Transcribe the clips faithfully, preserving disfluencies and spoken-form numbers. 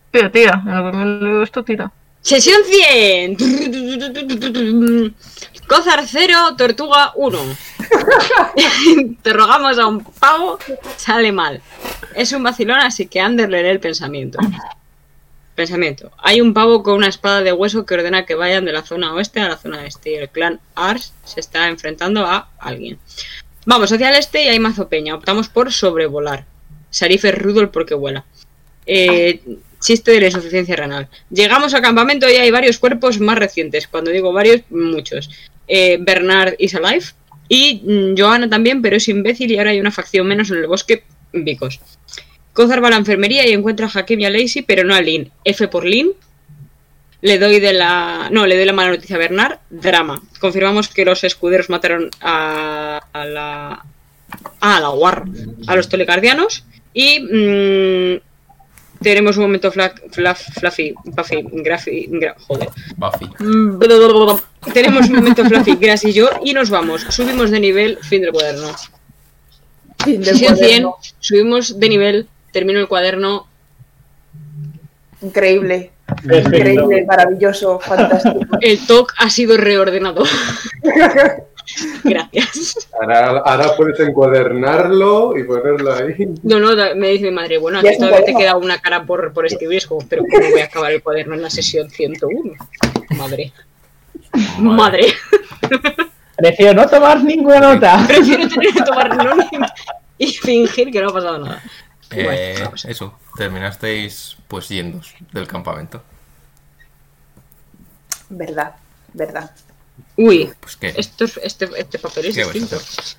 Tira, tira. En lo que me leo esto, tira. Sesión cien. Cózar cero, Tortuga uno. Te rogamos a un pavo, sale mal. Es un vacilón, así que Ander lee el pensamiento. Pensamiento. Hay un pavo con una espada de hueso que ordena que vayan de la zona oeste a la zona este. Y el clan Ars se está enfrentando a alguien. Vamos hacia el este y hay mazo peña. Optamos por sobrevolar. Sarif es Rudolf porque vuela. Eh, chiste de la insuficiencia renal. Llegamos al campamento y hay varios cuerpos más recientes. Cuando digo varios, muchos. Eh, Bernard is alive. Y mm, Johanna también, pero es imbécil y ahora hay una facción menos en el bosque. Vicos. Cózar va a la enfermería y encuentra a Hakim y a Lacey, pero no a Lynn. F por Lynn. Le doy de la... No, le doy la mala noticia a Bernard. Drama. Confirmamos que los escuderos mataron a, a la... Ah, a la War. A los telecardianos. Y... Mmm, tenemos un momento fla, fla, fluffy, Buffy, Graffy, gra, joder. Buffy. Tenemos un momento fluffy, Grass y yo, y nos vamos. Subimos de nivel, fin del cuaderno. Fin del Sesión cien, cuaderno. subimos de nivel, termino el cuaderno. Increíble. Perfecto. Increíble, maravilloso, fantástico. El T O C ha sido reordenado. Gracias. Ahora, ahora puedes encuadernarlo y ponerlo ahí. No, no, me dice mi madre, bueno, Ya aquí es un todavía te cuaderno. queda una cara por, por escribir, es como, pero ¿cómo voy a acabar el cuaderno en la sesión ciento uno? Madre. Madre. Prefiero no tomar ninguna nota. Prefiero tener que tomar noni y fingir que no ha pasado nada. Eh, Bueno, vamos. eso, terminasteis pues yendos del campamento. Verdad, verdad. Uy, Pues qué, esto es, este, este papel es ¿qué vais a distinto. hacer?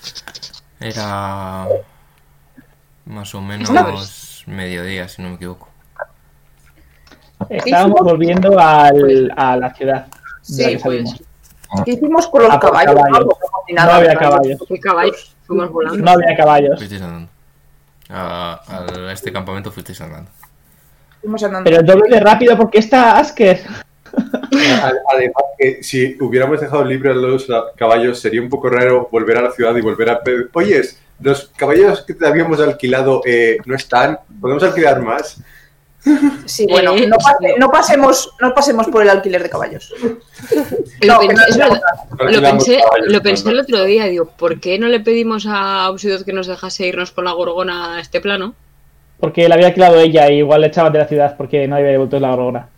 Era más o Una menos mediodía, si no me equivoco. Estábamos volviendo al, a la ciudad. de la Sí, que salimos. ¿Qué hicimos con los Ah, por caballos? caballos. Vamos, como si No nada, había ¿verdad? caballos. ¿Qué caballos? Fuimos volando. No había caballos. Fuisteis andando. A, a este campamento fuisteis andando. Fuimos andando. Pero el doble de rápido porque está Asker. Además que si hubiéramos dejado libres los caballos sería un poco raro volver a la ciudad y volver a pedir, oye, los caballos que te habíamos alquilado eh, no están, ¿podemos alquilar más? Sí, bueno, Eh, no, pase- no pasemos, no pasemos por el alquiler de caballos. Lo No, que pensé, no es sea verdad, No lo alquilamos pensé, caballos, lo pensé no, el no. otro día, digo, ¿por qué no le pedimos a Obsidot que nos dejase irnos con la gorgona a este plano? Porque la había alquilado ella y igual le echaban de la ciudad porque no había devuelto la gorgona.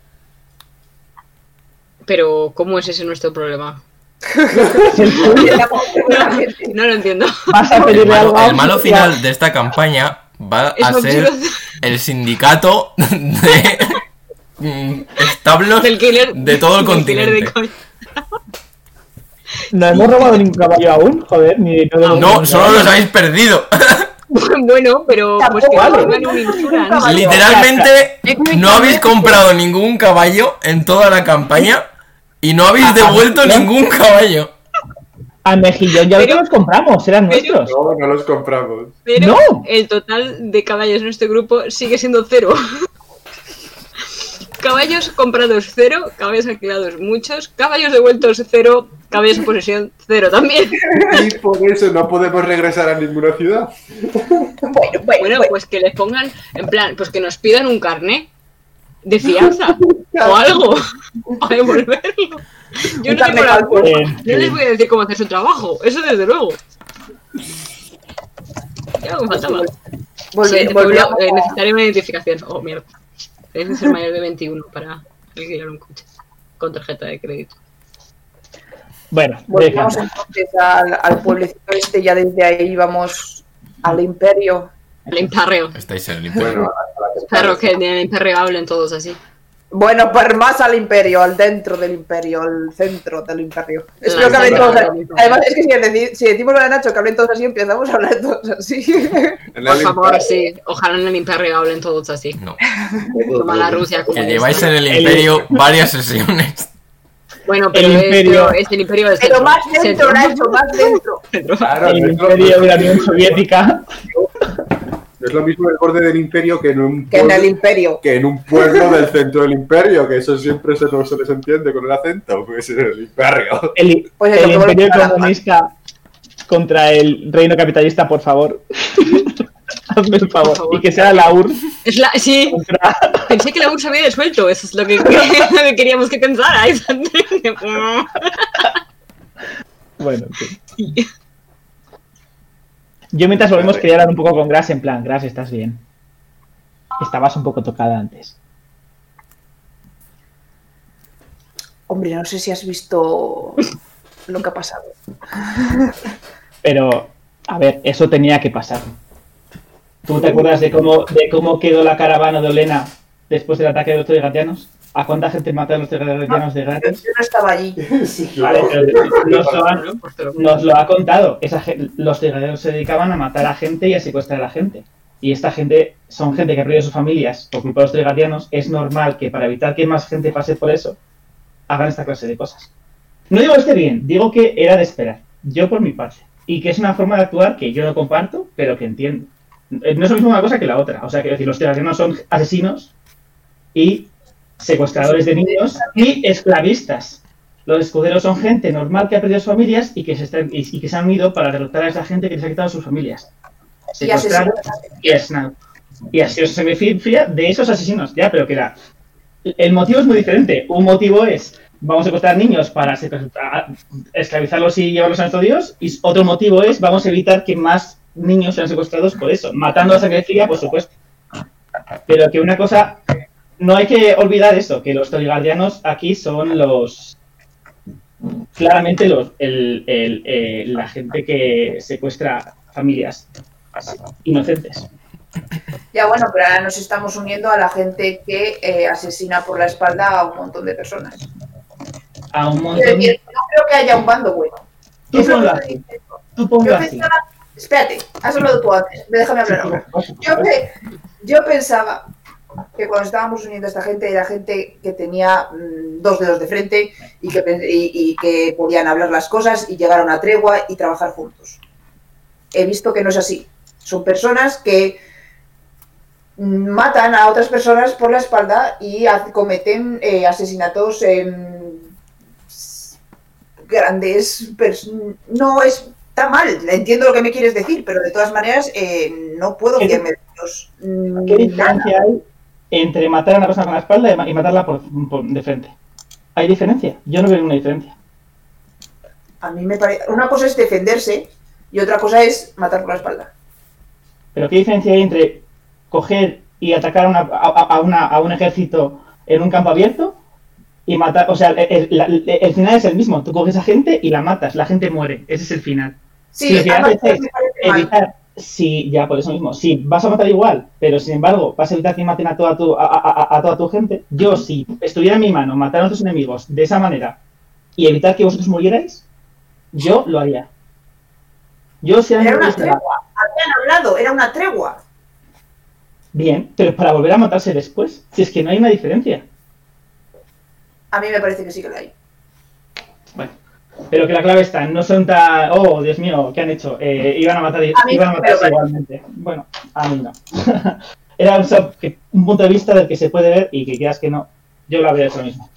Pero, ¿cómo es ese nuestro problema? No lo entiendo. Vas a El pedirle malo, algo a el malo Asker. final de esta campaña va Es a ser Obsidot. el sindicato de mm, establos Del killer, de todo el del killer de continente. co- No hemos robado ningún caballo aún, joder, ni no, No, solo los habéis perdido. Bueno, pero pues que Tampoco nos vale. pongan un insurance. Literalmente no habéis comprado ningún caballo en toda la campaña y no habéis devuelto ¿no? ningún caballo. A Mejillón ya Pero- los compramos, eran pero- nuestros. No, no los compramos. Pero ¡No! el total de caballos en este grupo sigue siendo cero. Caballos comprados cero, caballos alquilados muchos, caballos devueltos cero, caballos en posesión cero también. Y por eso no podemos regresar a ninguna ciudad. Bueno, bueno, Bueno, bueno. pues que les pongan, en plan, pues que nos pidan un carné de fianza o algo a devolverlo. Yo Un no, tengo carné la cálculo. culpa. Eh, No les voy a decir cómo hacer su trabajo, eso desde luego. Ya me faltaba. Volve- Sí, volvemos eh, a- necesitaré una identificación. Oh, mierda. Tienes que ser mayor de veintiuno para alquilar un coche con tarjeta de crédito. Bueno, Volvemos deja. entonces al, al pueblecito este, ya desde ahí vamos al imperio. El imperrio. Estáis en el imperio. Bueno, a la que Espero que en el imperio hablen todos así. Bueno, pues más al imperio, al dentro del imperio, al centro del imperio. Espero que hablen centro todos del así. imperio. Además, es que si, deci- si decimos lo de Nacho que hablen todos así, empezamos a hablar todos así. En Por el favor, imperio. sí. Ojalá en el imperio hablen todos así. No. Como la Rusia. Como Que esta. lleváis en el imperio varias sesiones. Bueno, pero El imperio. esto es el imperio del Pero centro. más dentro, Centro. Nacho, más dentro. Centro. Claro, El no es, lo, imperio de la Unión Soviética. no es lo mismo el borde del imperio que en un Que en el pueblo, imperio. que en un pueblo del centro del imperio, que eso siempre se, no se les entiende con el acento, pues en el imperio. El, Pues eso, el que vuelve imperio a la- comunista contra el reino capitalista, por favor. Hazme el favor. Por favor. Y que sea la U R Es la... Sí, contra... pensé que la U R S se había disuelto. Eso es lo que, lo que queríamos que pensara. Bueno, sí. Yo mientras volvemos quería hablar un poco con Gras, en plan, Gras, ¿estás bien? Estabas un poco tocada antes. Hombre, no sé si has visto lo que ha pasado. Pero, a ver, eso tenía que pasar. ¿Tú te acuerdas de cómo, de cómo quedó la caravana de Olena después del ataque de los trigatianos? ¿A cuánta gente mataron los trigatianos de Yo, gratis? yo no estaba allí. Sí, Vale, claro. pero nos lo, han- nos lo ha contado. Esa, gen- los trigatianos se dedicaban a matar a gente y a secuestrar a la gente. Y esta gente son gente que ha perdido sus familias por culpa de los trigatianos. Es normal que para evitar que más gente pase por eso, hagan esta clase de cosas. No digo que esté bien, digo que era de esperar. Yo por mi parte. Y que es una forma de actuar que yo no comparto, pero que entiendo. Eh, No es lo mismo una cosa que la otra. O sea, quiero decir, los trigatianos son asesinos y secuestradores de niños y esclavistas. Los escuderos son gente normal que ha perdido sus familias y que se, están, y, y que se han unido para derrotar a esa gente que les ha quitado sus familias. Y Secuestraron asesinos. y asesinaron. Y así se me fía de esos asesinos. Ya, pero que era. El motivo es muy diferente. Un motivo es vamos a secuestrar niños para secuestrar- esclavizarlos y llevarlos a nuestro Dios. Y otro motivo es vamos a evitar que más niños sean secuestrados por eso. Matando a sangre fría, por supuesto. Pero que una cosa. No hay que olvidar eso, que los Toligardianos aquí son los. Claramente los el, el, eh, la gente que secuestra familias inocentes. Ya bueno, pero ahora nos estamos uniendo a la gente que eh, asesina por la espalda a un montón de personas. A un Quiero montón. decir, no creo que haya un bando bueno. Tú Es lo ponlo que así. estoy diciendo. Tú Yo ponlo así. pensaba, espérate, has hablado tú antes, déjame hablar ahora. Yo, pe- yo pensaba que cuando estábamos uniendo a esta gente era gente que tenía mm, dos dedos de frente y que, pe- y, y que podían hablar las cosas y llegar a una tregua y trabajar juntos. He visto que no es así. Son personas que mm, matan a otras personas por la espalda y ha- cometen eh, asesinatos en grandes... pers- No es... Está mal, entiendo lo que me quieres decir, pero de todas maneras eh, no puedo ¿Qué- fiarme de ellos. Mm, ¿Qué diferencia hay entre matar a una persona con la espalda y ma- y matarla por, por- de frente? ¿Hay diferencia? Yo no veo ninguna diferencia. A mí me parece... Una cosa es defenderse y otra cosa es matar por la espalda. Pero ¿qué diferencia hay entre coger y atacar a, una, a, a una- a un ejército en un campo abierto y matar? O sea, el, el- la- el final es el mismo. Tú coges a gente y la matas, la gente muere. Ese es el final. Sí, Si lo que a mí haces es me parece mal. evitar, si ya por eso mismo, si vas a matar igual, pero sin embargo vas a evitar que maten a toda tu, a, a- a- a toda tu gente, yo si estuviera en mi mano matar a nuestros enemigos de esa manera y evitar que vosotros murierais, yo lo haría. Yo si a mí Era me una gusta- tregua. Habían hablado, era una tregua. bien, pero para volver a matarse después, si es que no hay una diferencia. A mí me parece que sí que la hay. Bueno, pero que la clave está, no son tan, oh Dios mío, ¿qué han hecho? Eh, iban a matar, A mí iban a sí me matarse lo parece. igualmente. Bueno, a mí no. Era un, so- que- un punto de vista del que se puede ver y que quieras que no, yo lo habría hecho lo mismo.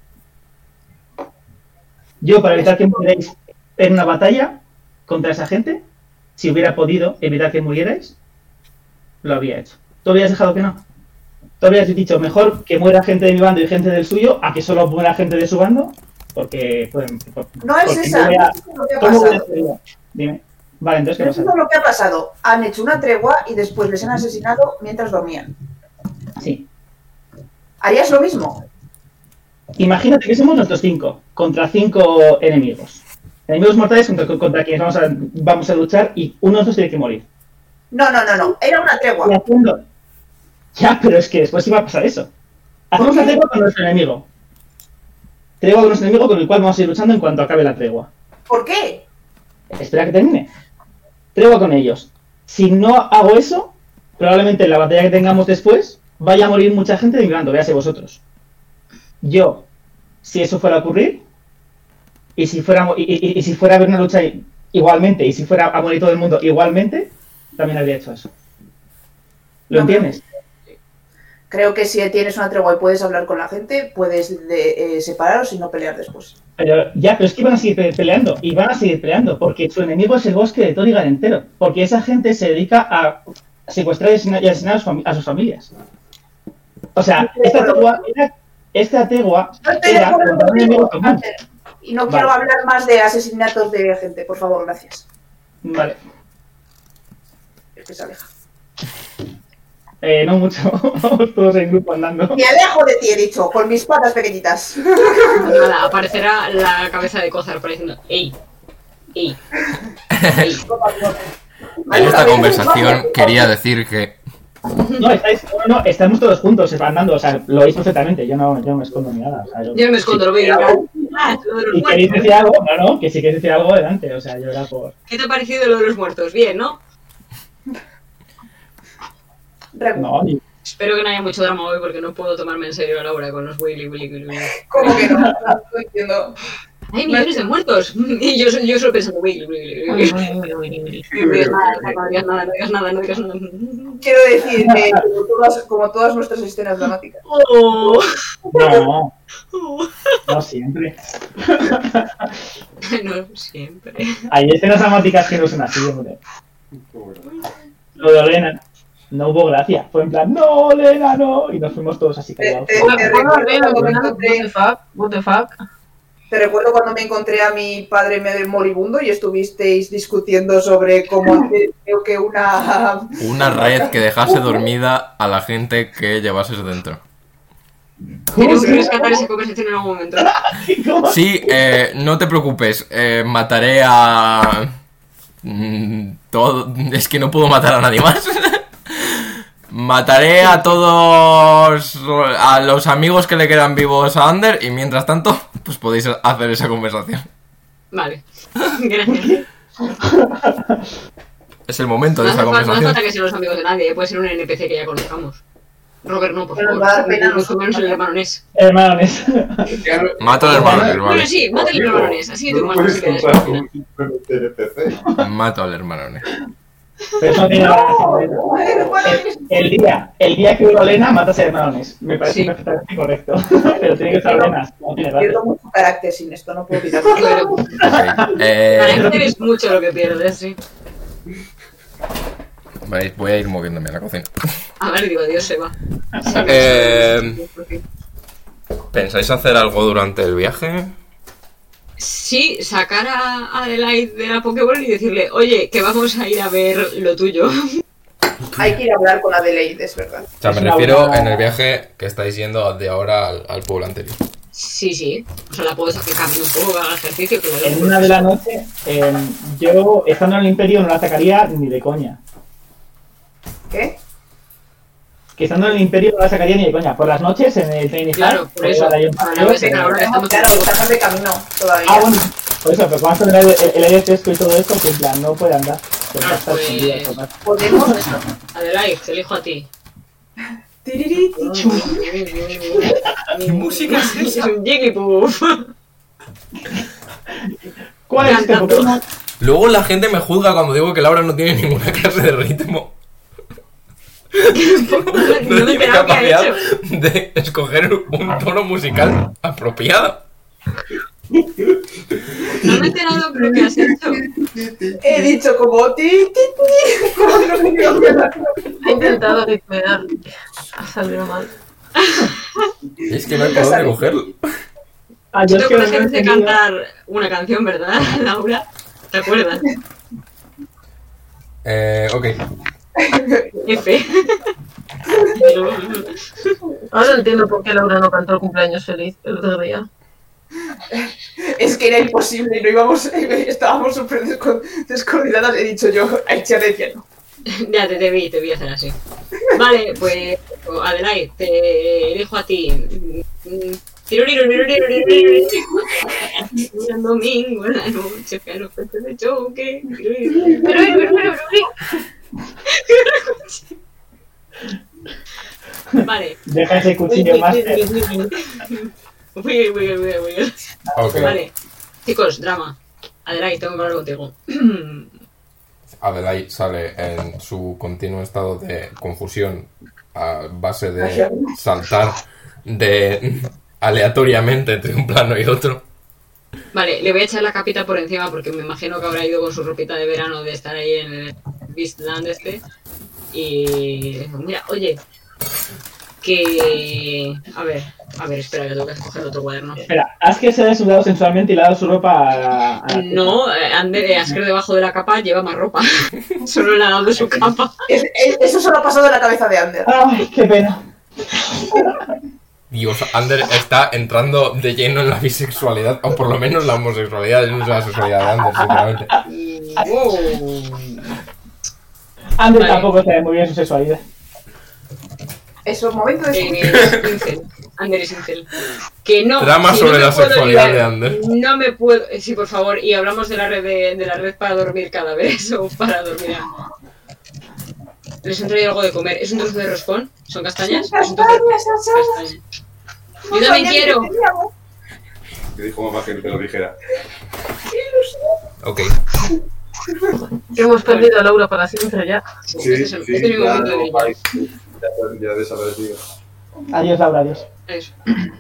Yo, para evitar que murierais en una batalla contra esa gente, si hubiera podido evitar que murierais, lo habría hecho. ¿Tú habrías dejado que no? ¿Tú habrías dicho mejor que muera gente de mi bando y gente del suyo a que solo muera gente de su bando? Porque... pues, por- No es porque esa, no voy a- no es lo que ha ¿Cómo voy a pasado. hacer yo? Dime. Vale, entonces, ¿qué No es pasa? lo que ha pasado. Han hecho una tregua y después les han asesinado mientras dormían. Sí. ¿Harías lo mismo? Imagínate que somos nosotros cinco contra cinco enemigos. Enemigos mortales contra, contra quienes vamos a, vamos a luchar y uno de nosotros tiene que morir. No, no, no, no. Era una Y tregua. haciendo... Ya, pero es que después iba a pasar eso. Hacemos ¿Por una qué? tregua con nuestro enemigo. Tregua con nuestro enemigo con el cual vamos a ir luchando en cuanto acabe la tregua. ¿Por qué? Espera que termine. Tregua con ellos. Si no hago eso, probablemente en la batalla que tengamos después vaya a morir mucha gente de mi bando, véase vosotros. Yo, si eso fuera a ocurrir, y si fuera, y, y- y si fuera a haber una lucha i- igualmente, y si fuera a morir todo el mundo igualmente, también habría hecho eso. ¿Lo No, pero- entiendes? Creo que si tienes una tregua y puedes hablar con la gente, puedes de- eh, separaros y no pelear después. Pero ya, pero es que van a seguir pe- peleando, y van a seguir peleando, porque su enemigo es el bosque de Torigan entero, porque esa gente se dedica a secuestrar y asesinar, y asesinar a, sus fami- a sus familias. O sea, esta tegua era, esta tegua No estoy de era acuerdo contra un enemigo contigo, común. Ander. Y no quiero Vale. hablar más de asesinatos de gente, por favor, gracias. Vale. Es que se aleja. Eh, no mucho. Vamos todos en grupo andando. Me alejo de ti, he dicho, con mis patas pequeñitas. Pues nada, aparecerá la cabeza de Cozar pareciendo, ¡ey! ¡ey! ¡ey! En esta conversación quería decir que No, estáis, no, no, estamos todos juntos andando. O sea, lo veis perfectamente. Yo no, yo no me escondo ni nada. O sea, yo, Yo no me escondo, lo veo. Ah, lo de los ¿Y queréis muertos. decir algo? No, no, que si queréis decir algo, adelante. O sea, yo era por... ¿Qué te ha parecido lo de los muertos? Bien, ¿no? Regu, No, ni... Espero que no haya mucho drama hoy porque no puedo tomarme en serio a la hora con los Willy Willy Willy. Willy. ¿cómo que no? No entiendo. ¡Hay millones de muertos! Y yo, yo solo pensando, Willy Willy Willy. No digas nada, no digas nada, no digas nada, no digas nada. Quiero decir que como todas, como todas nuestras escenas dramáticas. Oh. no, Oh. no siempre. No siempre. Hay escenas dramáticas que no son así, hombre. Lo de Olena no hubo gracia. Fue en plan, no, Olena, no. Y nos fuimos todos así callados. Te, te- te recuerdo cuando me encontré, What the fuck? te recuerdo cuando me encontré a mi padre me- moribundo y estuvisteis discutiendo sobre cómo hacer, creo que una... una red que dejase dormida a la gente que llevases dentro. Tenemos que rescatar esa conversación en algún momento. ¿Cómo? Sí, eh, no te preocupes, eh, mataré a... mm, todo... Es que no puedo matar a nadie más. Mataré a todos... a los amigos que le quedan vivos a Ander y mientras tanto, pues podéis hacer esa conversación. Vale. Gracias. Es el momento No de hace, esa falta, no hace conversación. falta que sean los amigos de nadie, puede ser un N P C que ya conozcamos. Robert no, por Pero favor. nos va a dar pena a Mucho menos el hermano Ness. Hermanos. Mato al hermano, Ness, Bueno, vale. sí, mátale al hermano Ness, así No tú lo más puedes posibilidades. comprar con un simplemente N P C. Mato al hermano, Ness. Pero eso no tiene nada que ver. El, el día, el día que hubo Olena, matas a hermanos. Me parece Sí. perfectamente correcto. Pero tiene que estar Olena. No tiene gracia. Pierdo mucho carácter sin esto, no puedo evitarlo. Claro. Ok, eh, Carácter es mucho lo que pierdes, sí. vale, voy a ir moviéndome a la cocina. A ver, digo, Dios se va. Eh, ¿Pensáis hacer algo durante el viaje? Sí, sacar a Adelaide de la Pokéball y decirle, oye, que vamos a ir a ver lo tuyo. Hay que ir a hablar con Adelaide, es verdad. O sea, me Es una refiero buena- en el viaje que estáis yendo de ahora al, al pueblo anterior. Sí, sí. O sea, la puedo hacer que camine un poco, que haga ejercicio, claro. En una de la noche, eh, yo estando en el Imperio no la atacaría ni de coña. ¿Qué? Que estando en el Imperio no la sacaría ni de coña. Por las noches en el Training Claro, Hub, por eso. ahí un Para paseo, la vez que que- ahora estamos... Claro, estás de camino todavía. Ah, bueno, por eso, pero cuando el aire, el aire fresco y todo esto, que en plan no puede andar. Porque Ah, está pues- escondida, total. Podemos... Adelaide, te elijo a ti. Tiriri, tichu. ¿Qué música es esa? Es un Jigglypuff. ¿Cuál es este Cantando. Pokémon? Luego la gente me juzga cuando digo que Laura no tiene ninguna clase de ritmo. No me he No tiene enterado qué ha capacidad hecho. de escoger un tono musical apropiado. No me he enterado de lo que has hecho. He dicho como ti, ti, ti. Como no me quiero quedar. He intentado ritmear. Ha salido mal. Y es que no hay por dónde cogerlo. Ah, Tú yo te es que no me he acuerdas de entendido. cantar una canción, ¿verdad, Laura? ¿Te acuerdas? Eh, ok. F. Ahora entiendo por qué Laura no cantó el cumpleaños feliz el otro día. Es que era imposible, no íbamos, estábamos súper desco- descoordinadas. He dicho yo, a echar decía no. Ya te, te vi, te vi hacer así. Vale, pues Adelaide, te elijo a ti. Un domingo en la noche, pero fuerte de choque. Vale. Deja ese cuchillo máster. Uy, uy, uy, uy, uy. Ok. Vale. Chicos, drama. Adelaide, tengo que hablar contigo. Adelaide sale en su continuo estado de confusión a base de saltar de aleatoriamente entre un plano y otro. Vale, le voy a echar la capita por encima porque me imagino que habrá ido con su ropita de verano de estar ahí en el Beastland este. Y mira, oye, que... A ver, a ver, espera, que tengo que coger otro cuaderno. Espera, Asker se ha desnudado sensualmente y le ha dado su ropa a... a la No, eh, Ander, Asker debajo de la capa lleva más ropa. Solo le ha dado su capa. Es- es- eso solo ha pasado en la cabeza de Ander. ¡Ay, qué pena! Dios, Ander está entrando de lleno en la bisexualidad, o por lo menos la homosexualidad, no es la sexualidad de Ander, sinceramente. Wow. Ander Vale. tampoco sabe muy bien su sexualidad. Eso, momento de... Eh, es incel. Ander es incel. Que no. Trama que sobre no me la puedo sexualidad liar. de Ander. No me puedo. eh, Sí, por favor. Y hablamos de la red de, de la red para dormir cada vez o para dormir. Les han traído algo de comer. ¿Es un trozo de roscón? ¿Son castañas? Es un trozo de Castañas asadas. castañas. Yo también quiero. Me dijo mamá que no te lo dijera. Ok. Hemos perdido a Laura para siempre ya. Sí, este es, el- sí, este es mi ya, momento de no, brillar. ay, ya, ya desaparecido. Adiós, Laura, adiós. Eso.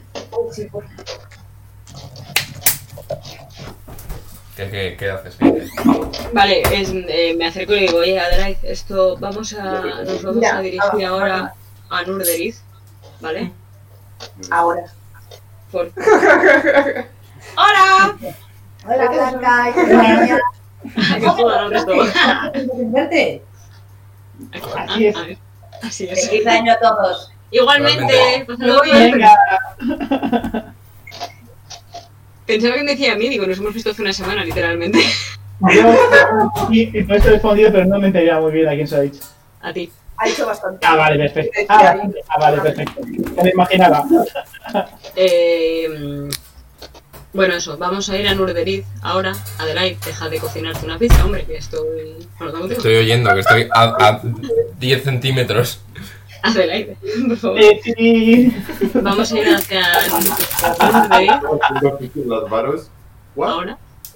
¿Qué, qué, qué haces? ¿Qué haces? Vale, es, eh, me acerco y le digo, oye, Adelaide, esto vamos a, nos vamos Mira, a dirigir ah, ahora a Nurderiz, ¿vale? Ahora. Por... ¡Hola! Hola, Blanca. ¿Qué ¡Qué joda, no esto! verte? Así es. Así es. Feliz año a todos. Igualmente, pasadlo bien. Venga. Pensaba que me decía a mí, digo, nos hemos visto hace una semana, literalmente. Yo, y, y por esto he respondido, pero no me enteraba muy bien a quién se lo ha dicho. A ti. Ha hecho bastante. Ah, vale, perfecto. Ah, ah, vale, perfecto. Ya me imaginaba. Eh, bueno, eso, vamos a ir a Nurderiz ahora. Adelaide, deja de cocinarte una pizza, hombre, que estoy... Bueno, Te contigo. estoy oyendo, que estoy a, a diez centímetros. Adelaide, por favor. Eh, sí. Vamos a ir hacia Nurderiz Las manos. ¿What? ahora.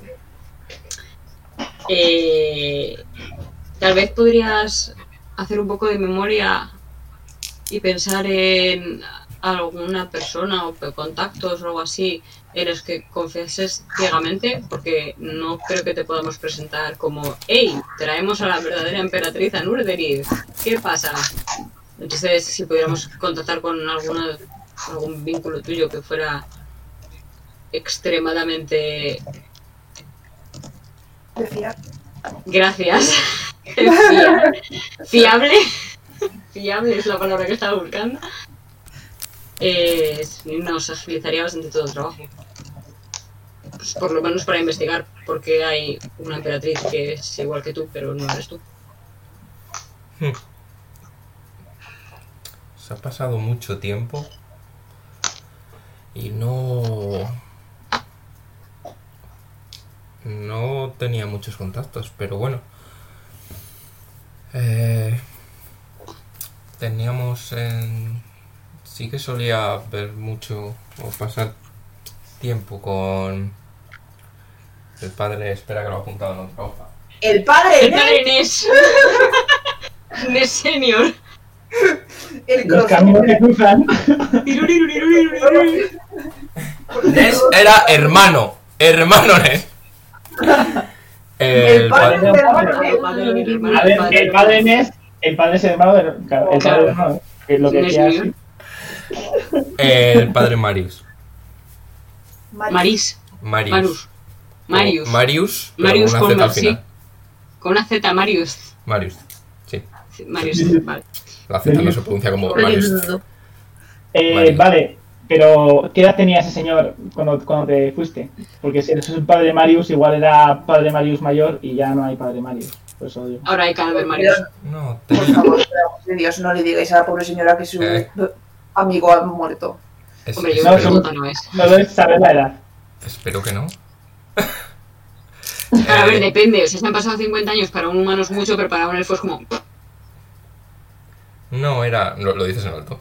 Eh, tal vez podrías hacer un poco de memoria y pensar en alguna persona o contactos o algo así en los que confiases ciegamente, porque no creo que te podamos presentar como hey, traemos a la verdadera emperatriz a Nurderiz, ¿qué pasa? Entonces, si pudiéramos contactar con alguna, algún vínculo tuyo que fuera extremadamente... Decía. Gracias. Fiable. Fiable. Fiable es la palabra que estaba buscando. Eh, nos agilizaría bastante todo el trabajo. Pues por lo menos para investigar, porque hay una emperatriz que es igual que tú, pero no eres tú. Se ha pasado mucho tiempo y no... No tenía muchos contactos, pero bueno. Eh, teníamos en... Sí que solía ver mucho o pasar tiempo con el padre... Espera que lo he apuntado en otra hoja. El padre, El padre Inés. Inés Senior. el Los cross. caminos que cruzan. Nes era hermano. Hermano Nes. El El padre padre... del hermano. El padre del hermano, A ver, el padre Inés, el padre es el hermano del. Claro, el padre del hermano. Que es lo que Inés decía Junior. así. El padre Marius. Maris. Marius. Marus. Marius. O Marius, pero Marius con con una Z al sí. final. Con una Z, Marius. Marius. Sí. Sí, Marius, vale. La Z no se pronuncia como Marius. Eh, Vale. vale, pero ¿qué edad tenía ese señor cuando, cuando te fuiste? Porque si eres un padre Marius, igual era padre Marius mayor y ya no hay padre Marius. Por eso digo. Ahora hay cada vez Marius. No, Por tenía... favor, por amor de Dios, no le digáis a la pobre señora que su Eh. amigo ha muerto. es- Hombre, yo No, me espero, pregunto, no es. No debes saber la edad. espero que no. A ver, Eh, depende. O sea, se han pasado cincuenta años, para un humano es mucho, pero para un elfo es como... no, era... Lo, lo dices en alto.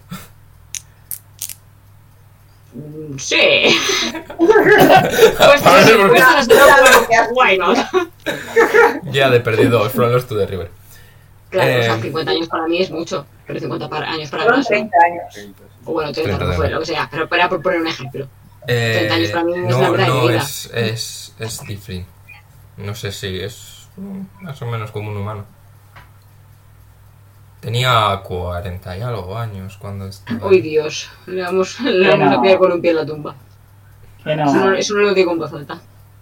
mm, Sí. Pues A ver, si porque- respuestas no, why not? Ya de perdido, From Lost to the River. Claro, o sea, Eh. cincuenta años para mí es mucho, pero cincuenta para- años para Fueron más, ¿no? treinta años. O bueno, treinta, treinta no fue, también. lo que sea, pero era por poner un ejemplo. Eh, treinta años para mí es no, la verdad de no, mi vida. es, es, es different. No sé si es mm, más o menos como un humano. Tenía cuarenta y algo años cuando estaba... Uy, Dios. Le vamos, le vamos no. a pillar con un pie en la tumba. Que Eso no, no. eso no lo digo en voz alta.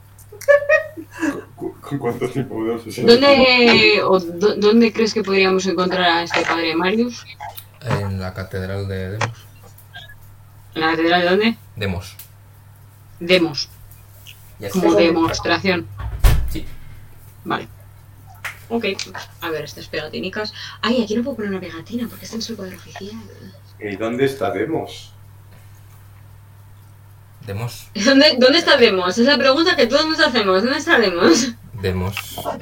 ¿Cu- ¿Con cuánto tiempo podemos usar? ¿Dónde, o, dó- ¿Dónde crees que podríamos encontrar a este padre Marius? En la catedral de Demos. ¿En la catedral de dónde? Demos. Demos. Como demostración. Sí. Vale. Ok. A ver, estas pegatinicas. Ay, aquí no puedo poner una pegatina porque está en su cuadro oficial. ¿Y dónde estaremos? Demos. ¿Dónde, ¿Dónde está Demos? Es la pregunta que todos nos hacemos. ¿Dónde está Demos? Demos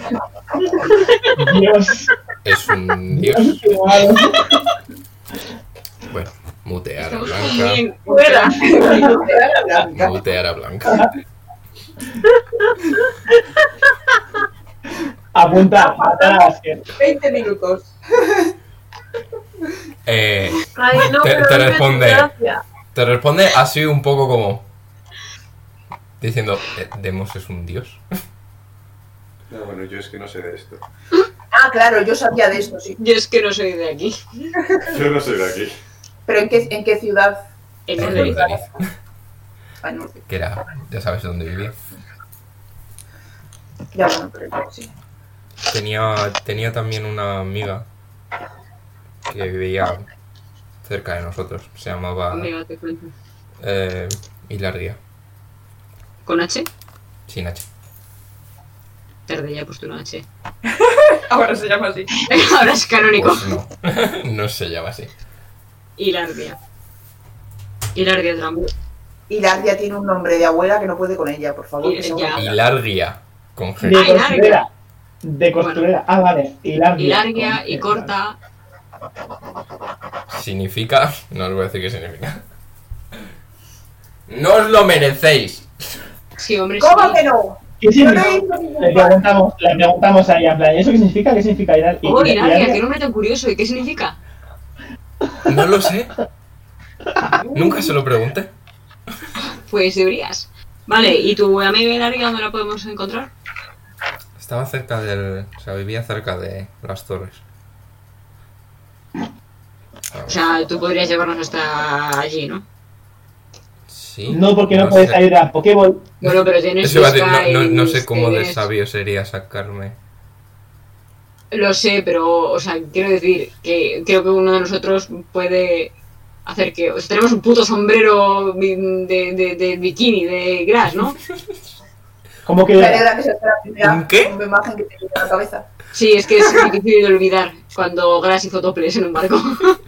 Dios. es un dios. Qué malo. Bueno, mutear a Estamos Blanca. bien fuera. Mutear a Blanca. Apunta, matar a Asker. veinte minutos. Eh, Ay, no, Te- pero te dime tu responde. gracia. te responde así un poco como... Diciendo, eh, Demos es un dios. No, bueno, yo es que no sé de esto. Ah, claro, yo sabía de esto, sí. Yo es que no soy de aquí. Yo no soy de aquí. ¿Pero en qué, en qué ciudad? En En Madrid. Madrid, Al norte. que era, ya sabes dónde vivía. Ya, bueno, pero sí. Tenía, tenía también una amiga que vivía cerca de nosotros. Se llamaba Amiga, te cuento. eh, Hilaria, ¿Con H? sin H. Tarde ya he puesto una H. Ahora se llama así. Ahora es canónico. Pues no, no se llama así. Hilardia. Hilardia Trump. Hilaria tiene un nombre de abuela que no puede con ella, por favor. Y- que no- ya. Hilargia, con De G. Ay, costurera. De costurera. Ah, vale. Hilargia. Hilargia y Con- corta. Significa... No os voy a decir qué significa. ¡No os lo merecéis! Sí, hombre, ¿Cómo sí. que no? ¿Qué Yo no significa? he visto ningún Le preguntamos, le preguntamos a ella, en plan, ¿eso qué significa? ¿Qué significa Hilar- Oh, Hilar- Hilargia, Hilargia? qué nombre tan curioso. ¿Y qué significa? No lo sé. Nunca se lo pregunté. Pues deberías. Vale, ¿y tu amiga Hilargia dónde la podemos encontrar? Estaba cerca del... O sea, vivía cerca de las torres. O sea, tú podrías llevarnos hasta allí, ¿no? Sí. No, porque no, puedes sé. salir a Pokéball. Bueno, pero tienes Eso iba a decir, no, no, no sé Skies, cómo de tienes- sabio sería sacarme. Lo sé, pero, o sea, quiero decir que creo que uno de nosotros puede hacer que... O sea, tenemos un puto sombrero de, de, de, de bikini, de grass, ¿no? ¿Cómo que Me alegra que sea la primera ¿Un qué? imagen que te viene a la cabeza. Sí, es que es difícil de olvidar cuando Grass hizo toples en un barco.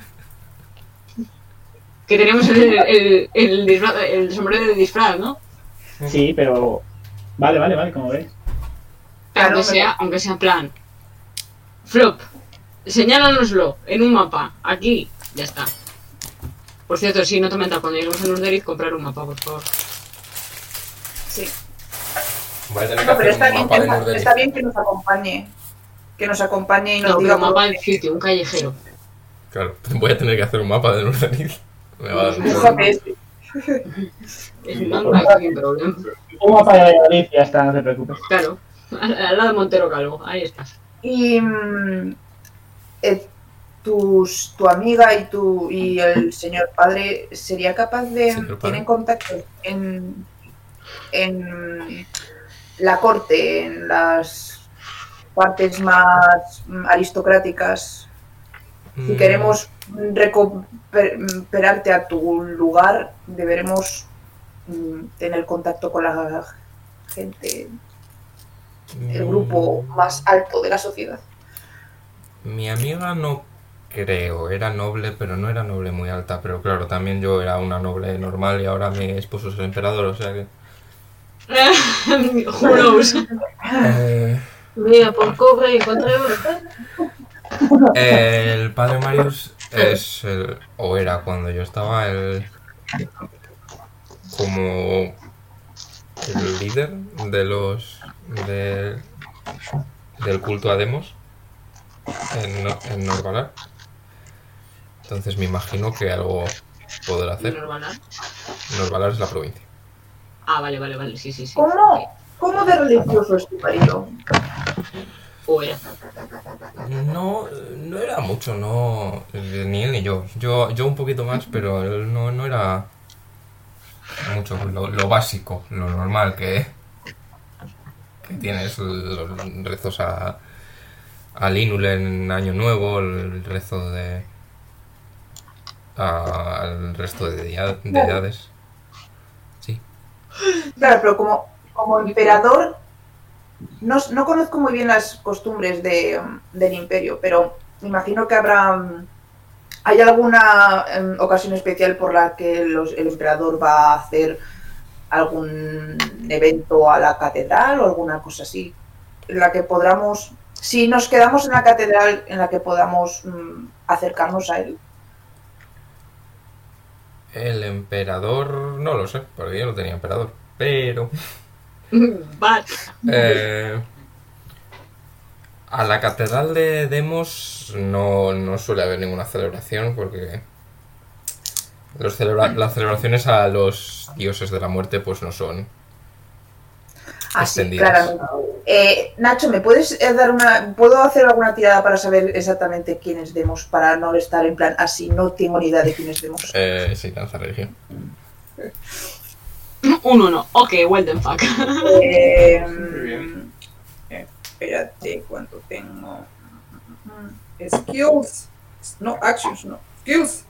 Que tenemos el, el, el, disfraz- el sombrero de disfraz, ¿no? Sí, pero... Vale, vale, vale, como ves. Claro, Aunque pero- sea, aunque sea en plan... Flop, señálanoslo en un mapa, aquí, ya está. Por cierto, sí, no te metas cuando lleguemos a Nurderit comprar un mapa, por favor. Sí. Voy a tener que No, pero hacer está un bien, mapa que, de nos- Norderit. está bien que nos acompañe. Que nos acompañe y nos No, diga pero un por mapa dónde. del sitio, un callejero. Claro, voy a tener que hacer un mapa de Norderit. Me va a dar Un mucho. G P S. Es un mapa sin problema. Un mapa de Valladolid, ya está, no te preocupes. Claro, al, al lado de Montero Calvo, ahí estás. Y mm, eh, tus, tu amiga y tu y el señor padre sería capaz de Señor padre. tienen contacto en en la corte, en las partes más mm, aristocráticas. Si Mm, queremos recuperarte a tu lugar, deberemos mm, tener contacto con la gente, el grupo mm, más alto de la sociedad. Mi amiga no creo, era noble, pero no era noble muy alta. Pero claro, también yo era una noble normal y ahora mi esposo es el emperador, o sea que... Who knows? Eh, Mira, por cobre encontremos. el padre Marius es el, o era cuando yo estaba el como el líder de los de, del culto a Demos en, No- en Norvalar. Entonces me imagino que algo podrá hacer. Norvalar. Norvalar es la provincia. Ah, vale, vale, vale, sí, sí, sí. ¿Cómo, ¿Cómo de religioso es tu marido? Pues. No, no era mucho, no. Ni él ni yo. Yo, yo un poquito más, pero él no, no era mucho. Lo, lo básico, lo normal que, que tienes. Los rezos a, a Línule en Año Nuevo, el rezo de. A, al resto de dia- deidades. Sí. Claro, pero como, como emperador, no, no conozco muy bien las costumbres de, del imperio, pero me imagino que habrá... mm, ¿Hay alguna em, ocasión especial por la que los- el emperador va a hacer algún evento a la catedral o alguna cosa así? En la que podamos... Si nos quedamos en la catedral, en la que podamos mm, acercarnos a él. El emperador, no lo sé, porque yo no tenía emperador. Pero. Vale. Eh, a la catedral de Demos no, no suele haber ninguna celebración porque los celebra- las celebraciones a los dioses de la muerte pues no son Así, extendidas. claramente. Eh, Nacho, ¿me puedes eh, dar una... ¿Puedo hacer alguna tirada para saber exactamente quiénes demos? Para no estar en plan así, no tengo ni idea de quiénes demos. Eh, sí, lanza religión. Un uno. Ok, well then fuck. Eh, Muy bien. Espérate, ¿cuánto tengo? Skills. No, actions, no. Skills.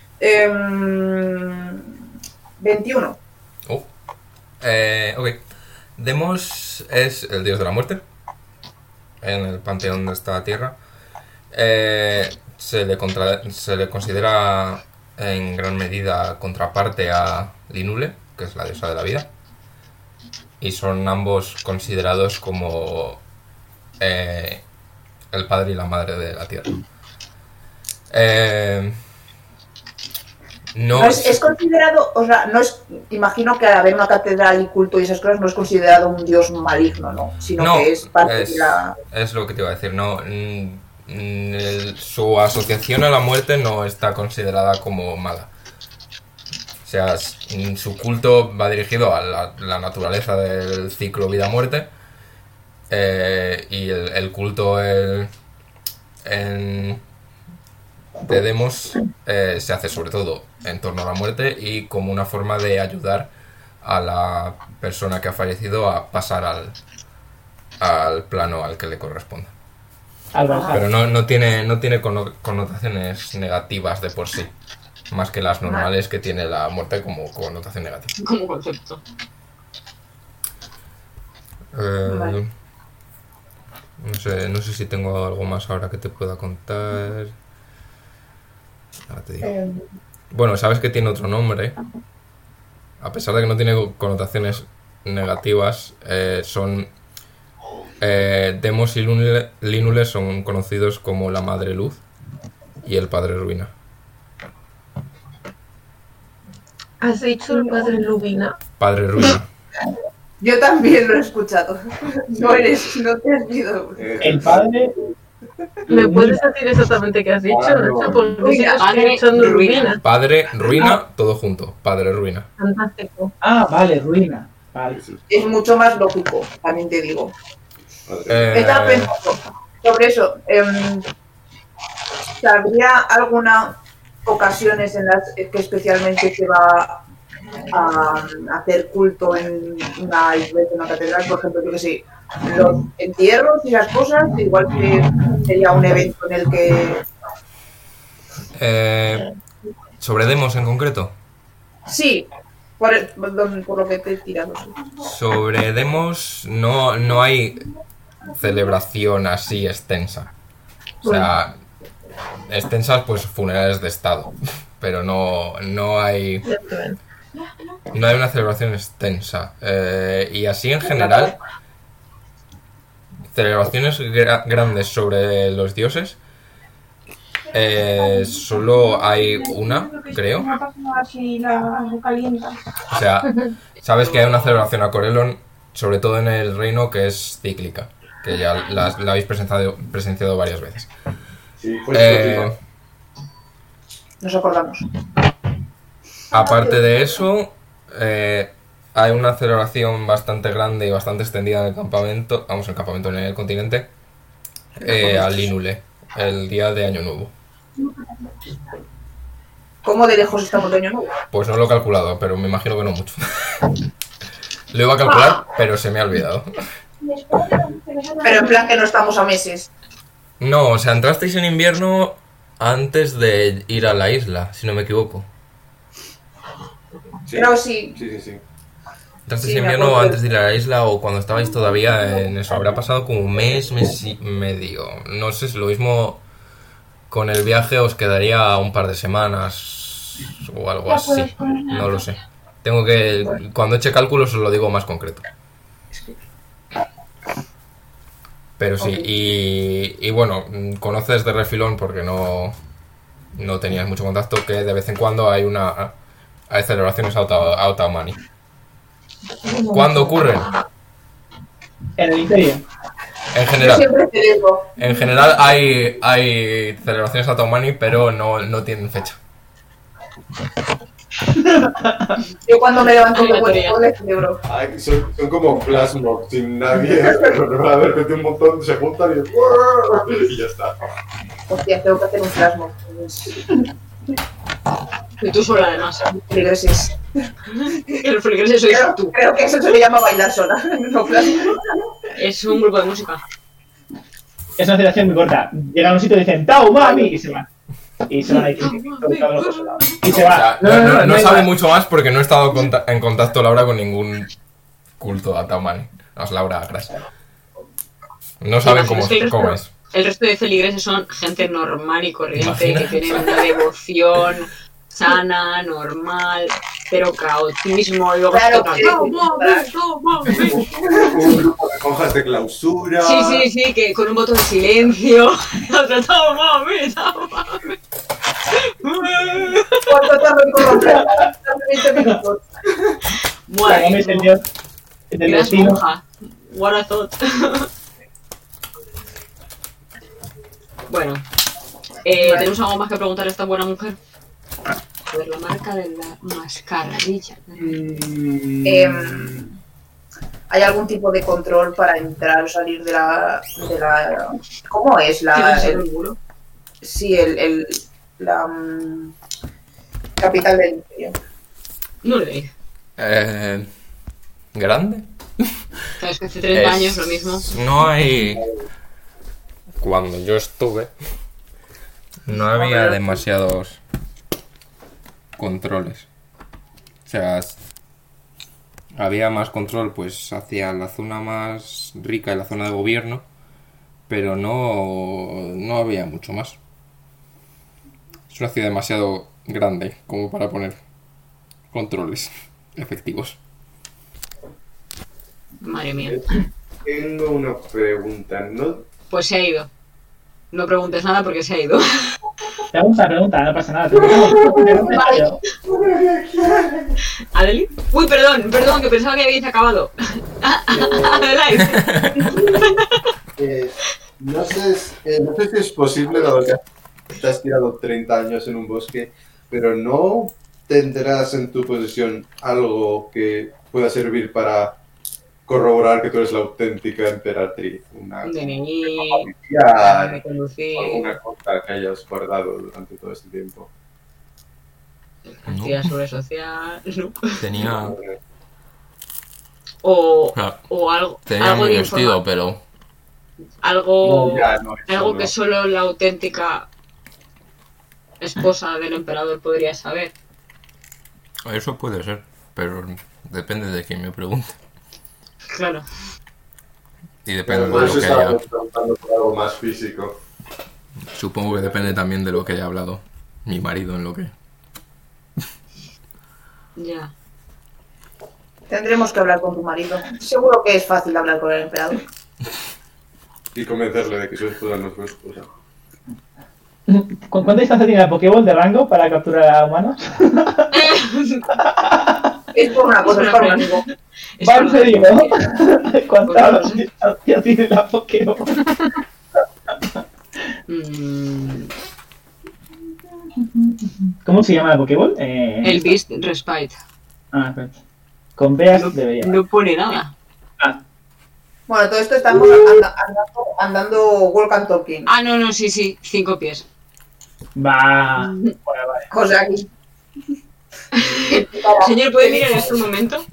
Em, veintiuno. Oh. Eh, ok. Demos es el dios de la muerte en el panteón de esta tierra. Eh, se, le contra- se le considera en gran medida contraparte a Línule, que es la diosa de la vida. Y son ambos considerados como eh, el padre y la madre de la tierra. Eh, no, No es, es considerado, o sea, no es, imagino que al haber una catedral y culto y esas cosas no es considerado un dios maligno, ¿no? Sino No, que es parte es, de la... es lo que te iba a decir. No, mm, mm, el- su asociación a la muerte no está considerada como mala. O sea, s- mm, su culto va dirigido a la, la naturaleza del ciclo vida-muerte. eh, y el, el culto el- en, de Demos eh, se hace sobre todo en torno a la muerte y como una forma de ayudar a la persona que ha fallecido a pasar al, al plano al que le corresponda. Al Valhalla. Pero no, no tiene, no tiene conno- connotaciones negativas de por sí, más que las normales que tiene la muerte como connotación negativa. Como concepto. Eh, Vale. no sé, no sé si tengo algo más ahora que te pueda contar. Ahora te digo. eh, Bueno, sabes que tiene otro nombre. A pesar de que no tiene connotaciones negativas, eh, son... eh, Demos y Línule, Línule son conocidos como la Madre Luz y el Padre Ruina. Has dicho el padre Lubina. Padre Ruina. yo también lo he escuchado. No eres, no te has ido. Eh, El padre. ¿Me puedes decir exactamente qué has dicho, Ahora no. Nacho? Porque Ruina, sigo padre escuchando Ruina. Rubina. Padre Ruina, todo junto. Padre Ruina. Fantástico. Ah, vale, ruina. Vale. Es mucho más lógico, también te digo. madre. Eh, Estaba pensando sobre eso. em, ¿Habría alguna ocasiones en las que especialmente se va a hacer culto en una iglesia, en una catedral? Por ejemplo, yo que sé, los entierros y esas cosas, igual que sería un evento en el que... eh, sobre Demos en concreto. Sí, por, el- por lo que te he tirado. Sobre Demos no, no hay celebración así extensa. O sea, extensas pues funerales de estado. Pero no, no hay Ya te ven. no hay una celebración extensa. Eh, y así en general, celebraciones gra- grandes sobre los dioses. Eh, solo hay una, creo. O sea, sabes que hay una celebración a Corellon, sobre todo en el reino, que es cíclica, que ya la, la habéis presenciado, presenciado varias veces. Sí, pues, Eh, Nos acordamos. aparte de eso, eh, hay una celebración bastante grande y bastante extendida en el campamento, vamos, en el campamento en el continente, Eh, al Linule, el día de Año Nuevo. ¿Cómo de lejos estamos de Año Nuevo? Pues no lo he calculado, pero me imagino que no mucho. Lo iba a calcular, pero se me ha olvidado. Pero en plan que no estamos a meses. No, o sea, entrasteis en invierno antes de ir a la isla, si no me equivoco. Sí. Pero sí. Sí, sí, sí. Entrasteis Sí, en me invierno acuerdo. antes de ir a la isla o cuando estabais todavía en eso. Habrá pasado como un mes, mes y medio. No sé si lo mismo con el viaje os quedaría un par de semanas o algo así. No lo sé. Tengo que... Cuando eche cálculos os lo digo más concreto. Pero sí, y, y bueno, conoces de refilón porque no, no tenías mucho contacto que de vez en cuando hay una hay celebraciones a Otaumani. ¿Cuándo ocurren? En el Imperio. En Yo general. siempre te digo. En general hay, hay celebraciones a Otaumani, pero no, no tienen fecha. Yo cuando me levanto de vuelta le celebro. Ay, son, son como plasmos, sin nadie. Pero a ver, vete un montón, se juntan y, y ya está. Hostia, tengo que hacer un plasmo. Y tú sola, además. Feligreses. El feligreses sois Creo, tú. creo que eso se le llama bailar sola. No plasmo. Es un grupo de música. Es una celebración muy corta. Llegan a un sitio y dicen ¡Tau, mami! Y se van. Y se van ahí. Y se O va. sea, no, no, no sabe mucho más porque no he estado conta- en contacto Laura con ningún culto a Otaumani. Las Laura, gracias. No saben cómo, cómo es. El resto de feligreses son gente normal y corriente Imagina. que tienen una devoción sana, normal, pero caotismo y luego Claro, tocan. que- "No, mami, no, mami". Un grupo de monjas de clausura. Sí, sí, sí, que con un voto de silencio. Otro, "No, mami, no, mami". ¿Cuánto tardo en corromper? veinte minutos. Bueno, Como es el dios del eras destino. monja. What I thought. Bueno, eh, Vale. ¿tenemos algo más que preguntar a esta buena mujer? A ver, la marca de la mascarilla. Mm, Em, ¿Hay algún tipo de control para entrar o salir de la... De la ¿Cómo es la...? ¿Tienes el- el muro? sí, el... el la mm, capital del imperio. No le leí. Eh, ¿Grande? Sabes que hace treinta Es- años lo mismo. No hay... Cuando yo estuve, no había demasiados controles. O sea, había más control pues hacia la zona más rica y la zona de gobierno, pero no, no había mucho más. Es una ciudad demasiado grande como para poner controles efectivos. Madre mía. Tengo una pregunta, ¿no? Pues se ha ido. No preguntes nada porque se ha ido. Pregunta, pregunta, no pasa nada. Pregunta, ¿Adeli? Uy, perdón, perdón, que pensaba que habéis acabado. Adelaide. Eh, no, sé, eh, no sé si es posible, dado que te has tirado treinta años en un bosque, pero ¿no tendrás en tu posesión algo que pueda servir para corroborar que tú eres la auténtica emperatriz? Una D N I, familiar, de conducir, alguna cosa que hayas guardado durante todo este tiempo. actividad sobre social, no. Tenía, O, claro, o algo, tenía algo mi de vestido, informa- pero algo, Ya, no, eso algo no. que solo la auténtica esposa del emperador podría saber. eso puede ser, pero depende de quién me pregunte. Claro. Y depende Por de eso lo que haya... estábamos preguntando por algo más físico. Supongo que depende también de lo que haya hablado mi marido en lo que... Ya. Tendremos que hablar con tu marido. Seguro que es fácil hablar con el emperador. Y convencerle de que su esposa no es su esposa. ¿Con cuánta distancia tiene la Pokéball de rango para capturar a humanos? Es por una cosa, es para un amigo. Es Va en verdad. serio. ¿Cuánta Pues no sé. distancia tiene la Pokéball? Mm, ¿Cómo se llama la Pokéball? Eh... el Beast Respite. Ah, espera. Con Beas No, debería. no pone nada. Ah, Bueno, todo esto estamos anda- andando, andando walk and talking. Ah, no, no, sí, sí, cinco pies. Va. Bueno, vale. José aquí. Señor, ¿puede mirar esto un momento?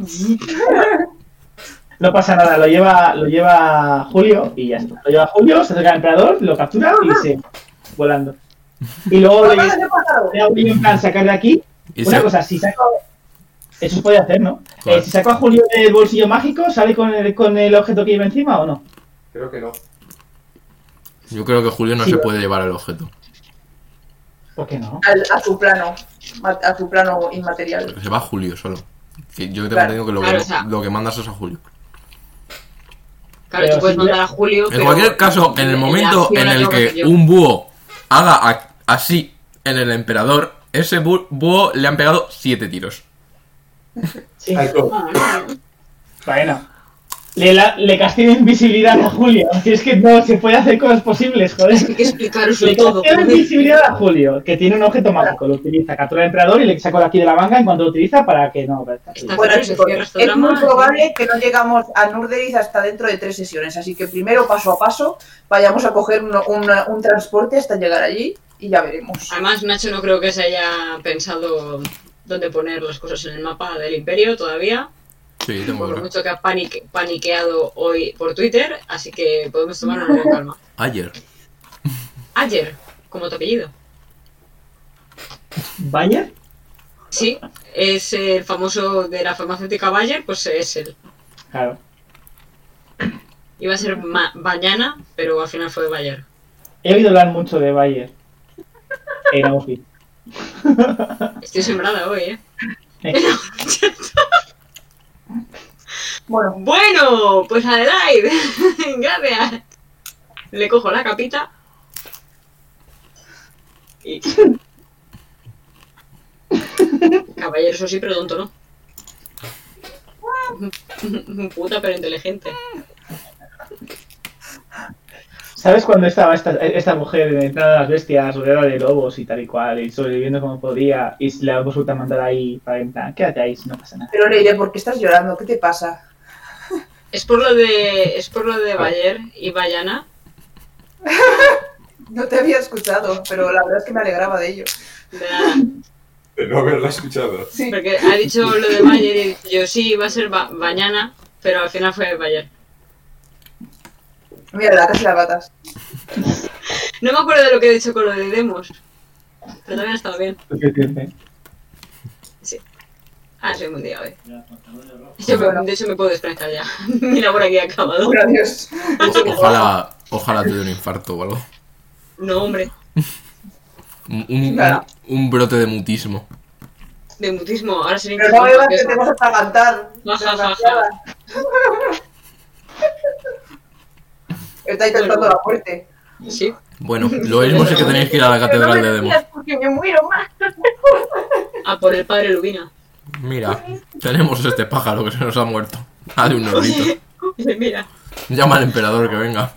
No pasa nada, lo lleva, lo lleva Julio y ya está. Lo lleva Julio, se acerca al emperador, lo captura y se volando. Y luego lo lleva a Julio en plan sacar de aquí. Y Una se- cosa, si saco. Eso se puede hacer, ¿no? ¿Cuál? Eh, si saco a Julio del bolsillo mágico, ¿sale con el, con el objeto que lleva encima o no? Creo que no. Yo creo que Julio no Sí. se puede llevar el objeto. ¿Por qué no? Al- a su plano, a su plano inmaterial. Porque se va Julio solo. Que yo tengo Claro. entendido que lo, Claro, que o sea- lo que mandas es a Julio. Claro, Pero tú puedes si- mandar a Julio, En pero cualquier caso, en el la momento acción en la el tengo que hacer yo. un búho haga a- así en el emperador, ese bú- búho le han pegado siete tiros. Sí. Alto. Ah, Bueno. Le, la- le castigo invisibilidad a Julio. Si es que no se puede hacer cosas posibles, joder. Es que hay que explicaroslo Le todo. castigo joder. invisibilidad a Julio, que tiene un objeto mágico. Lo utiliza, captura al emperador y le saco de aquí de la manga en cuanto lo utiliza para que no aparezca. Está Bueno, claro, se chicos, cierra este es muy drama, probable que no llegamos a Nurderiz hasta dentro de tres sesiones, así que primero, paso a paso, vayamos a coger un, un- un transporte hasta llegar allí y ya veremos. Además, Nacho no creo que se haya pensado dónde poner las cosas en el mapa del Imperio todavía. Sí, tengo Por lo que... mucho que ha panique- paniqueado hoy por Twitter, así que podemos tomarnos con calma. Ayer. Ayer, como tu apellido. ¿Bayer? Sí, es el famoso de la farmacéutica Bayer, pues es él. Claro. Iba a ser ma- mañana, pero al final fue Bayer. He oído hablar mucho de Bayer. En Aufi. Estoy sembrada hoy, ¿eh? Eh. Bueno, Bueno, pues Adelaide, gracias. Le cojo la capita. Y... Caballero, eso sí, pero tonto no. Puta, pero inteligente. ¿Sabes cuando estaba esta, esta mujer en entrada de las bestias, rodeada de lobos y tal y cual, y sobreviviendo como podía, y la resulta mandar ahí para en plan, quédate ahí si no pasa nada? pero Leire, ¿por qué estás llorando? ¿Qué te pasa? Es por lo de. Es por lo de Bayer y Bayana. No te había escuchado, pero la verdad es que me alegraba de ello. De nada. De no haberla escuchado. Sí. Porque ha dicho lo de Bayer y he dicho yo sí, iba a ser ba Bayana, pero al final fue Bayer. Mira, casi las batas. No me acuerdo de lo que he dicho con lo de Demos. Pero también ha estado bien. Suficiente. Ah, soy un día hoy. Yo me- de hecho me puedo desconectar ya. Mi labor aquí ha acabado. Bueno, adiós. Ojalá, ojalá te dé un infarto o algo. No, hombre. Un, un- Claro. un brote de mutismo. De mutismo. Ahora sería Pero no bebas que que te vas a atragantar. Ja, ja, ja, ja. desgraciada. Está intentando Bueno. la muerte. Sí. Bueno, lo mismo es que tenéis que ir a la catedral de Demos. Porque me muero más. A por el padre Lubina. Mira, tenemos este pájaro que se nos ha muerto. Dale un hornito. Mira. Llama al emperador que venga.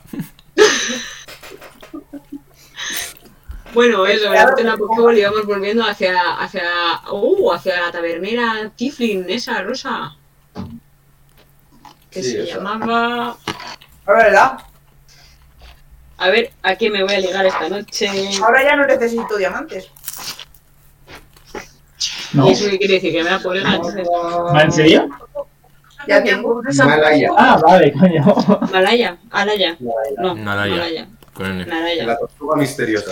Bueno, eso, la en la Pokéball íbamos volviendo hacia, hacia, uh, hacia la tabernera Tiflin, esa rosa. Que Sí, se esa. llamaba... Ahora, ¿verdad? A ver, ¿a quién me voy a ligar esta noche? Ahora ya no necesito diamantes. No. ¿Y eso qué quiere decir? Que me va a poner entonces. ¿Va en serio? Ya tengo. Malaya. Ah, vale, coño. Malaya, Alaya. No, Nalaya. Malaya. Con N. En Naraya. la tortuga misteriosa.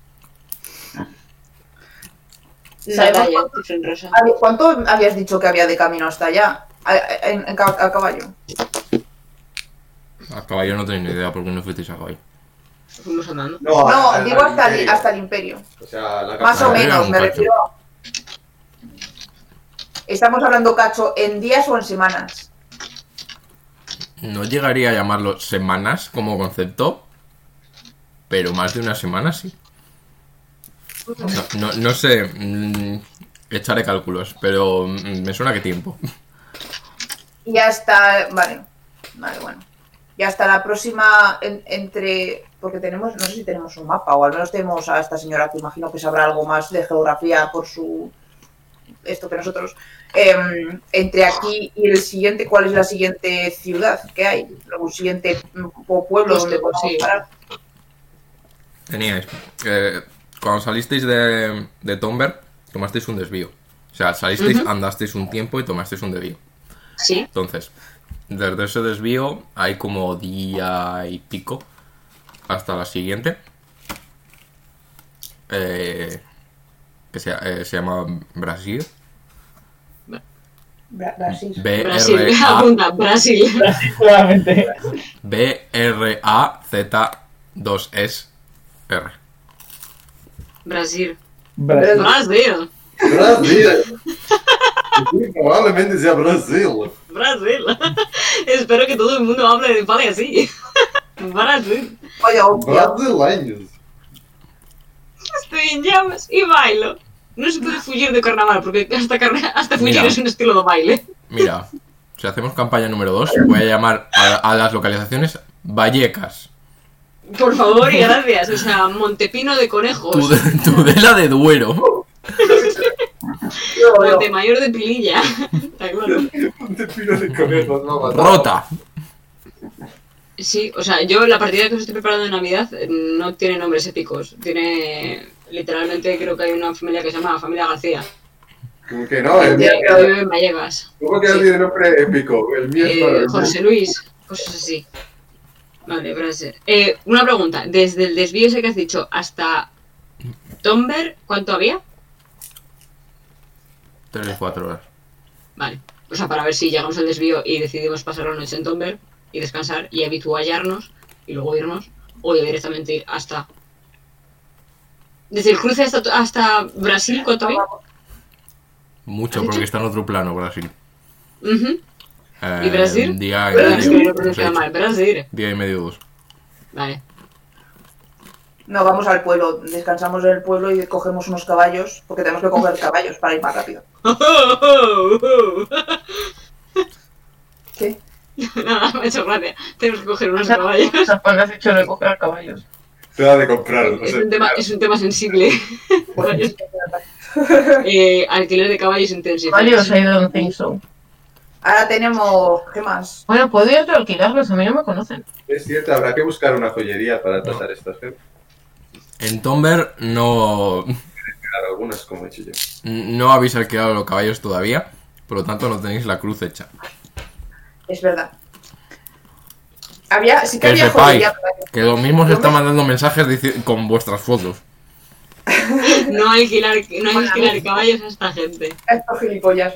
Naraya, Tiflin rosa. A ver, ¿cuánto habías dicho que había de camino hasta allá? A, a- en- en ca- a caballo. A caballo no tenéis ni idea porque no fuisteis a caballo. Fuimos andando. No, No, al- digo al hasta el, imperio. hasta el imperio. O sea, la Más o Vale, menos, un me cacho. refiero. Estamos hablando, cacho, en días o en semanas. No llegaría a llamarlo semanas como concepto, pero más de una semana sí. No, no, no sé, mm, echaré cálculos, pero mm, me suena que tiempo. Y hasta. Vale. Vale, bueno. Y hasta la próxima. en- entre. Porque tenemos. No sé si tenemos un mapa, o al menos tenemos a esta señora que imagino que sabrá algo más de geografía por su. esto que nosotros. Eh, entre aquí y el siguiente, ¿cuál es la siguiente ciudad que hay? ¿Un siguiente pueblo donde podamos Sí. parar? Teníais. eh, cuando salisteis de, de Tomber, tomasteis un desvío. O sea, salisteis, Ujú. andasteis un tiempo y tomasteis un desvío. Sí. Entonces, desde ese desvío hay como día y pico hasta la siguiente. Eh, que se, eh, se llama Brasil. Bra- Brasil. Brasil. B R A Apunta, Brasil. Solamente. B R A Z dos S R. Brasil. Brasil. Brasil. Brasil. Sí, probablemente sea Brasil. Brasil. Espero que todo el mundo hable, vale así. Brasil. Vaya hostia. Brasileños. Estoy en llamas y bailo. No se puede fugir de carnaval, porque hasta, carna- hasta fugir Mira. es un estilo de baile. Mira, si hacemos campaña número dos, voy a llamar a, a las localizaciones Vallecas. Por favor y gracias. O sea, Montepino de Conejos. Tude- Tudela de Duero. Montemayor de Pililla. Está claro. Un tepino de conejos, no mataba. Rota. Sí, o sea, yo la partida que os estoy preparando de Navidad eh, no tiene nombres épicos. Tiene, literalmente, creo que hay una familia que se llama Familia García. Como que no, el Que mío. que vive en Vallecas. ¿Cómo que no Sí. tiene nombre épico? El mío es para Eh, el José Luis, cosas así. Vale, Brasil. Eh, una pregunta. Desde el desvío ese que has dicho hasta Tomber, ¿cuánto había? Tres o cuatro horas. Vale. O sea, para ver si llegamos al desvío y decidimos pasar la noche en Tomber y descansar y habituallarnos y luego irnos, o ya directamente ir hasta... Desde el cruce hasta, hasta Brasil, ¿cuánto había? Mucho, ¿Has dicho? porque está en otro plano, Brasil. Ujú. Eh, ¿Y Brasil? Día y Pero es que medio. lo he os he pronunciado dicho. mal. Brasil. Día y medio, dos. Vale. No, vamos al pueblo. Descansamos en el pueblo y cogemos unos caballos, porque tenemos que coger caballos para ir más rápido. ¿Qué? Nada, me ha hecho gracia. Tenemos que coger unos O sea, caballos. o sea, cuando has dicho lo de coger caballos. Te da de comprar, no Es sé. un tema, es un tema sensible. eh, alquiler de caballos intensivo. Caballos, I don't think so. Ahora tenemos... ¿Qué más? Bueno, puedo ir a alquilarlos, a mí no me conocen. Es cierto, habrá que buscar una joyería para tratar estas gente. En Tomber no, Claro, algunas como he hecho yo. no habéis alquilado los caballos todavía, por lo tanto no tenéis la cruz hecha. Es verdad. Había... Sí que Que había sepáis joyería. que lo mismo se está mandando mensajes dici- con vuestras fotos. No alquilar, no hay alquilar caballos a esta gente. Estos gilipollas.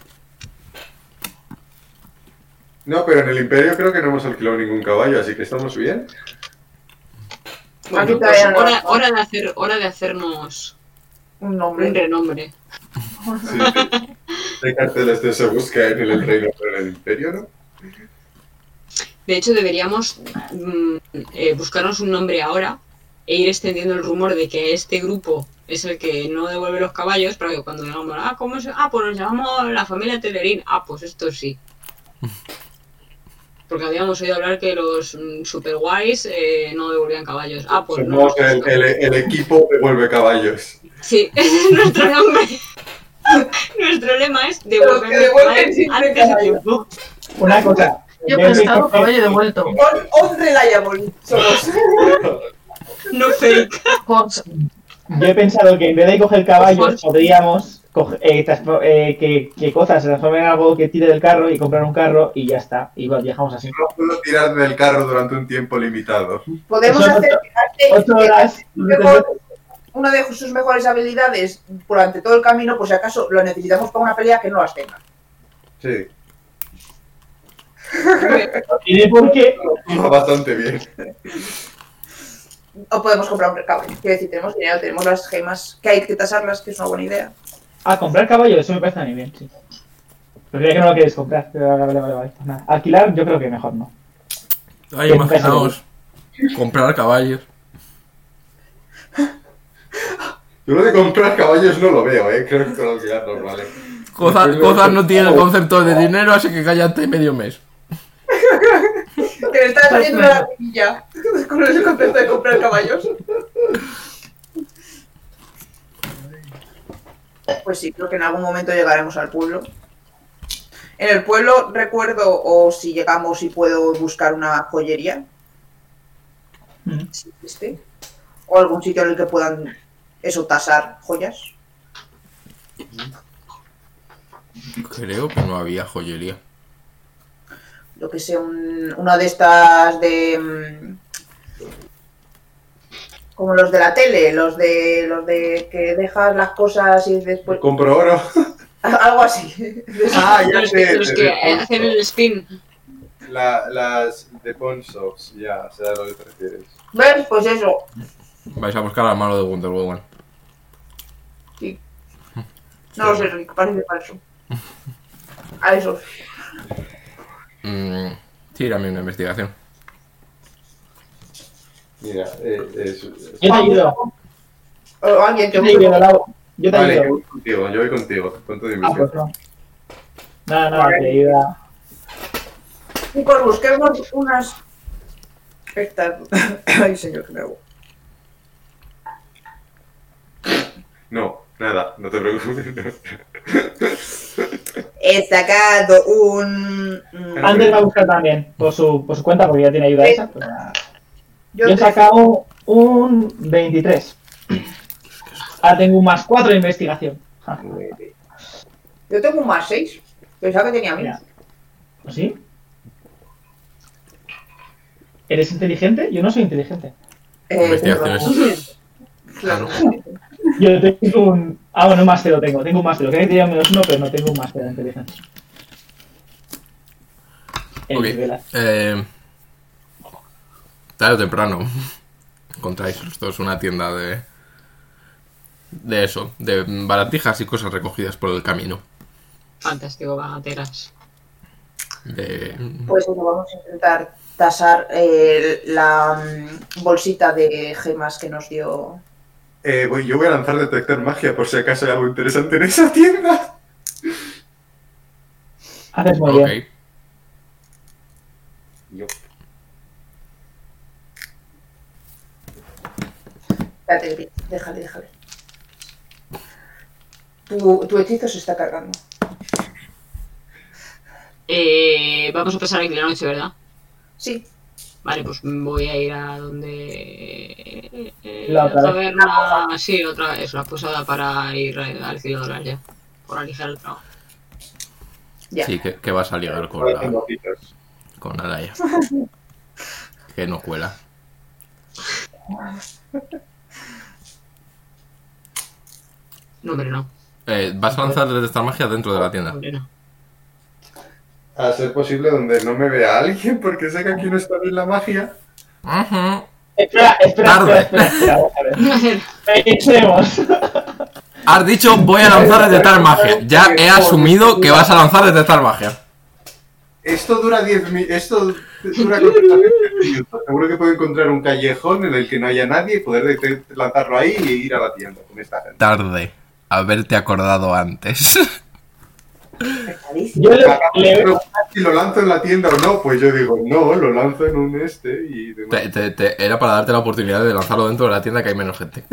No, pero en el Imperio creo que no hemos alquilado ningún caballo, así que estamos bien. Bueno, Aquí pues todavía no. hora, hora de hacer, hora de hacernos Un un nombre. renombre. Sí, sí. Hay carteles de se busca en el reino, pero en el Imperio no. De hecho, deberíamos mm, eh, buscarnos un nombre ahora e ir extendiendo el rumor de que este grupo es el que no devuelve los caballos, para que cuando digamos, ah, ¿cómo se? Ah, pues nos llamamos la familia Telerín. Ah, pues esto sí. Porque habíamos oído hablar que los mm, super guays eh, no devolvían caballos. Ah, pues no. Somos el, el, el equipo devuelve caballos. Sí, ese es nuestro nombre. Nuestro lema es devolver que los devuelven caballos siempre antes de caballos. tiempo. Una cosa. Yo he pescado, visto que- caballo devuelto. On, on reliable somos. No fake. Fox. Yo he pensado que en vez de coger caballos, Pues- podríamos coge- eh, transfo- eh, que, que Coza se transforme en algo que tire del carro y comprar un carro y ya está. Y bueno, viajamos así. No puedo tirar del carro durante un tiempo limitado. Podemos Son hacer Ocho horas. mejor- una de sus mejores habilidades durante todo el camino, por si acaso lo necesitamos para una pelea que no las tenga. Sí, ¿Y por qué? va bastante bien. O podemos comprar un caballo. Quiero decir, tenemos dinero, tenemos las gemas, que hay que tasarlas, que es una buena idea. A comprar caballo, eso me parece a mí bien, sí. Pero creía que no lo queréis comprar. Pero vale, vale, vale, vale. Pues nada. Alquilar, yo creo que mejor no. Ay, Qué imaginaos comprar caballos. Yo lo de comprar caballos no lo veo, eh. Creo que con alquilar nos vale. Cosas, cosas no tiene el concepto de dinero, así que cállate medio mes. Que me estás haciendo la pilla con el concepto de comprar caballos. Pues sí, creo que en algún momento llegaremos al pueblo. En el pueblo recuerdo, o si llegamos y puedo buscar una joyería. Mm. Si existe. O algún sitio en el que puedan, eso, tasar joyas. Creo que no había joyería. Lo que sé, un, una de estas de... mm, como los de la tele, los de los de que dejas las cosas y después... Compro oro. Algo así. Ah, ya Los sé. que, los de- que de- hacen el spin. la- las de pawn shops, ya, sé a lo que te refieres. ¿Ves? Pues eso. Vais a buscar al malo de Wonder Woman. Sí. No lo sé, Rick, parece falso. A eso. Mm, tírame una investigación. Mira, eh, es, es- Yo te ayudo. O alguien que Yo te ayudo, Lau. Yo te Vale, yo ayudo. voy contigo, yo voy contigo, con tu Ah, dimensión. pues no. Nada, nada, te ayuda. Chicos, busquemos unas... Estas... Ay, señor, que me hago. No, nada, no te preocupes. He sacado un... mm, Ander va a buscar también por su, por su cuenta porque ya tiene ayuda esa. Pues nada. Yo Yo he te- sacado un veintitrés. Ahora tengo un más cuatro de investigación. Ja, Yo tengo un más seis. Pensaba que tenía mira. menos. ¿O sí? ¿Eres inteligente? Yo no soy inteligente. Eh, Investigaciones. Claro. Yo tengo un... Ah, bueno, un más cero tengo. Tengo un más cero. Creo que tenía menos uno, pero no tengo un más cero de inteligencia. El Ok. nivel A. Eh, tarde o temprano encontráis los dos una tienda de de eso, de baratijas y cosas recogidas por el camino. Fantástico, bagateras. De, Pues bueno, vamos a intentar tasar eh, la mm, bolsita de gemas que nos dio. Eh, voy- yo voy a lanzar detectar magia por si acaso hay algo interesante en esa tienda. Haces muy ok. bien. Yo. Espérate, Gris, déjale, déjale. Tu, tu hechizo se está cargando. Eh, vamos a pasar aquí la noche, ¿verdad? Sí. Vale, pues voy a ir a donde... eh, La otra vez. taberna... Sí, otra vez, la posada para ir a alquiladora ya. Por aligerar el trabajo. Ya. Sí, que, que vas a ligar con Ahora la tengo citas. con Alaya. Que no cuela. No, hombre, no. Eh, vas a lanzar detectar magia dentro de la tienda. Hombre, no. A ser posible donde no me vea alguien, porque sé que aquí no está bien la magia. Ujú. Espera, espera, Tarde. espera, espera, espera, vamos a ver. Pensemos. Has dicho voy a lanzar detectar magia. Ya he asumido que vas a lanzar detectar magia. Esto dura diez minutos. Esto dura completamente diez minutos. Seguro que puedo encontrar un callejón en el que no haya nadie y poder de- lanzarlo ahí y ir a la tienda con esta gente. Tarde. Haberte acordado antes. Yo le, le- Pero si lo lanzo en la tienda o no, pues yo digo, no, lo lanzo en un este y demás. Te- te- te- era para darte la oportunidad de lanzarlo dentro de la tienda que hay menos gente.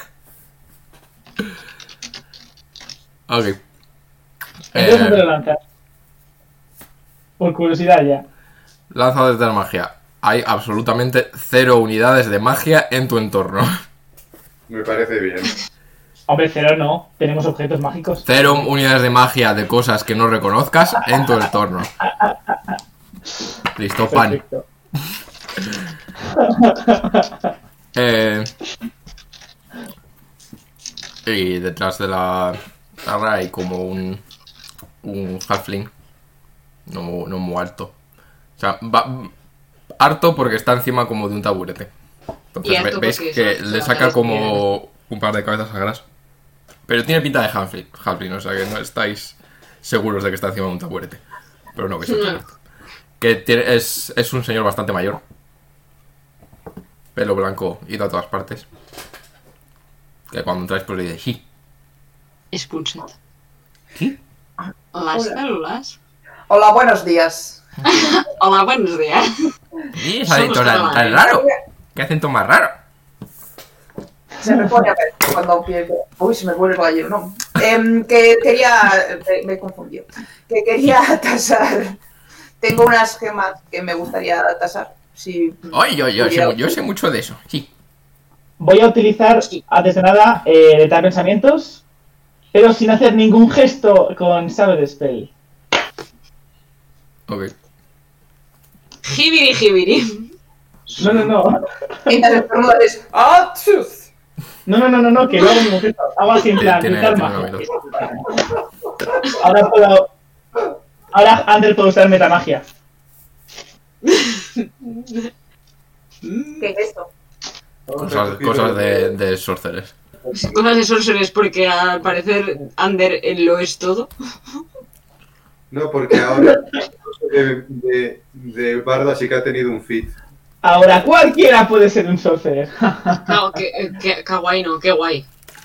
Ok. entonces ¿dónde lo Eh, lanzas? Por curiosidad ya. lanza detectar magia. Hay absolutamente cero unidades de magia en tu entorno. Me parece bien. Hombre, cero no. Tenemos objetos mágicos. Cero unidades de magia de cosas que no reconozcas en tu entorno. Listo, pan. Perfecto. Eh, y detrás de la barra hay como un un halfling. No, mu- no muy alto. O sea, va harto porque está encima como de un taburete. Entonces Y harto ve- veis porque que se- le se saca va como un par de cabezas sagras. Pero tiene pinta de halfling, halfling, o sea que no estáis seguros de que está encima de un taburete. Pero no, que es un No. taburete. Que tiene, es, es un señor bastante mayor. Pelo blanco, ido a todas partes. Que cuando entráis pues le dice, sí. Spunset. ¿Qué? Las Hola. células. Hola, buenos días. Hola, buenos días. ¿Y ese Somos acento tan, tan catalanes. raro? ¿Qué acento más raro? Se me pone a ver cuando pierdo. Uy, se me vuelve el gallero, no. Em, que quería... Me, me confundió. Que quería tasar... Tengo unas gemas que me gustaría tasar. Si Ay, yo, yo, pudiera- sé, yo sé mucho de eso, sí. Voy a utilizar, antes de nada, eh, letar pensamientos, pero sin hacer ningún gesto con Saber Spell. Ok. Jibiri, jibiri. No, no, no. Mientras estornudas, ¡ah, truth! No, no, no, no, no, que no hago ningún gesto. Hago así en plan, Tiene- quitar tiene magia. un Ahora puedo... Ahora Ander puede usar metamagia. ¿Qué es esto? Cosas, cosas de, de sorcerers. Cosas de sorcerers porque al parecer Ander eh, lo es todo. No, porque ahora de, de, de Bardo sí que ha tenido un fit. Ahora cualquiera puede ser un sorcerer. No, que, eh, que, kawaii no, qué guay.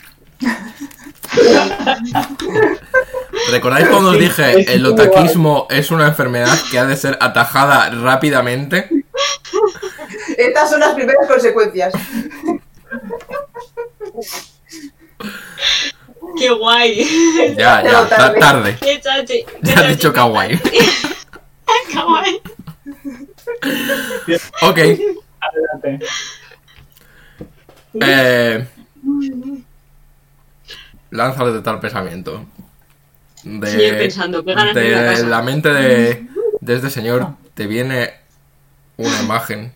¿Recordáis cuando os Sí, dije es el muy otaquismo es una enfermedad que ha de ser atajada rápidamente? Estas son las primeras consecuencias. Qué guay. Ya, ya, ta- tarde. Qué chachi. qué Ya has chachi, dicho qué kawaii. Kawaii. Ok. Adelante. Eh, lánzale de tal pensamiento. De, Sigue pensando, qué ganas de ir a de casa. la mente de, de este señor te viene una imagen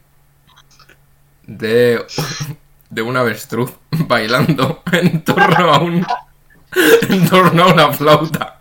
de, de un avestruz bailando en torno a un en torno a una flauta.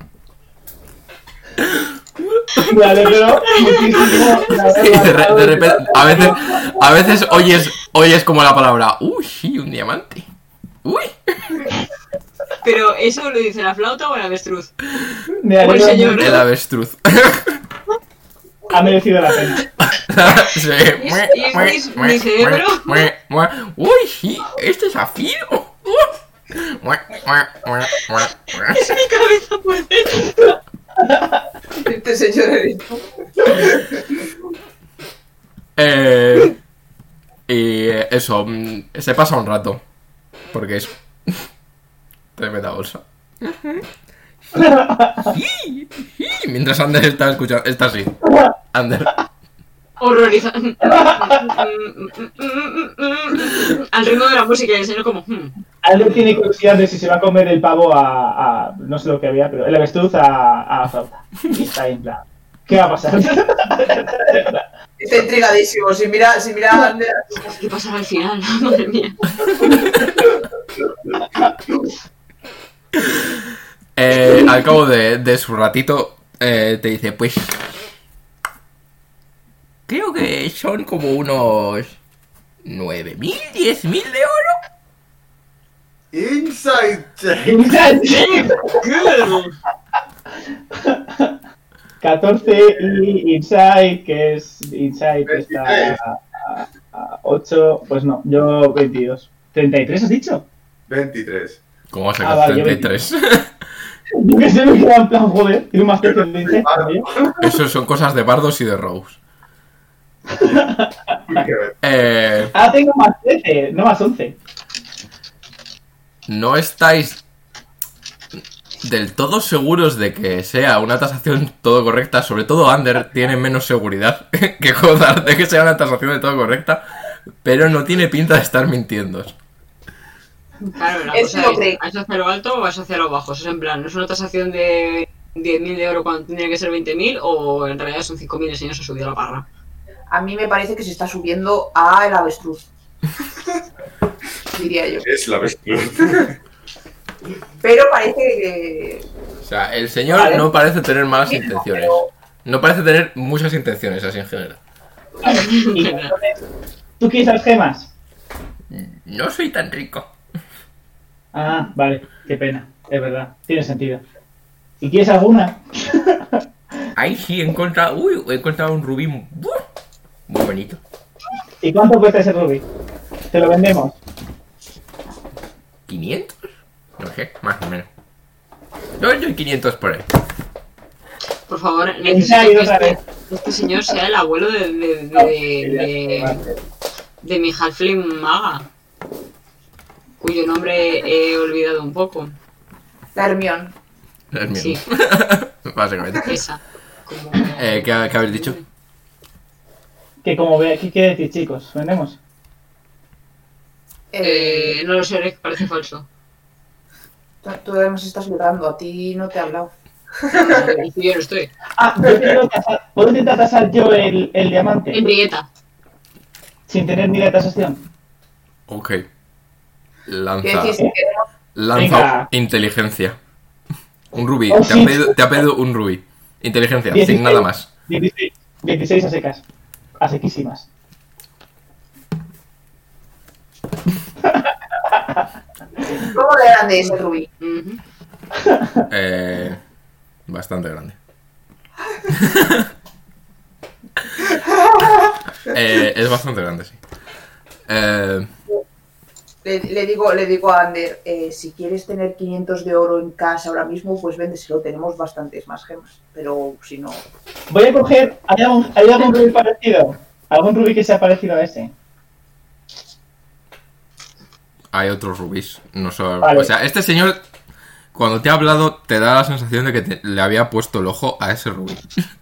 Me alegro muchísimo de haber Y de, re- matado de el- repente, a veces, a veces oyes, oyes como la palabra, uy, sí, un diamante. Uy. Pero eso lo dice la flauta o el avestruz. Me O el alegro señor. mucho. El avestruz. Ha merecido la pena. Sí. ¿Y es mi cerebro? Uy, sí, este zafiro. Es mi cabeza por dentro. Este señor eres tú. Eh, y eh, eso, mm, se pasa un rato. Porque es tremenda bolsa. Sí, sí. Mientras Ander está escuchando, está así. Ander. Horrorizante. Al ritmo de la música y el señor como... hmm. Ander tiene curiosidad de si se va a comer el pavo a... a- no sé lo que había, pero el avestruz a, a flauta. Y está ahí en plan... ¿Qué va a pasar? Está intrigadísimo. Si mira, si mira a Ander, ¿Qué pasará al final? Madre mía. Eh, al cabo de, de su ratito, eh, te dice, pues... Creo que son como unos... nueve mil, diez mil de oro. Inside check. Girl. catorce y Inside, que es... Inside que está a, a- a ocho... Pues no, yo veintidós. ¿treinta y tres has dicho? veintitrés. ¿Cómo vas a Ah, sacar vale, yo treinta y tres? Yo que sé, me queda en plan, joder, tiene un más que de Inside también. Eso son cosas de Bardos y de Rose. Eh, Ah, tengo más trece, no más once. no estáis del todo seguros de que sea una tasación todo correcta. Sobre todo Ander tiene menos seguridad que Godard de que sea una tasación de todo correcta. Pero no tiene pinta de estar mintiendo. Claro, la Eso cosa lo es, cree. ¿vas hacia lo alto o vas hacia lo bajo? Eso es en plan, ¿no es una tasación de diez mil de oro cuando tendría que ser veinte mil o en realidad son cinco mil y el señor se ha subido a la barra? a mí me parece que se está subiendo a el avestruz. Diría yo. Es la avestruz. Pero parece que... O sea, el señor Vale. no parece tener malas Pero- intenciones. No parece tener muchas intenciones así en general. Y entonces, ¿tú quieres las gemas? No soy tan rico. Ah, vale, qué pena, es verdad, tiene sentido. ¿Y quieres alguna? Ahí sí he encontrado. Uy, he encontrado un rubí muy, muy bonito. ¿Y cuánto cuesta ese rubí? Te lo vendemos. ¿quinientos? No sé, más o menos. Yo doy quinientos por ahí. Por favor, Inside necesito que otra este, vez. este señor sea el abuelo de, de, de, de, de mi halfling maga, cuyo nombre he olvidado un poco. La Hermione. Es mío. Sí. Básicamente. Esa. Como... Eh, ¿qué, ¿Qué habéis dicho? Que como ve, ¿qué quiere decir, chicos? ¿Vendemos? Eh, no lo sé, Rick, parece falso. Tú, tú además estás llorando, a ti no te he hablado. Y yo no estoy. Ah, yo quiero tasar- ¿puedo intentar tasar yo el, el diamante? En Brieta. Sin tener ni la tasación. Ok. Quiero Lanza. decir, si queremos... Lanza Venga. inteligencia. Un rubí. Oh, te, sí. ha pedido, te ha pedido un rubí. Inteligencia, dieciséis. sin nada más. dieciséis, dieciséis a secas. A sequísimas. ¿Cómo de grande es el rubí? Ujú. Eh, bastante grande. eh, es bastante grande, sí. Eh, Le, le digo, le digo a Ander, eh, si quieres tener quinientos de oro en casa ahora mismo, pues véndeselo, tenemos bastantes más gemas. Pero si no... Voy a coger. ¿Hay algún, ¿hay algún rubí parecido? ¿Algún rubí que sea parecido a ese? hay otros rubíes. No solo... Vale. O sea, este señor, cuando te ha hablado, te da la sensación de que te- le había puesto el ojo a ese rubí.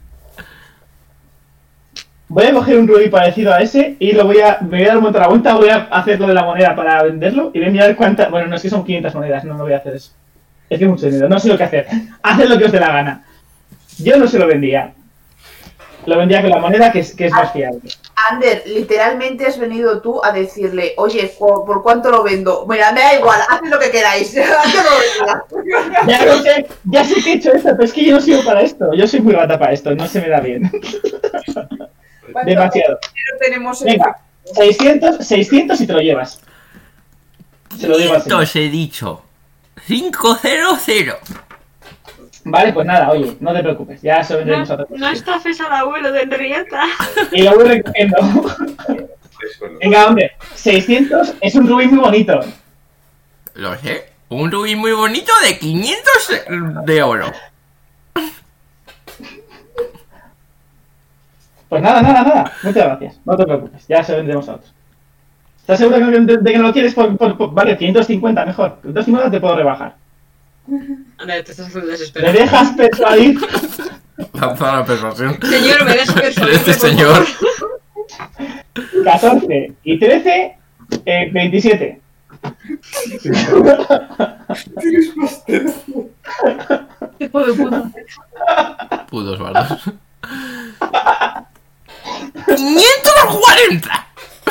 Voy a coger un rubí parecido a ese y lo voy a. Me voy a dar un momento la vuelta, voy a hacer lo de la moneda para venderlo y voy a mirar cuántas. Bueno, no es que son quinientas monedas, no, no voy a hacer eso. Es que es mucho dinero, no sé lo que hacer. Haced lo que os dé la gana. Yo no se lo vendía. Lo vendía con la moneda que es, que es más fiable. Ander, literalmente has venido tú a decirle, oye, ¿por por cuánto lo vendo? Mira, me da igual, haced lo que queráis. Yo no lo vendo. Ya lo sé, ya sé que he hecho esto, pero es que yo no sirvo para esto. Yo soy muy rata para esto, no se me da bien. ¿Cuánto Demasiado. dinero tenemos en Venga, seiscientos, seiscientos y te lo llevas. Se lo digo así. Entonces he dicho cinco cero cero. Vale, pues nada, oye, no te preocupes, ya se lo vendremos a otra cosa. No estafes al abuelo de Henrietta. Y lo voy recogiendo. Eso no. Venga, hombre, seiscientos es un rubí muy bonito. Lo sé. Un rubí muy bonito de quinientos de oro. Pues nada, nada, nada. Muchas gracias. No te preocupes, ya se lo vendremos a otros. ¿Estás seguro de, de- de que no lo quieres? Por, por- por- vale, quinientos cincuenta mejor. quinientos cincuenta te puedo rebajar. Anda, te estás haciendo ¿Me desesperado. dejas persuadir? Lanza la persuasión. Señor, me dejas persuadir. Este señor. catorce y trece, eh, veintisiete. Hijo de puta. Pudos bardos. quinientos cuarenta.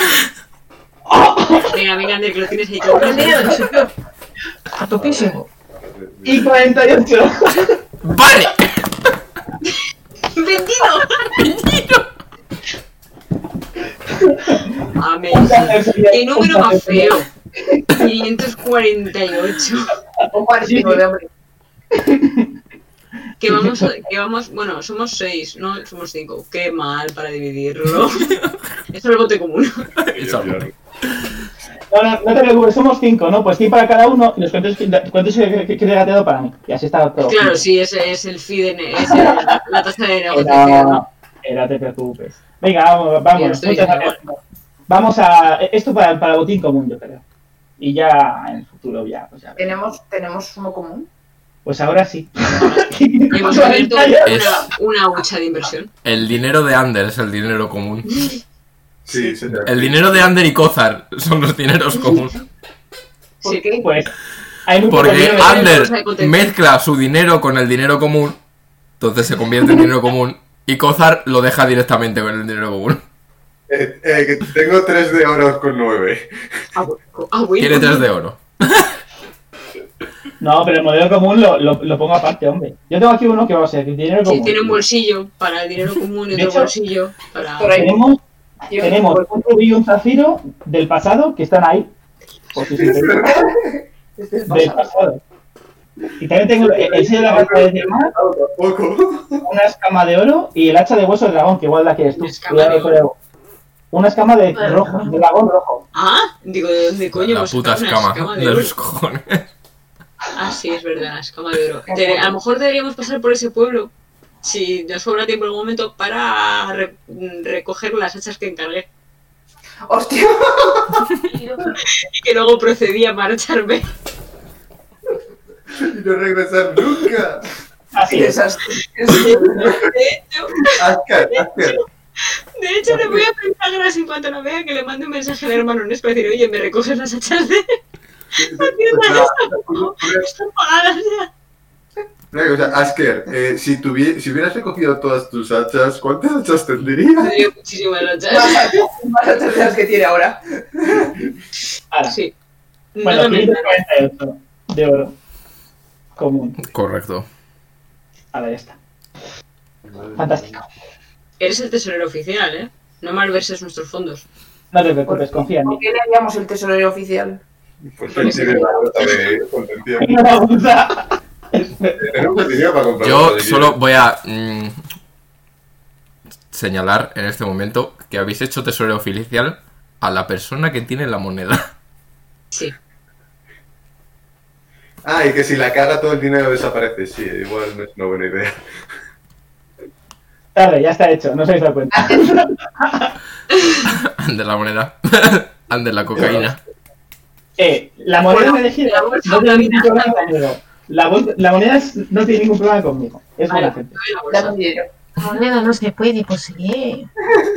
Venga, venga, Ander, que lo tienes ahí. Qué miedo, señor. A topísimo. Y cuarenta y ocho. Vale. ¡Vendido! Vendido. Amazing. ¡Qué número más feo! quinientos cuarenta y ocho. Un cuarenta y nueve, hombre. Que vamos, a- que vamos, bueno, somos seis, no somos cinco. Qué mal para dividirlo. Es el bote común. Eso. No, no, no te preocupes, somos cinco, ¿no? Pues cien para cada uno y los cuentos cuentos que que- que he regateado para mí. Y así está todo. Claro, sí, ese es el fee de ne- es el- la tasa de negociación. No, ¿no? eh, no te preocupes. Venga, vamos, Yo vamos. estoy Muchas diciendo gracias. Vamos a. Esto para, para botín común, yo creo. Y ya en el futuro, ya, pues ya. ¿Tenemos, ¿Tenemos uno común? Pues ahora sí. Hemos abierto Es- una, una hucha de inversión. El dinero de Ander es el dinero común. Sí, se te El dinero de Ander y Kozar son los dineros comunes. ¿Por Sí. qué? Pues hay muy poco Porque dinero. Ander de potencia. mezcla su dinero con el dinero común, entonces se convierte en dinero común, y Kozar lo deja directamente con el dinero común. Eh, eh, que tengo tres de oro con nueve. Ah, bueno. Ah, bueno. Quiere tres de oro. No, pero el modelo común lo, lo, lo pongo aparte, hombre. Yo tengo aquí uno que va a ser el dinero Sí, común. tiene un bolsillo para el dinero común y De otro hecho, bolsillo para... por ahí. Tenemos, Yo- tenemos un rubí y un zafiro del pasado que están ahí. Por si se interesa. Este es Del pasado. pasado. Y también tengo el, el sello de la raza de mar, Tampoco. una escama de oro y el hacha de hueso de dragón, que igual la quieres tú. Una escama de Cuidado con el- Una escama de rojo, de dragón rojo. Ah, digo, ¿de dónde coño? La hemos puta sacado una escama de de oro? los cojones. Ah, sí, es verdad, la escama de oro. Te- a lo mejor deberíamos pasar por ese pueblo, si nos sobra tiempo en algún momento, para re- recoger las hachas que encargué. ¡Hostia! Y que luego procedí a marcharme. y no regresar nunca. Así Qué es. desastre. De hecho, Asker, Asker. de hecho, le voy a pedir a Gras en cuanto lo vea que le mande un mensaje al hermano Nes para decir, oye, ¿me recoges las hachas de están pagadas ya? O sea, Asker, eh, si, tuvi- si hubieras recogido todas tus hachas, ¿cuántas hachas tendrías? Tendría muchísimas hachas. Más hachas, más hachas de las que tiene ahora. Ahora, Sí. No bueno, lo me quinientos cuarenta y ocho de oro. Común. Correcto. A ver, está. Fantástico. Eres el tesorero oficial, ¿eh? No malverses nuestros fondos. No te preocupes, confía en ¿Por mí. qué le haríamos el tesorero oficial? Pues él tiene la bolsa de contención. Tengo una bolsa. Tenemos dinero para comprar. Yo bolsa, si solo quieres. voy a mm, señalar en este momento que habéis hecho tesorero oficial a la persona que tiene la moneda. Sí. Ah, y que si la caga todo el dinero desaparece. Sí, igual no es una buena idea. Tarde, ya está hecho, no os habéis dado cuenta. De la moneda. Ande la cocaína. Eh, la moneda Bueno, elegida la bolsa no tiene de ningún vida. problema conmigo. La, bol- la moneda es- no tiene ningún problema conmigo. Es buena Vale, gente. doy la bolsa. Dame dinero. La moneda no se puede poseer.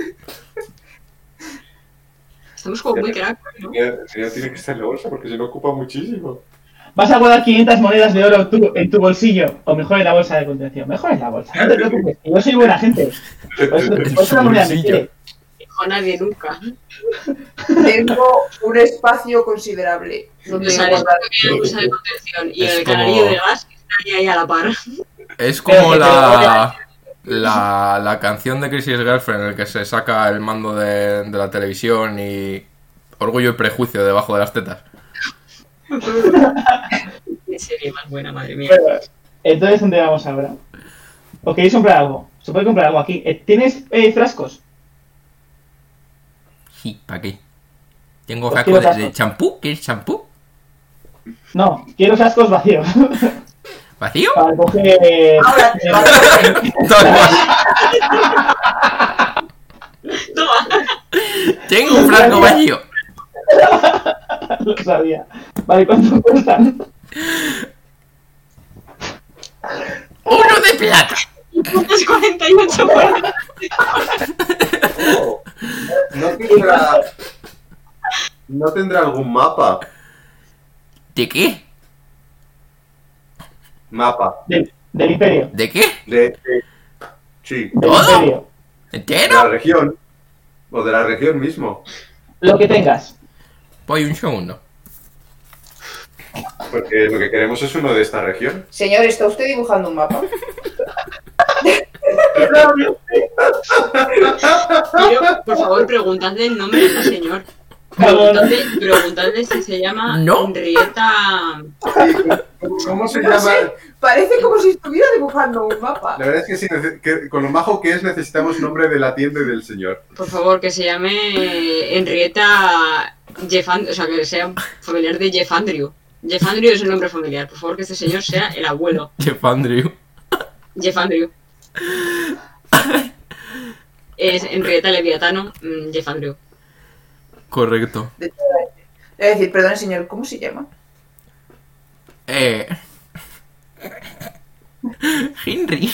Estamos como muy crack, ¿no? El dinero tiene que estar en la bolsa porque si no ocupa muchísimo. Vas a guardar quinientas monedas de oro tú, en tu bolsillo, o mejor en la bolsa de contención. Mejor en la bolsa, no te preocupes, que yo soy buena gente. Por eso, por eso la moneda me bolsillo. quiere. Dijo nadie nunca. Tengo un espacio considerable donde Sabes guardar. que hay una bolsa de contención y Es el como- canarillo de gas está ahí a la par. Es Pero como que te la, la, la canción de Crisis Girlfriend en el que se saca el mando de, de la televisión y Orgullo y Prejuicio debajo de las tetas. Qué serie más buena, madre mía. Bueno, entonces, ¿dónde vamos ahora? ¿O queréis comprar algo? Se puede comprar algo aquí. Eh, ¿Tienes eh, frascos? Sí, ¿para qué? Tengo Pues frasco quiero de- de frascos. champú. ¿Quieres champú? No, quiero frascos vacíos. ¿Vacío? Para coger... Ahora, Toma. Tengo un frasco vacío. Lo sabía. Vale, ¿cuánto cuestan? Uno de plata. Puntos cuarenta y ocho por No tendrá. ¿No tendrá algún mapa? ¿De qué? Mapa. Del, del imperio. ¿De qué? De. de- sí. Del ¿Todo? imperio. De la ¿Entero? región. O de la región mismo. Lo que tengas. Voy un segundo. Porque lo que queremos es uno de esta región. señor, ¿está usted dibujando un mapa? Pero, por favor, preguntadle el nombre de ese señor. Preguntadle, preguntadle si se llama No. Henrietta. ¿Cómo se No llama? sé, parece como si estuviera dibujando un mapa. La verdad es que, sí, nece- que con lo majo que es necesitamos nombre de la tienda y del señor. Por favor, que se llame Henrietta Jeff And- o sea, que sea familiar de Jeff Andrew. Jeff Andrew es el nombre familiar. Por favor, que este señor sea el abuelo. Jeff Andrew. Jeff Andrew. Es Henrietta Leviatano, mm, Jeff Andrew. Correcto. Le voy a decir, perdone, señor, ¿cómo se llama? Eh. Henry.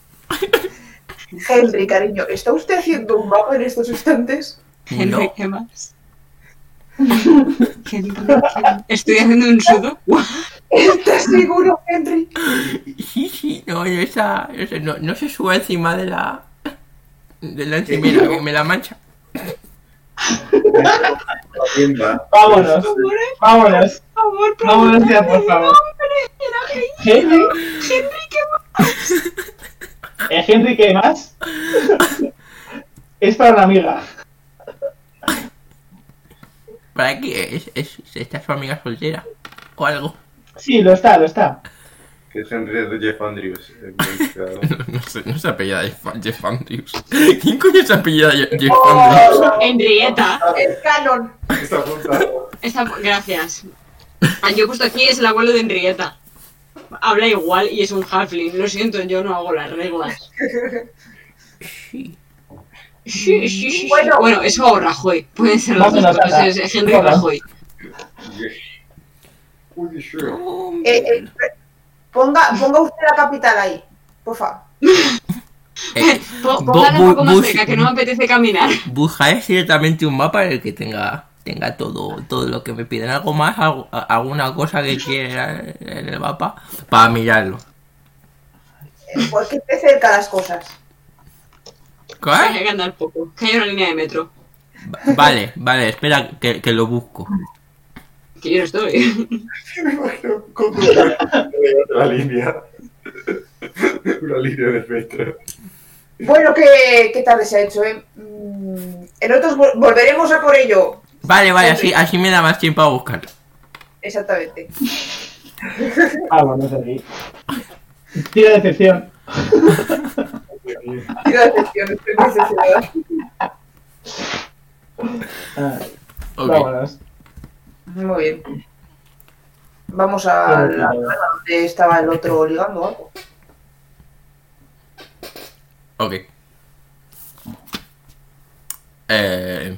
Henry, cariño, ¿está usted haciendo un mapa en estos instantes? Henry, No. ¿qué más? Henry, ¿qué más? Estoy haciendo un sudoku. ¿Estás seguro, Henry? Sí, sí, no, esa, esa no, no se sube encima de la. De la encimera, que me la mancha. La tienda. Vámonos. Vámonos. Por favor, Vámonos ya, por favor. Henry. Henry, ¿qué más? ¿Eh, Henry, qué más? Es para una amiga. ¿Para qué? ¿Es, es, ¿Está su amiga soltera? ¿O algo? Sí, lo está, lo está. Que es Henry de Jeff Andrews. eh, bien claro. No, no sé, no se apellida Jeff, Jeff Andrews. ¿Quién coño se apellida Je- Jeff Andrews? Henrietta. El canon. Está apuntado. Esta- gracias. Ah, yo he puesto aquí es el abuelo de Henrietta. Habla igual y es un halfling. Lo siento, yo no hago las reglas. Sí. Sí, sí, sí. Bueno. Bueno, eso o Rajoy. Pueden ser los dos, Vámonos, pero ese anda. es Henry Vámonos. Rajoy. Uy, sure. Eh, eh, Ponga, ponga usted la capital ahí, por favor. Eh, Po- bu- Póngala un bu- poco más bu- cerca, que no me apetece caminar. Buscaré ciertamente un mapa en el que tenga tenga todo todo lo que me piden. Algo más, algo- a- alguna cosa que quiera en el mapa para mirarlo. Eh, Pues que esté cerca las cosas. Hay ¿Qué? que andar poco, que hay una línea de metro. Va- Vale, vale, espera que, que lo busco. Que yo no estoy. Me imagino con la línea. Una línea de metro. Bueno, ¿qué, qué tarde se ha hecho, eh? Mm, En otros vol- volveremos a por ello. Vale, vale, así, así me da más tiempo a buscar. Exactamente. Ah, bueno, es aquí. Tira decepción. Tira de decepción, estoy muy decepcionada. Ah, Ok. vámonos. Muy bien. Vamos a la zona donde estaba el otro ligando o algo. Ok. Eh...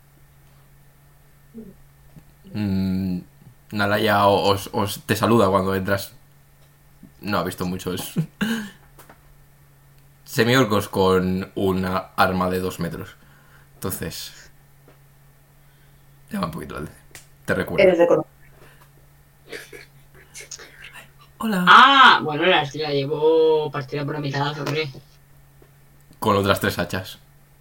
mm, Nalaya os, os te saluda cuando entras. No ha visto muchos semiorcos con una arma de dos metros. Entonces... llama un poquito la atención. Te recuerdo. Eres reconocido. Hola. Ah, bueno, la, la llevo partida por la mitad, ¿o qué? Con otras tres hachas.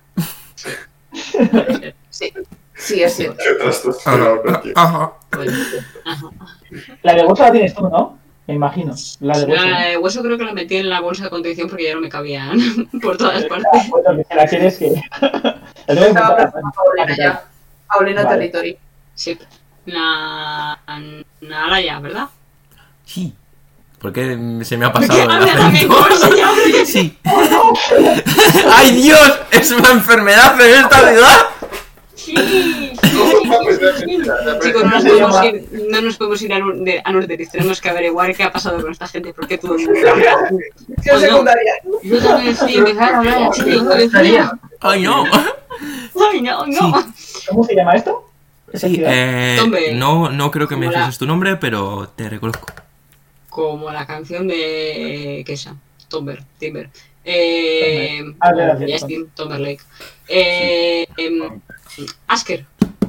Sí, sí, es cierto. ¿Qué otras dos? Pero, no, tío. Ajá. Bueno, ajá. La de bolsa la tienes tú, ¿no? Me imagino. La de bolsa. La de hueso creo que la metí en la bolsa de contención porque ya no me cabían por todas partes. Bueno, que si la quieres que. La tengo que Estaba montar. plazando a Paulina ya. Paulina Vale. Territory. Sí. La... Nalaya, ¿verdad? Sí. ¿Por qué se me ha pasado el A ver, también, acento? ¿cómo se llama? Sí. ¡Ay, Dios! ¿Es una enfermedad en esta ciudad? Sí, sí, sí, sí, sí. Chicos, no nos podemos ir, no nos podemos ir a, Nur- de- a Nurderis. Tenemos que averiguar qué ha pasado con esta gente, porque todo el mundo habla. Acción Pues no. secundaria. Yo también sí, empezar a hablar así, ¿Qué hijo de estaría? fría. ¡Ay, no! Ay, no, no. ¿Cómo se llama esto? ¿Esa Sí, ciudad? eh, Tombe. no, no creo que me Hola. dijeses tu nombre, pero te reconozco. Como la canción de... ¿Qué es esa? Tomber, Timber. Eh, Ah, de la fiesta. Justin Timberlake. Eh, em, Asker.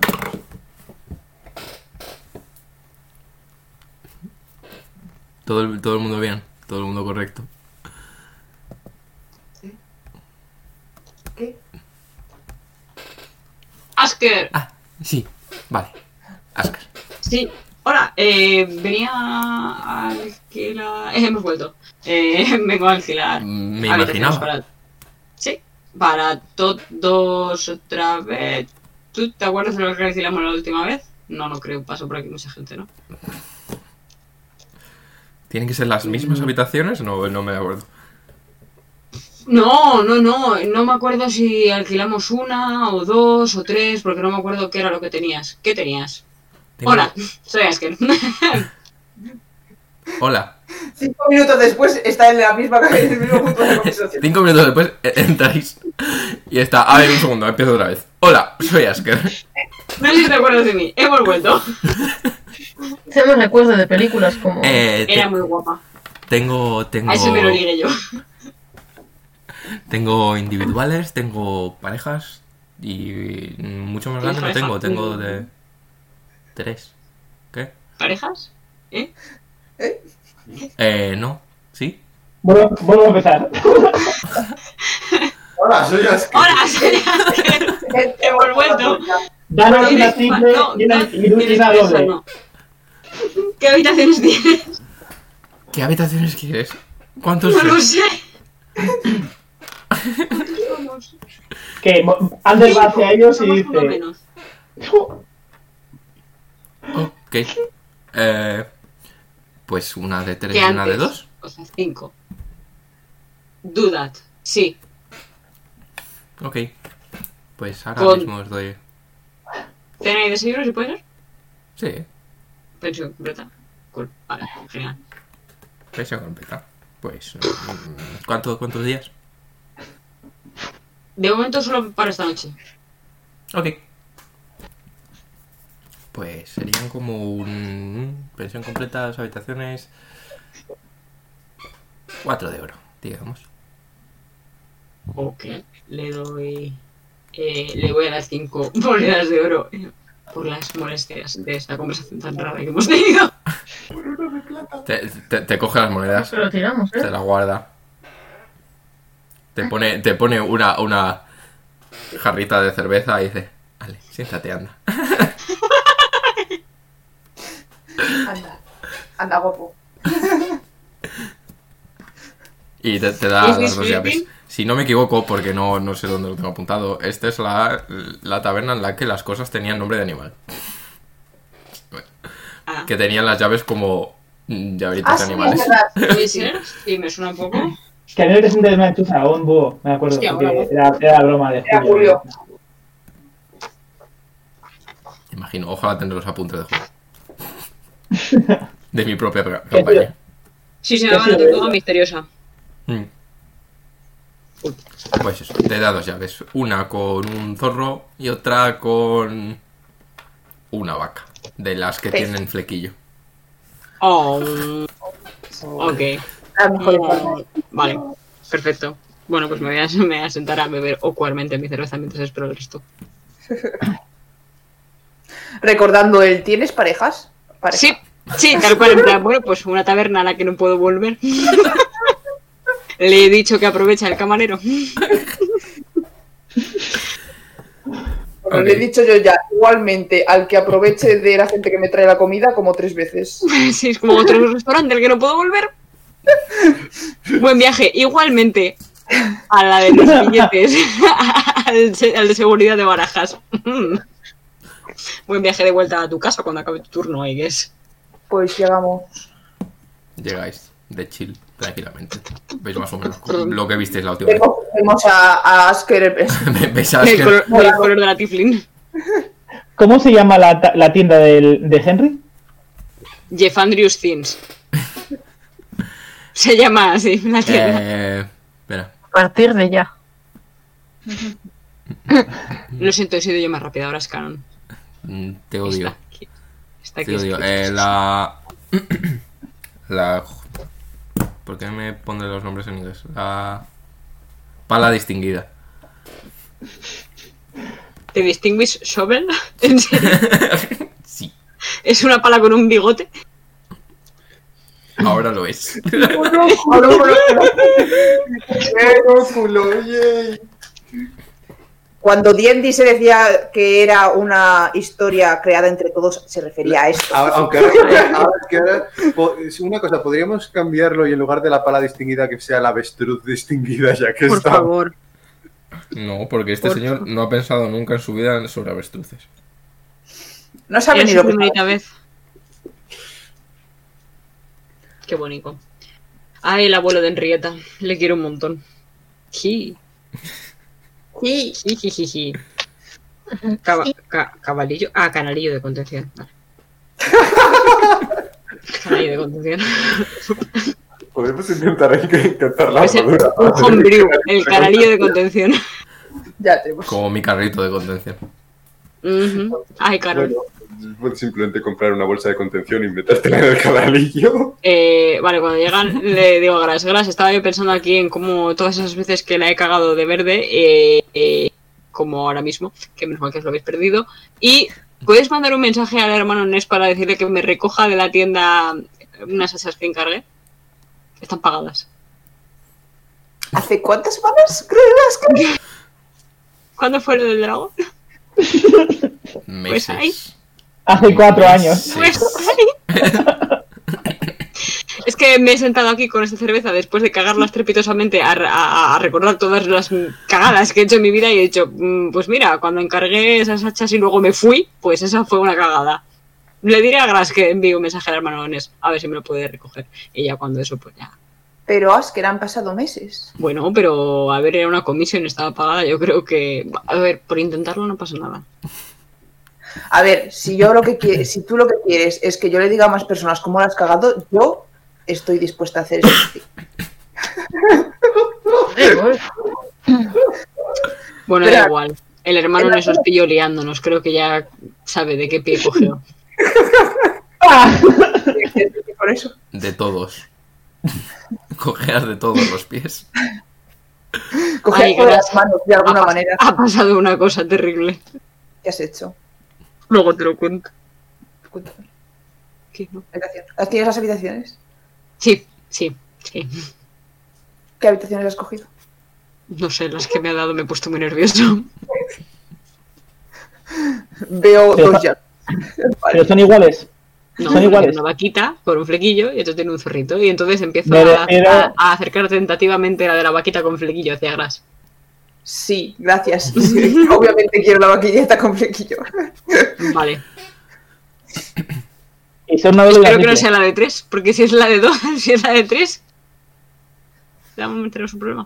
Todo el, todo el mundo bien, todo el mundo correcto. ¿Qué? Asker. Ah, sí, vale. Asker. Sí. Hola, eh, venía a alquilar... Eh, hemos vuelto. Eh, vengo a alquilar. Me habitaciones imaginaba. Para... Sí, para todos otra vez. ¿Tú te acuerdas de lo que alquilamos la última vez? No, no creo, pasó por aquí mucha gente, ¿no? ¿Tienen que ser las mismas habitaciones? No, no me acuerdo. No, no, no, no me acuerdo si alquilamos una o dos o tres, porque no me acuerdo qué era lo que tenías. ¿Qué tenías? Tengo- Hola, soy Asker. Hola. Cinco minutos después está en la misma en el mismo punto de conversación. Cinco minutos después eh, entráis y está. A ver, un segundo, empiezo otra vez. Hola, soy Asker. No sé si te acuerdas de mí, hemos vuelto. Hacemos recuerdos de películas como... Eh, te- Era muy guapa. tengo, tengo, A eso me lo ligué yo. tengo individuales, tengo parejas y mucho más grande no ¿Tienes tengo. pareja? Tengo de tres. ¿Qué? ¿Parejas? ¿Eh? Eh, no. ¿Sí? Vuelvo, vuelvo a empezar. Hola, soy Asker. Hola, soy Asker. Hemos vuelto. Danos una ¿Tienes- triple no, y una, no, y una tienes una pareja, doble. no. ¿Qué habitaciones tienes? ¿Qué habitaciones quieres? ¿Cuántos? No lo son? sé. Que Mo- Ander va hacia ellos y Somos uno dice: menos. Ok. Eh, pues una de tres Que y una de antes. dos. O sea, cinco. Do that. Sí. Ok. Pues ahora Con- mismo os doy. ¿Cena y desayuno si puede ser? Sí, Pensión completa. Cool. Vale, genial. pensión completa. Pues. mm, ¿cuánto, ¿Cuántos días? De momento solo para esta noche. Ok. Pues serían como un. Pensión completa, dos habitaciones. cuatro de oro, digamos. Ok, le doy... Eh, le voy a dar cinco monedas de oro eh, por las molestias de esta conversación tan rara que hemos tenido. Te, te, te coge las monedas, Se lo tiramos, te ¿eh? las guarda. Te pone, te pone una, una jarrita de cerveza y dice, vale, siéntate, anda. Anda, anda, guapo. Y te, te da ¿Es las dos difícil? llaves. Si no me equivoco, porque no, no sé dónde lo tengo apuntado, esta es la, la taberna en la que las cosas tenían nombre de animal. Ah, Que tenían las llaves como mm, llaveritos Ah, de sí, animales. es verdad. ¿puede ser? Sí, me suena un poco. Que a mí me presenta una enchufa o un búho, me acuerdo. Hostia, porque bravo. era, era broma de Era Julio. Julio. Imagino, ojalá tener los apuntes de juego. De mi propia ca- campaña. Sí, se ¿Qué llama ha la sido tortuga misteriosa. Mm. Pues eso, te da dos llaves. Una con un zorro y otra con una vaca. De las que Pez. tienen flequillo. Oh, ok. La mejor informa. Mm, vale, perfecto. Bueno, pues me voy, a, me voy a sentar a beber ocularmente mi cerveza mientras espero el resto. Recordando el, ¿tienes parejas? Pareja. Sí, sí, tal cual. En plan, bueno, pues una taberna a la que no puedo volver. Le he dicho que aprovecha el camarero. Bueno, le he dicho yo ya, igualmente, al que aproveche de la gente que me trae la comida como tres veces. Sí, es como otro restaurante al que no puedo volver. Buen viaje. Igualmente a la de los billetes. al, se- al de seguridad de Barajas. Buen viaje de vuelta a tu casa cuando acabe tu turno, I guess. Pues llegamos. Llegáis de chill, tranquilamente. Veis más o menos lo que visteis la última vez. Vemos, vemos a, a Asker. Veis a El Asker. color, por el color de la Tiflin. ¿Cómo se llama la, ta- la tienda del, de Henry? Jeff Andrews Things. Se llama así, la tienda. Eh, espera. A partir de ya. Lo siento, he sido yo más rápida, ahora es canon. Mm, Te odio. Está aquí. Está Te aquí odio. escrito. Eh, la. La. ¿Por qué me pondré los nombres en inglés? La. Pala distinguida. ¿Te distinguish shovel? ¿En serio? Sí, ¿Es una pala con un bigote? ahora lo es. Cuando D and D se decía que era una historia creada entre todos, se refería a esto. Ahora- aunque ahora, ahora- que ahora- po- es una cosa, podríamos cambiarlo y en lugar de la pala distinguida que sea la avestruz distinguida, ya que Por está. favor. No, porque este Por señor no ha pensado nunca en su vida sobre avestruces. No sabe Era ni su lo que primerita vez. Qué bonito. Ay, el abuelo de Henrietta. Le quiero un montón. Sí. Sí, sí, sí, sí, sí. Caba- ca- cabalillo. Ah, canalillo de contención. Vale. Canalillo de contención. Podemos intentar intentar la Puede ser armadura. un homebrew, el canalillo de contención. Ya tenemos. Como mi carrito de contención. Ujú. Ay, Carol. Bueno, puedes simplemente comprar una bolsa de contención y metértela en el canalillo. Eh, vale, cuando llegan le digo Gras, Gras, estaba yo pensando aquí en cómo todas esas veces que la he cagado de verde, eh, eh, como ahora mismo, que menos mal que os lo habéis perdido, y puedes mandar un mensaje al hermano Nes para decirle que me recoja de la tienda unas hachas que encargué. Están pagadas. ¿Hace cuántas semanas crees que? ¿Cuándo fue lo del dragón? Meses. ahí. Hace cuatro años. Pues ahí. Es que me he sentado aquí con esta cerveza después de cagarla estrepitosamente a, a- a recordar todas las cagadas que he hecho en mi vida y he dicho, "Mm, pues mira, cuando encargué esas hachas y luego me fui, pues esa fue una cagada. Le diré a Gras que envíe un mensaje al hermano Nes, a ver si me lo puede recoger. Y ya cuando eso, pues ya. Pero Asker, han pasado meses. Bueno, pero a ver, era una comisión, estaba pagada, yo creo que... A ver, por intentarlo no pasa nada. A ver, si yo lo que qui- si tú lo que quieres es que yo le diga a más personas cómo lo has cagado, yo estoy dispuesta a hacer eso. Bueno, Pero- da igual. El hermano Nes os pilló liándonos, creo que ya sabe de qué pie cogió. Por eso. De todos. Cojeas de todos los pies. Coger Ay, con las gracias. manos de alguna ha, pas- manera. ha pasado una cosa terrible. ¿Qué has hecho? Luego te lo cuento. Cuéntame. ¿Qué no? Habitación. ¿Tienes las habitaciones? Sí, sí, sí. ¿Qué habitaciones has cogido? No sé, las que me ha dado me he puesto muy nervioso. Veo Pero- dos ya. Pero son iguales. No, Son porque iguales. tiene una vaquita con un flequillo y entonces tiene un zorrito. Y entonces empiezo Me a, refiero- a- a acercar tentativamente la de la vaquita con flequillo hacia Gras. Sí, gracias. Sí, obviamente quiero la vaquilleta con flequillo. Vale. Y son una doble Espero que triple. no sea la de tres, porque si es la de dos, si es la de tres, vamos a meter un problema.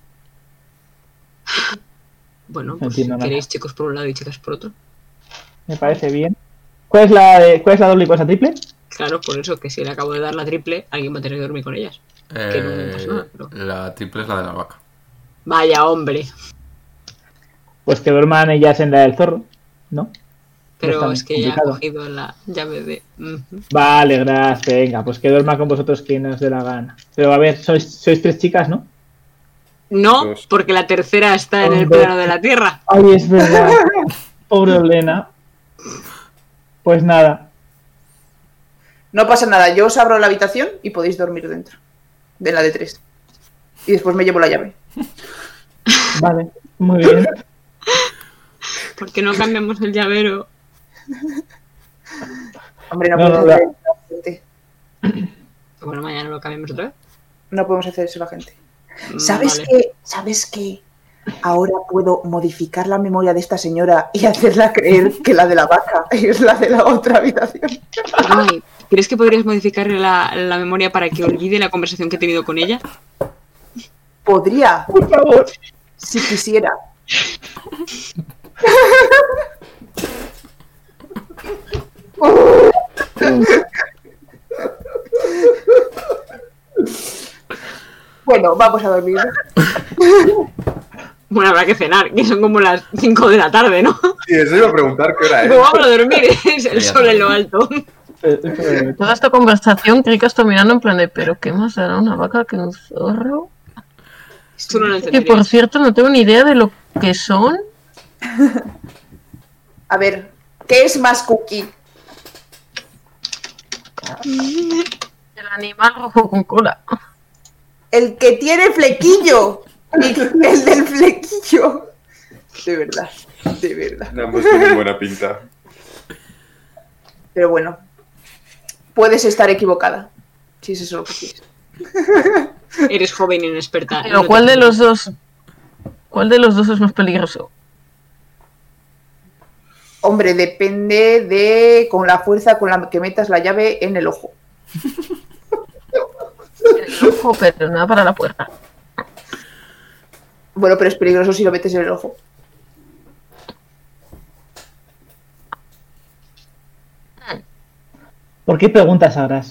Bueno, No pues entiendo nada. queréis chicos por un lado y chicas por otro. Me parece bien. ¿Cuál es la, de, ¿cuál es la doble y cuál es la triple? Claro, por eso que si le acabo de dar la triple, alguien va a tener que dormir con ellas. Que no pasa nada, pero- La triple es la de la vaca. Vaya hombre. Pues que duerman ellas en la del zorro, ¿no? Pero tan es que ya ha complicado. cogido la llave de... Ujú. Vale, gracias, venga, pues que duerma con vosotros quien os dé la gana. Pero a ver, sois, sois tres chicas, ¿no? No, Dos. porque la tercera está en el Hombre. plano de la Tierra. Ay, es verdad. Pobre Olena. Pues nada. No pasa nada, yo os abro la habitación y podéis dormir dentro. De la de tres. Y después me llevo la llave. Vale, muy bien. ¿Por qué no cambiamos el llavero? Hombre, no, No, podemos no, hacer eso a la gente. Bueno, mañana lo cambiamos otra vez. No podemos hacer eso a la gente. Mm, ¿Sabes vale. qué? ¿Sabes qué? Ahora puedo modificar la memoria de esta señora y hacerla creer que la de la vaca es la de la otra habitación. Ay, ¿crees que podrías modificarle la, la memoria para que olvide la conversación que he tenido con ella? Podría, Por favor. si quisiera. Bueno, vamos a dormir. Bueno, habrá que cenar, que son como las cinco de la tarde, ¿no? Sí, eso iba a preguntar qué hora Pero es. vamos a dormir, es el sol en lo alto. Eh, Toda esta conversación creí que estoy mirando en plan de, pero ¿qué más dará una vaca que un zorro? Tú no lo Que por entenderías. cierto no tengo ni idea de lo que son. A ver, ¿qué es más cookie? El animal rojo con cola. El que tiene flequillo. Y el del flequillo. De verdad, de verdad. Ambos tienen buena pinta. Pero bueno, puedes estar equivocada. Si es eso lo que quieres. Eres joven e inexperta. Pero no ¿cuál te de los dos? ¿Cuál de los dos es más peligroso? Hombre, depende de con la fuerza con la que metas la llave en el ojo. El ojo, pero nada para la puerta. Bueno, pero es peligroso si lo metes en el ojo. ¿Por qué preguntas ahora?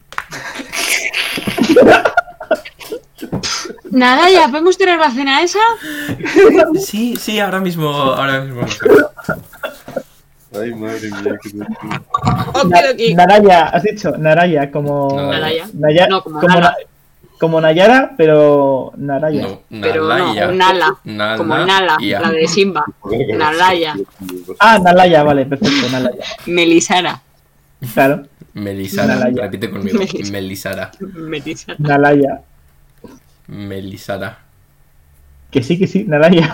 Nada, ya podemos tener la cena esa. Sí, sí, ahora mismo, ahora mismo. lo sé. Ay, madre mía, qué tortura. Okidoki. Naraya, has dicho Naraya, como. Naraya. Naya- No, como como, Nala. Na- como Nayara, pero Naraya. No, Pero Nalaya. no, Nala. Nala, Como Nala, ya. la de Simba. Joder, que Nalaya. Ah, Nalaya, vale, perfecto, Nalaya. Melisara. Claro, Melisara, Nalaya. repite conmigo. Melis- Melisara. Melisara. Nalaya. Melisara. Que sí, que sí, Nalaya.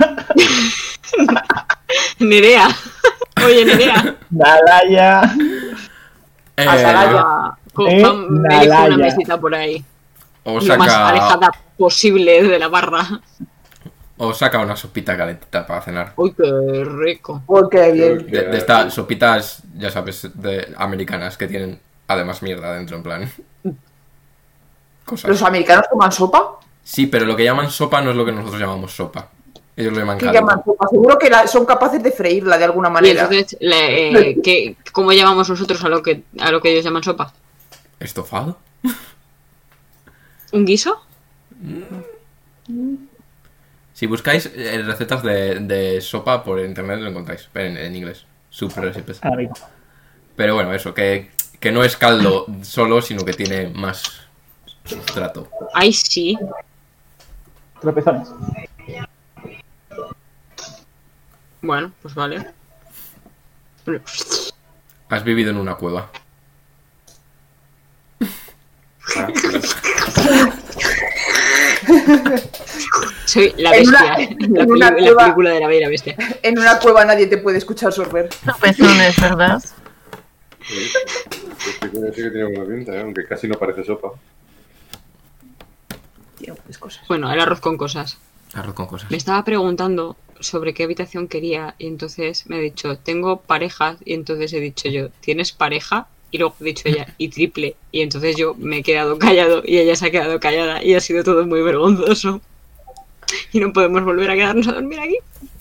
Nerea. Oye, Nerea. Nalaya. Eh, Atalaya. Ah, co- Eh, vam- me elijo una Nalaya. mesita por ahí. os Lo más saca, alejada posible de la barra. os saca una sopita calentita para cenar. Uy, qué rico. Oh, qué bien. De, de estas sopitas, ya sabes, de americanas que tienen además mierda dentro, en plan. Cosas. ¿Los americanos toman sopa? Sí, pero lo que llaman sopa no es lo que nosotros llamamos sopa. Ellos lo llaman ¿Qué caldo. llaman sopa? Seguro que la- son capaces de freírla de alguna Y manera. entonces, le- eh, ¿qué- ¿cómo llamamos nosotros a lo que a lo que ellos llaman sopa? ¿Estofado? ¿Un guiso? Si buscáis eh, recetas de, de sopa por internet lo encontráis, pero en, en inglés. Super recipes. Ahora mismo. Pero bueno, eso, que, que no es caldo solo, sino que tiene más Sustrato. Ay, sí. Tropezones. Bueno, pues vale. Has vivido en una cueva. Soy la En bestia. una- la, en peli- una la cueva. película de la Bella Bestia. En una cueva nadie te puede escuchar sorber. Tropezones, ¿verdad? Sí, este coño sí que tiene buena pinta, ¿eh? Aunque casi no parece sopa. Tío, pues cosas. Bueno, el arroz con cosas. Arroz con cosas. Me estaba preguntando sobre qué habitación quería y entonces me ha dicho, tengo parejas, y entonces he dicho yo, ¿tienes pareja? Y luego he dicho ella, y triple. Y entonces yo me he quedado callado y ella se ha quedado callada y ha sido todo muy vergonzoso. Y no podemos volver a quedarnos a dormir aquí.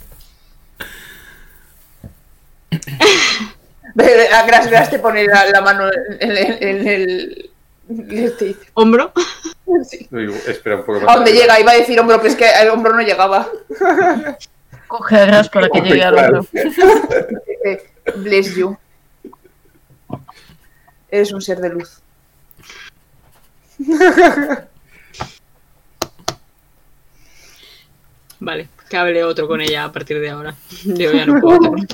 Gracias, gracias, te pone la, la mano en, en- en el... Este, Hombro. sí. Digo, espera un poco más. ¿A dónde llega? Iba a decir hombro, pero es que el hombro no llegaba. Coge a Gras para que llegue al otro. Eh, Bless you. Eres un ser de luz. Vale, que hable otro con ella a partir de ahora. Yo ya no puedo hacerlo.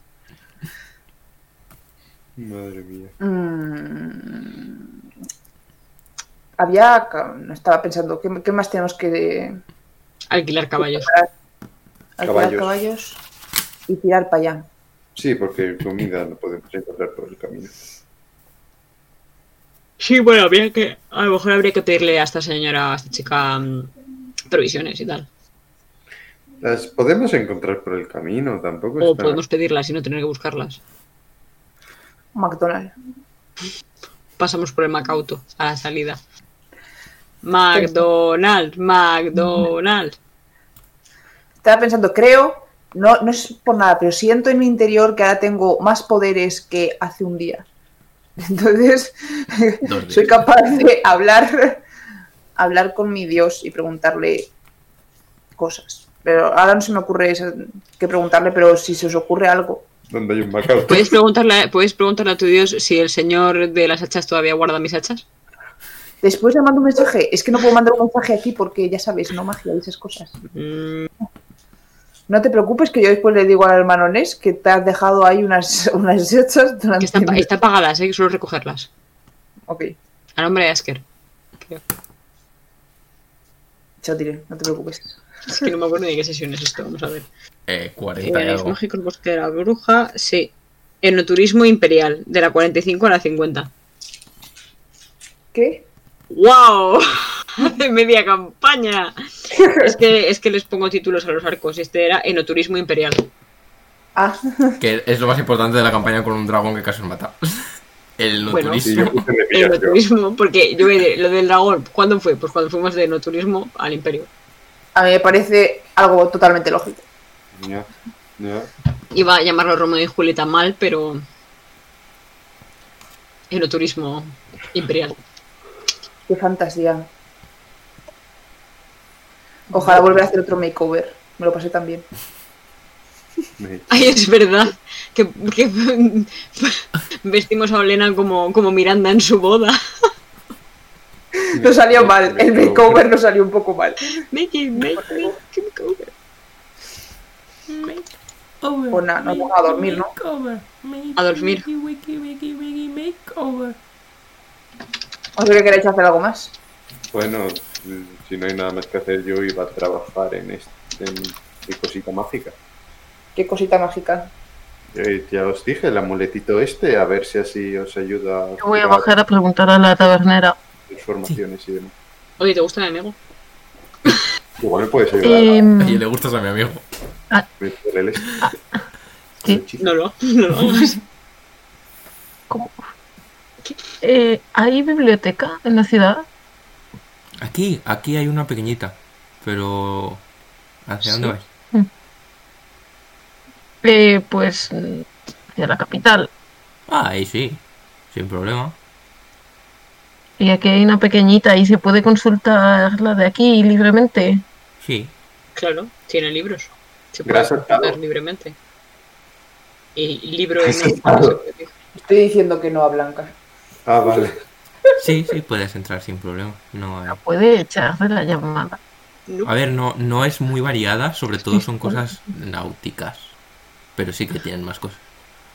Madre mía. Mm. Había... No estaba pensando, ¿qué, qué más tenemos que... Alquilar caballos. Alquilar Caballos. caballos y tirar para allá. Sí, porque comida no podemos encontrar por el camino. Sí, bueno, habría que. A lo mejor habría que pedirle a esta señora, a esta chica, mm, provisiones y tal. Las podemos encontrar por el camino, tampoco O está... podemos pedirlas y no tener que buscarlas. McDonald's. Pasamos por el Macauto a la salida. McDonald's, McDonald's. Estaba pensando, creo, no, no es por nada, pero siento en mi interior que ahora tengo más poderes que hace un día. Entonces, Dos días. soy capaz de hablar, hablar con mi Dios y preguntarle cosas. Pero ahora no se me ocurre esa- qué preguntarle, pero si se os ocurre algo. Donde hay un Macao. ¿Puedes preguntarle, ¿Puedes preguntarle a tu Dios si el señor de las hachas todavía guarda mis hachas? Después le mando un mensaje. Es que no puedo mandar un mensaje aquí porque ya sabes, no magia y esas cosas. Mm, No te preocupes que yo después le digo al hermano Nes que te has dejado ahí unas, unas hechas durante... que están, pa- están pagadas, hay que solo recogerlas. Ok, A nombre de Asker. Creo. se lo diré, no te preocupes. Es que no me acuerdo de qué sesión es esto, vamos a ver. Eh, cuarenta y Poderes algo. mágicos, bosque de la bruja, sí. Enoturismo imperial, de la cuarenta y cinco a la cincuenta. ¿Qué? ¡Wow! ¡De media campaña! Es que, es que les pongo títulos a los arcos. Este era Enoturismo imperial. Ah, Que es lo más importante de la campaña con un dragón que casi nos mata. El Bueno, noturismo. Sí, yo puse de pillar, yo. Enoturismo, porque yo de- lo del dragón, ¿cuándo fue? Pues cuando fuimos de Enoturismo al imperio. a mí me parece algo totalmente lógico. Ya, ya. Iba a llamarlo Romeo y Julieta mal, pero... Enoturismo imperial. Qué fantasía. Ojalá volver a hacer otro makeover. Me lo pasé tan bien. Me- Ay, es verdad que, que vestimos a Olena como, como Miranda en su boda. No salió mal, el makeover no salió un poco mal. Make it, make, make, makeover. Pues nada, nos vamos a dormir, ¿no? A dormir. O sea que queréis hacer algo más. Bueno, si no hay nada más que hacer, yo iba a trabajar en, este, en mi cosita mágica. Qué cosita mágica. Eh, ya os dije, el amuletito este, a ver si así os ayuda a Yo voy a curar bajar a preguntar a la tabernera. transformaciones y demás. Oye, ¿te gusta el enemigo? Igual me puedes ayudar. Em, Oye, le gustas a mi amigo. Me duele el este. ¿Qué? El hechizo. No lo, no lo hagas. ¿Cómo? Eh, ¿Hay biblioteca en la ciudad? Aquí, aquí hay una pequeñita. Pero... ¿hacia dónde vais? Eh, pues mm, hacia la capital. Ah, ahí sí. Sin problema. Y aquí hay una pequeñita y se puede consultar la de aquí libremente. Sí. Claro, tiene libros. Se puede Gracias, consultar Pablo. libremente. Y libro en Gracias, el... Pablo. Estoy diciendo que no a Blanca. Ah, vale. Sí, sí, puedes entrar sin problema. No hay... Puede echar de la llamada. A ver, no, no es muy variada, sobre todo son cosas náuticas. Pero sí que tienen más cosas.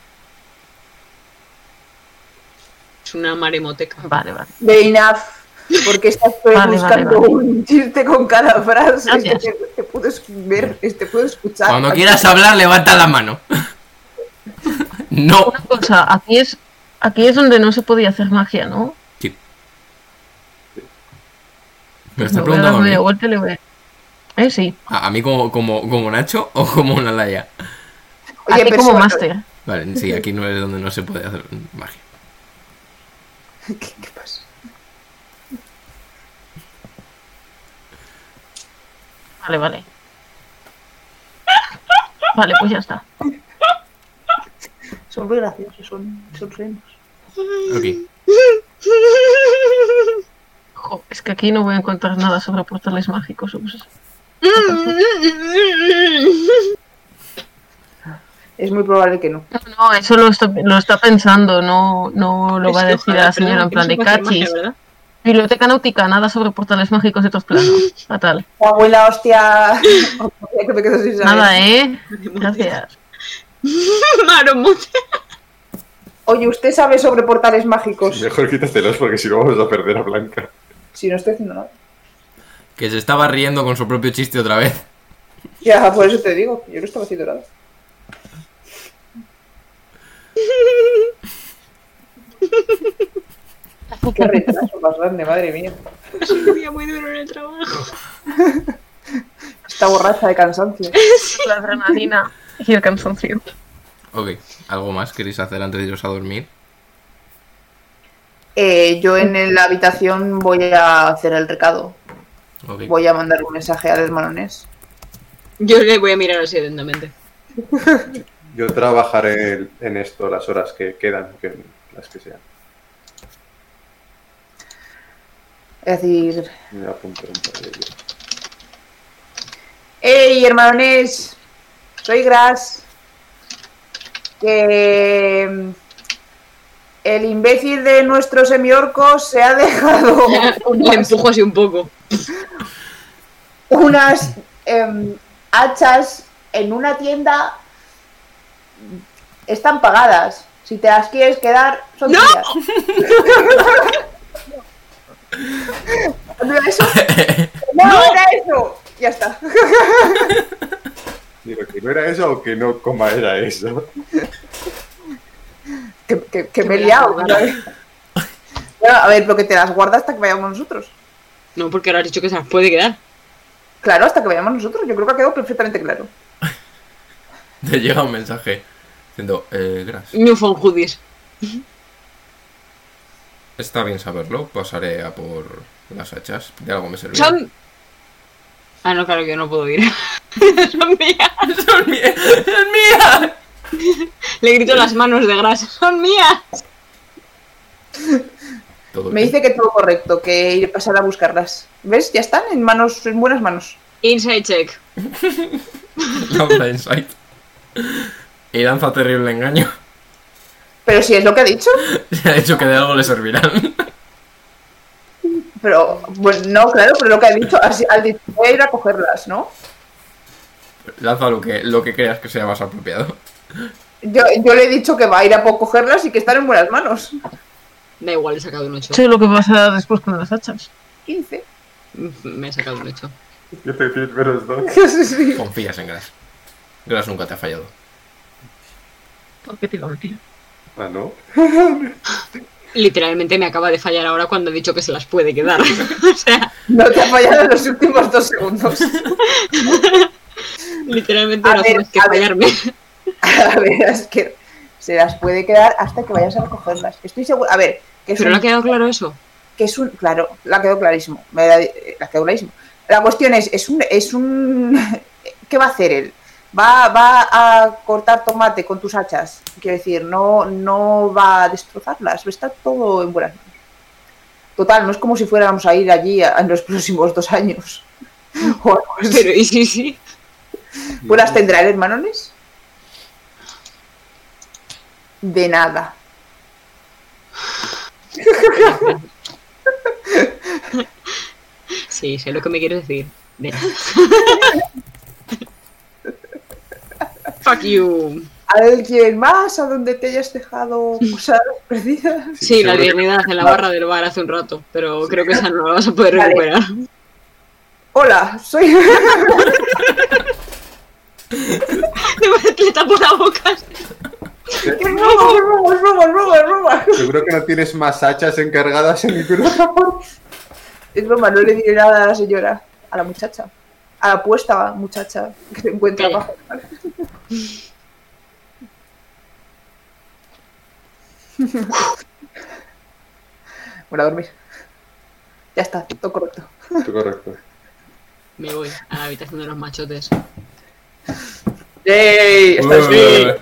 Es una maremoteca. Vale, vale. De enough. Porque estás Vale, buscando vale, vale. un chiste con cada frase. Gracias. Te, te puedes ver, te puedo escuchar. Cuando quieras hablar, levanta la mano. No. Una cosa, aquí es, aquí es donde no se podía hacer magia, ¿no? Sí. Me está Me voy a dar preguntando a mí. media vuelta y le voy a... Eh, sí. ¿A, a mí como, como, como Nacho o como una Laia? Oye, Aquí pero como eso- máster. Vale, sí, aquí no es donde no se puede hacer magia. ¿Qué, qué pasa? Vale, vale. Vale, pues ya está. Son muy graciosos, son, son renos. Ok. Jo, es que aquí no voy a encontrar nada sobre portales mágicos. o cosas. Es muy probable que no. No, no, eso lo está, lo está pensando, no, no lo va a Es que decir ojalá, a la señora perdón, en plan que de no se puede hacer cachis. magia, ¿verdad? Biblioteca náutica, nada sobre portales mágicos de otros planos. Fatal. Abuela, hostia. Hostia, que me quedo sin saber. Nada, ¿eh? Gracias. Maremoteca. Oye, ¿usted sabe sobre portales mágicos? Mejor quítatelos porque si no vamos a perder a Blanca. Si no estoy haciendo nada. Que se estaba riendo con su propio chiste otra vez. Ya, por eso te digo, yo no estaba haciendo nada. Qué retraso más grande, madre mía. Es un día muy duro en el trabajo. Está borracha de cansancio. La adrenalina y el cansancio. Ok. ¿Algo más queréis hacer antes de iros a dormir? Eh, yo en la habitación voy a hacer el recado. Ok. Voy a mandar un mensaje al hermano Ness. Yo le voy a mirar así atentamente. Yo trabajaré en esto las horas que quedan, que las que sean. Es decir, Me voy a apuntar un par de ellos. ¡Hey, hermano Ness! Soy Gras. Que mm, el imbécil de nuestro semiorco se ha dejado Le unas, empujo así un poco. unas em, hachas en una tienda. Están pagadas. Si te las quieres quedar, son ¡No! tuyas. ¿No era eso? ¡No, era eso! Ya está. Digo, que no era eso o que no coma era eso. Que, que, que me me he la liado. jugaron. Bueno, a ver, pero que te las guardas hasta que vayamos nosotros. No, porque ahora has dicho que se las puede quedar. Claro, hasta que vayamos nosotros. Yo creo que ha quedado perfectamente claro. Te llega un mensaje diciendo, eh, Gras. Newfound Hoodies. Está bien saberlo, pasaré a por las hachas. De algo me servirá. Son... Ah, no, claro que yo no puedo ir. Son mías. ¡Son mías! ¡Son mías! Le grito las manos de grasa. Son mías. Todo Me bien. dice que todo correcto, que iré a pasar a buscarlas. ¿Ves? Ya están en manos, en buenas manos. Inside check. Lanza insight. Y lanza terrible engaño. Pero si es lo que ha dicho. Se ha dicho que de algo le servirán. Pero, bueno, no, claro, pero lo que ha dicho, así, al dicho, voy a ir a cogerlas, ¿no? Lanza lo que, lo que creas que sea más apropiado. Yo, yo le he dicho que va a ir a po- cogerlas y que están en buenas manos. Da igual, he sacado un ocho. Sé lo que pasa después con las hachas. quince. Me he sacado un ocho. Yo te pido menos dos. Sí. Confías en Gras. Gras nunca te ha fallado. ¿Por qué te iba a mentir? Ah, ¿no? Literalmente me acaba de fallar ahora cuando he dicho que se las puede quedar. O sea, No te ha fallado en los últimos dos segundos. literalmente A no hace ver, más que a ver. fallarme. A ver, es que se las puede quedar hasta que vayas a recogerlas. Estoy segura. A ver, que es Pero un, le ha quedado claro eso. que es un, claro, la quedó clarísimo. Me da- eh, la quedó clarísimo. La cuestión es, es un, es un, ¿qué va a hacer él? Va, va a cortar tomate con tus hachas. Quiero decir, no, no va a destrozarlas. Está todo en buenas manos. Total, no es como si fuéramos a ir allí a- en los próximos dos años. O algo así. Pero y sí, sí. ¿Pues las tendrá el hermanones? De nada. Sí, sé lo que me quieres decir. De nada. Fuck you. ¿Alguien más a donde te hayas dejado cosas perdidas? Sí, la seguro que- dignidad en la barra del bar hace un rato, pero creo que esa no la vas a poder Vale. recuperar. Hola, soy... Le tapo la boca. Es broma, es broma, es broma, es broma, es broma. Seguro que no tienes más hachas encargadas en ninguna otra parte. Es broma, no le diré nada a la señora, a la muchacha, a la puesta muchacha que se encuentra Calla. abajo. Bueno, a dormir. Ya está, todo correcto. Tú correcto. Me voy a la habitación de los machotes. ¡Ey! Está Uy, bien.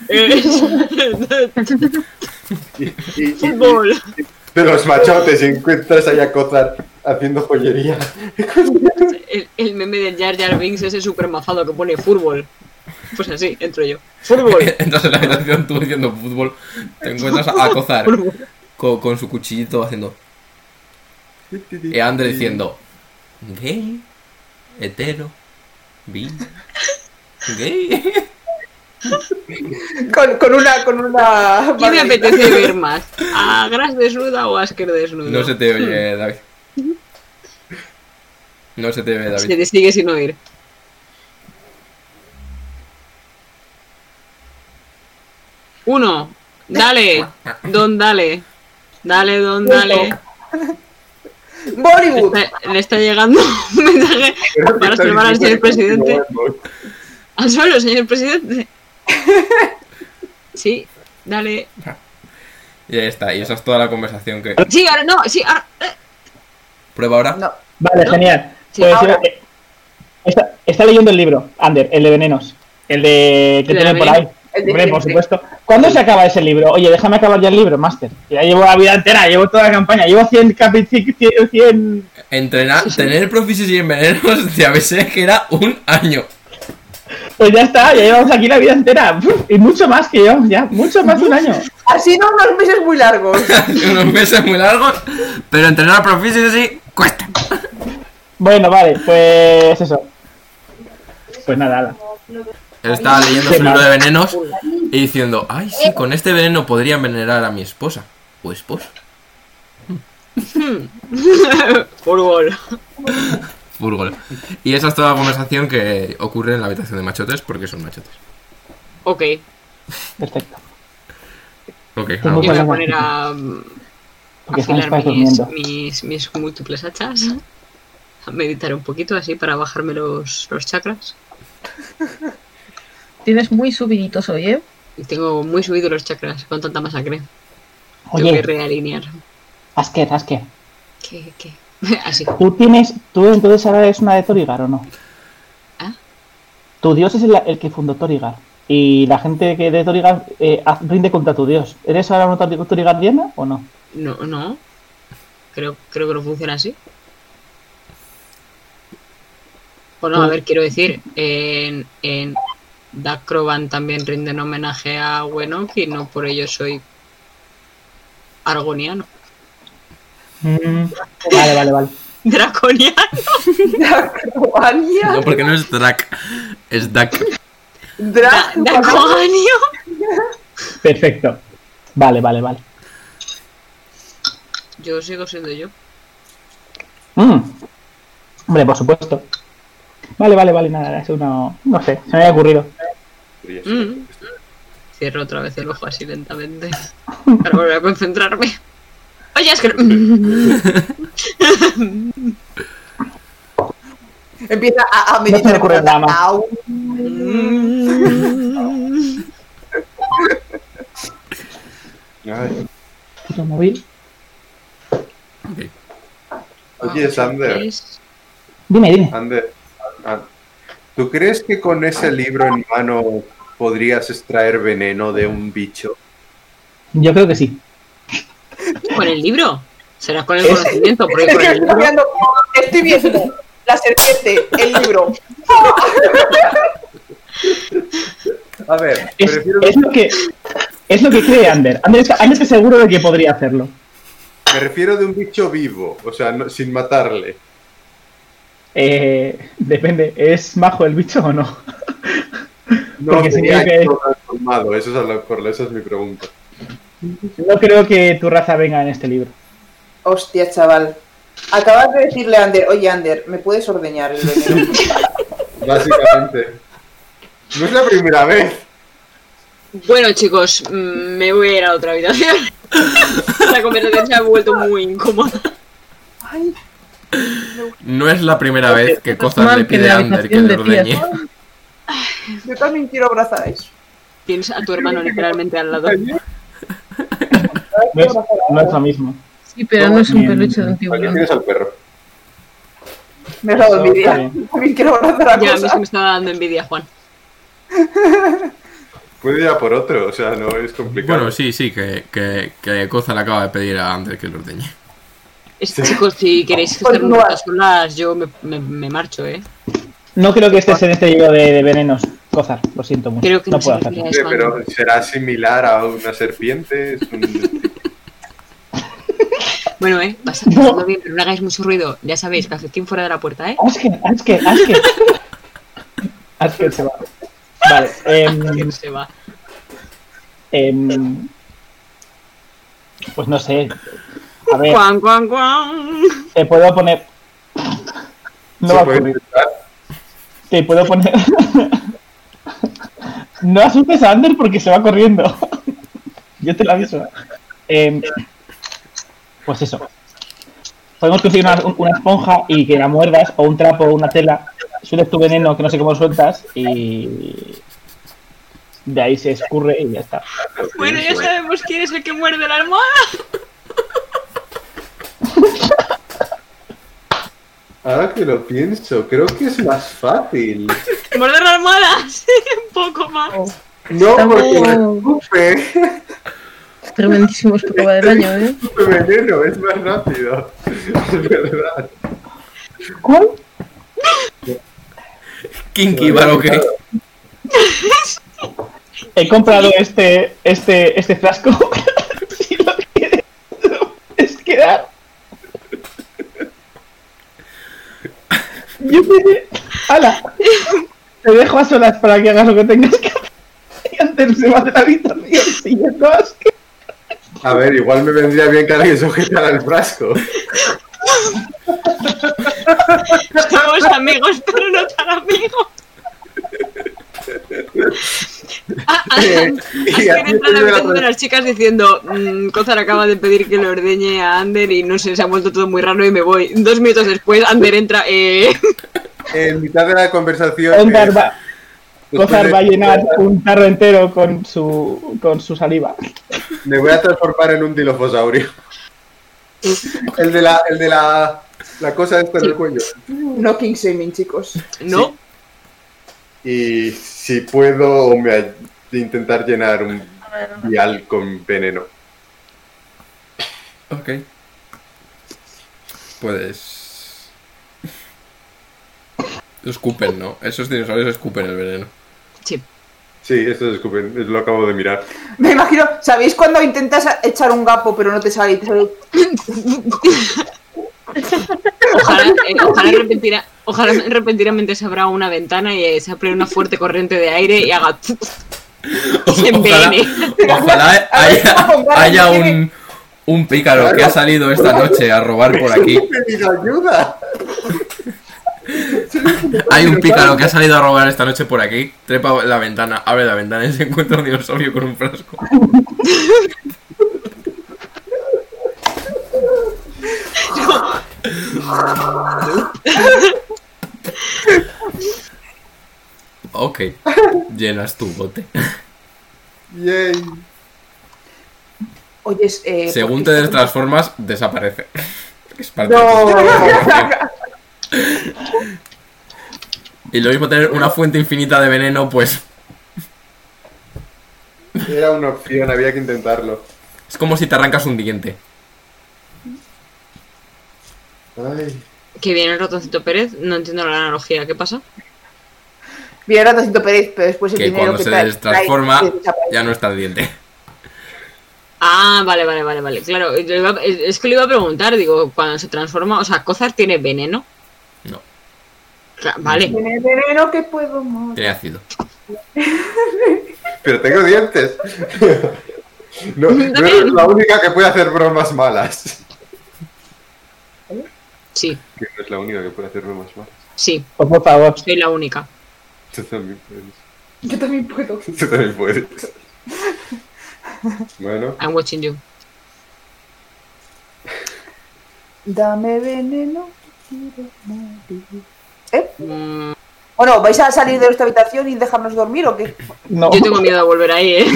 Y, y- y- Fútbol. de los machotes y encuentras ahí a Cozar haciendo joyería. El, el meme de Jar Jar Binks, ese super mafado que pone fútbol. Pues así, entro yo. Fútbol. Entras en la habitación tú diciendo fútbol, te encuentras a Cozar con, con su cuchillito haciendo. Y Ander diciendo gay, hetero, bi, gay. Con, con una... Con una ¿Qué me apetece ver más? ¿A Gras desnuda o a Asker desnudo? No se te oye, David. No se te ve, Se David. te sigue sin oír. Uno. Dale. Don, dale. Dale, don, dale. Bollywood. Le está, le está llegando un mensaje para salvar al señor presidente. ¿Al suelo, señor presidente? Sí, dale. Y ahí está, y esa es toda la conversación que... Sí, ahora no, sí, ahora. eh. ¿Prueba ahora? No. Vale, ¿No? genial. Sí, Pues, ahora. eh, está, está leyendo el libro, Ander, el de venenos. El de que ¿El de tiene la por ahí. El de Hombre, por siempre. supuesto. ¿Cuándo se acaba ese libro? Oye, déjame acabar ya el libro, Master. Ya llevo la vida entera, llevo toda la campaña, llevo cien capítulos, cien... Entrenar, tener proficiency en venenos, te avisé que era un año. Pues ya está, ya llevamos aquí la vida entera. Uf, y mucho más que llevamos ya, mucho más de un año. Así no unos meses muy largos. Unos meses muy largos, pero entrenar proficiency cuesta. Bueno, vale, pues eso. Pues nada, ala. Él estaba leyendo Qué su libro mal. de venenos y diciendo, ay, sí, con este veneno podría envenenar a mi esposa. O esposo. Fútbol. Fútbol. Y esa es toda la conversación que ocurre en la habitación de machotes porque son machotes. Ok. Perfecto. Ok, Tengo algo Yo me voy a Bueno, poner a mm, Porque están afilar los mis, durmiendo. mis, mis múltiples hachas. A meditar un poquito así para bajarme los, los chakras. Tienes muy subiditos hoy, ¿eh? Y tengo muy subidos los chakras con tanta masacre. Tengo que Oye, realinear. Asker, Asker. ¿Qué? ¿Qué? Así. ¿Tú tienes, tú entonces ahora eres una de Torigar o no? ¿Ah? Tu dios es el, el que fundó Torigar. Y la gente que de Torigar eh, haz- rinde contra tu dios. ¿Eres ahora una Tori- Torigardiana o no? No, no. Creo, creo que no funciona así. Bueno, a ver, quiero decir, en, en Dacroban también rinden homenaje a Wenok y no por ello soy argoniano. Mm, vale, vale, vale. Draconiano. Croacia. No, porque no es Drac, es Dak. Drag. Draconio. Perfecto. Vale, vale, vale. Yo sigo siendo yo. Mm. Hombre, por supuesto. Vale, vale, vale, nada, eso no, no sé, se me había ocurrido. Mm. Cierro otra vez el ojo así lentamente para volver a concentrarme. Oye, es que... Empieza a, a No se meditar. me ocurre nada más. Au. Ay. Puto móvil. Oye, Sander, Es- Dime, dime. Ander, ah, ¿tú crees que con ese libro en mano podrías extraer veneno de un bicho? Yo creo que sí. ¿Con el libro? Será con el Es- conocimiento, porque Es con que el estoy libro... viendo, estoy viendo la serpiente, el libro. A ver, Es, prefiero... es lo que es lo que cree Ander. Ander está, Ander está seguro de que podría hacerlo. Me refiero de un bicho vivo, o sea, no, sin matarle. Eh, depende, ¿es majo el bicho o no? No, Porque sería significa que- transformado, eso es, lo, por, esa es mi pregunta. No creo que tu raza venga en este libro. Hostia, chaval. Acabas de decirle a Ander, oye Ander, ¿me puedes ordeñar el veneno? Básicamente. No es la primera vez. Bueno, chicos, mm, me voy a ir a otra habitación. La conversación se ha vuelto muy incómoda. Ay, No es la primera vez que Cozar Mal le que pide la a Ander que habitación le decías. ordeñe. yo también quiero abrazar a eso. Tienes a tu hermano literalmente al lado. No es, no es lo mismo. Sí, pero no es un Bien. peluche de un Aquí tiburón. tienes al perro. Me has dado Eso envidia. está bien. También quiero abrazar a Ya, a mí se cosas. me estaba dando envidia, Juan. Puede ir a por otro, o sea, no es complicado. Bueno, sí, sí, que, que, que Cozar acaba de pedir a Ander que lo ordeñe. Es- chicos, si queréis estar un Continúa. rato solas, yo me, me, me marcho, ¿eh? No creo que estés en este libro de, de venenos, Cozar, lo siento mucho. Creo que no no puedo se hacerlo. refiere a Sí, pero será similar a una serpiente. Es un... Bueno, eh, vas a pasarlo bien, pero no hagáis mucho ruido. Ya sabéis, cafetín fuera de la puerta, eh. Asker, Asker, Asker. Asker se va. Vale, em, Que se va. em, pues no sé. A ver, Cuan, cuan, cuan. te puedo poner. No Se va a puede ocurrir. intentar. Te puedo poner. No asustes a Ander porque se va corriendo. Yo te lo aviso. Em, pues eso. Podemos conseguir una, una esponja y que la muerdas, o un trapo o una tela. Sueltes tu veneno, que no sé cómo lo sueltas, y. De ahí se escurre y ya está. Bueno, ya sabemos quién es el que muerde la almohada. Ahora que lo pienso, creo que es más fácil. ¿Morder la almohada? Sí, un poco más. No, Estamos- porque me escupe. Tremendísimos prueba del año, ¿eh? Escupe veneno, es más rápido. Es verdad. ¿Cuál? Kinky, ¿vale o qué? He comprado este, este, este frasco. Si lo quieres, lo puedes quedar. Yo te... ¡Hala! Te dejo a solas para que hagas lo que tengas que hacer. Y antes se va de la habitación siguiendo a Asker. A ver, igual me vendría bien que alguien sujetara el frasco. Somos amigos, pero no tan amigos. Ah, ah, Eh, y Asker aquí entra en la estoy de la habitación de las chicas diciendo mmm, Cozar acaba de pedir que le ordeñe a Ander y no sé, se ha vuelto todo muy raro y me voy. Dos minutos después, Ander entra, eh... En mitad de la conversación. Ondar eh, va, después Cozar de- va a llenar un tarro entero con su, con su saliva. Me voy a transformar en un dilofosaurio. El de la, el de la, la cosa esta en el cuello. No king shaming, chicos. No, Y si puedo, me a- intentar llenar un vial con veneno. Ok. Puedes... Escupen, ¿no? Esos dinosaurios escupen el veneno. sí. Sí, esto es escupen, lo acabo de mirar. Me imagino, ¿sabéis cuando intentas echar un gapo pero no te sale y te sale? Ojalá, eh, ojalá, repentina- ojalá repentinamente se abra una ventana y eh, se abra una fuerte corriente de aire y haga... se Ojalá, envenene. ojalá haya, haya un, un pícaro que ha salido esta noche a robar por aquí. ¡He pedido ayuda! Hay un pícaro que ha salido a robar esta noche por aquí. Trepa la ventana, abre la ventana y se encuentra un dinosaurio con un frasco. Ok, llenas tu bote. Yay. Oye, eh, Según ¿por te qué- transformas, desaparece. Es parte No. de tu- Y lo mismo tener una fuente infinita de veneno, pues Era una opción, había que intentarlo. es como si te arrancas un diente. Ay. Que viene el ratoncito Pérez, no entiendo la analogía, ¿qué pasa? Bien, Ratoncito Pérez, pero después el Que dinero cuando que se trae- destransforma trae- desaparece. ya no está el diente. Ah, vale, vale, vale, vale. Claro, yo iba- es es que le iba a preguntar, digo, cuando se transforma, o sea, Cozar tiene veneno. No, Cla- Vale. Tiene veneno que puedo morir. tiene ácido. Pero tengo dientes. No, no eres la única que puede hacer bromas malas. Sí, Que no es la única que puede hacer bromas malas. sí, Pues por favor. soy la única. Tú también puedes. Yo también puedo. Tú también puedes. Bueno, I'm watching you. Dame veneno. quiero morir. ¿Eh? Mm, Bueno, ¿vais a salir de esta habitación y dejarnos dormir o qué? No. yo tengo miedo a volver ahí, ¿eh?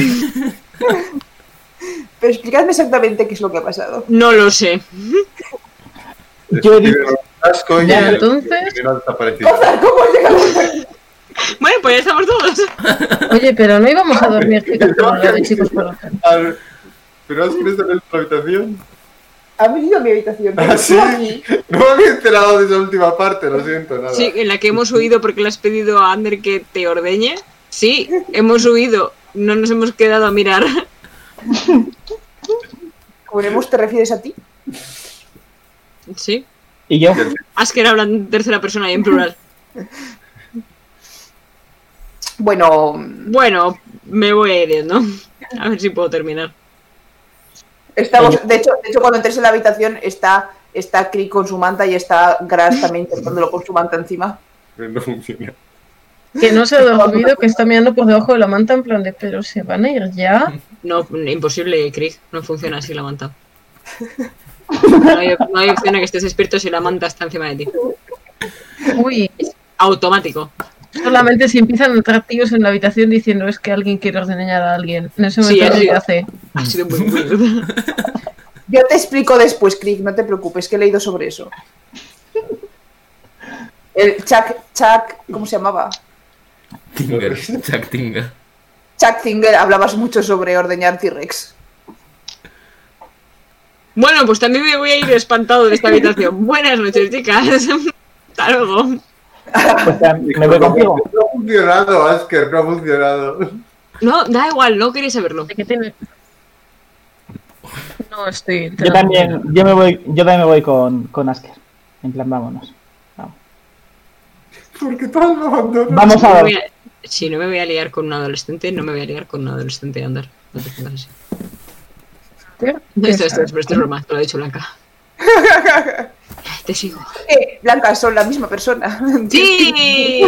Pero explicadme exactamente qué es lo que ha pasado. No lo sé. Yo he dicho- tiene un casco y Ya, el- entonces- el veneno ha desaparecido. ¿Cómo llegamos aquí? Bueno, pues ya estamos todos. Oye, pero no íbamos a dormir chicos por un lado y chicos por otro. A ver, ¿pero has visto en nuestra habitación? Han venido a mi habitación. ¿Ah, pero sí? tú aquí. No me había enterado de esa última parte, lo siento, nada. Sí, en la que hemos huido porque le has pedido a Ander que te ordeñe. Sí, hemos huido. No nos hemos quedado a mirar. ¿Cobremos te refieres a ti? Sí. Y yo. Asker habla en tercera persona y en plural. Bueno, Bueno, me voy a ir, ¿no? A ver si puedo terminar. estamos. De hecho, de hecho cuando entres en la habitación está, está Krieg con su manta y está Gras también intentándolo con su manta encima. Pero no funciona. Que no se ha dormido, que está mirando por debajo de la manta en plan de, pero se van a ir ya. No, imposible, Krieg. No funciona así la manta. No hay, no hay opción a que estés despierto si la manta está encima de ti. Uy, Automático. solamente si empiezan a entrar tíos en la habitación diciendo es que alguien quiere ordeñar a alguien. En ese Sí, momento así ¿qué es. hace? Ha sido muy weird. Yo te explico después, Krieg, no te preocupes, que he leído sobre eso. El Chuck, Chuck, ¿cómo se llamaba? Tinger, Chuck Tinger. Chuck Zinger, hablabas mucho sobre ordeñar T-Rex. Bueno, pues también me voy a ir espantado de esta habitación. Buenas noches, chicas. Hasta luego. Pues ya, me voy contigo. No ha funcionado, Asker, no ha funcionado. No, da igual, no quería saberlo. ¿Qué tiene? No estoy. Yo también, yo me voy, yo también me voy con, con Asker. En plan, vámonos. Vamos, ¿Por qué tal me abandonas? Vamos No a me ver. voy a- Si no me voy a liar con un adolescente, no me voy a liar con un adolescente, Ander. No te pongas así. Esto, esto, esto, esto es broma, te lo ha dicho Blanca. Te sigo. Eh, Blanca, son la misma persona. ¡Sí!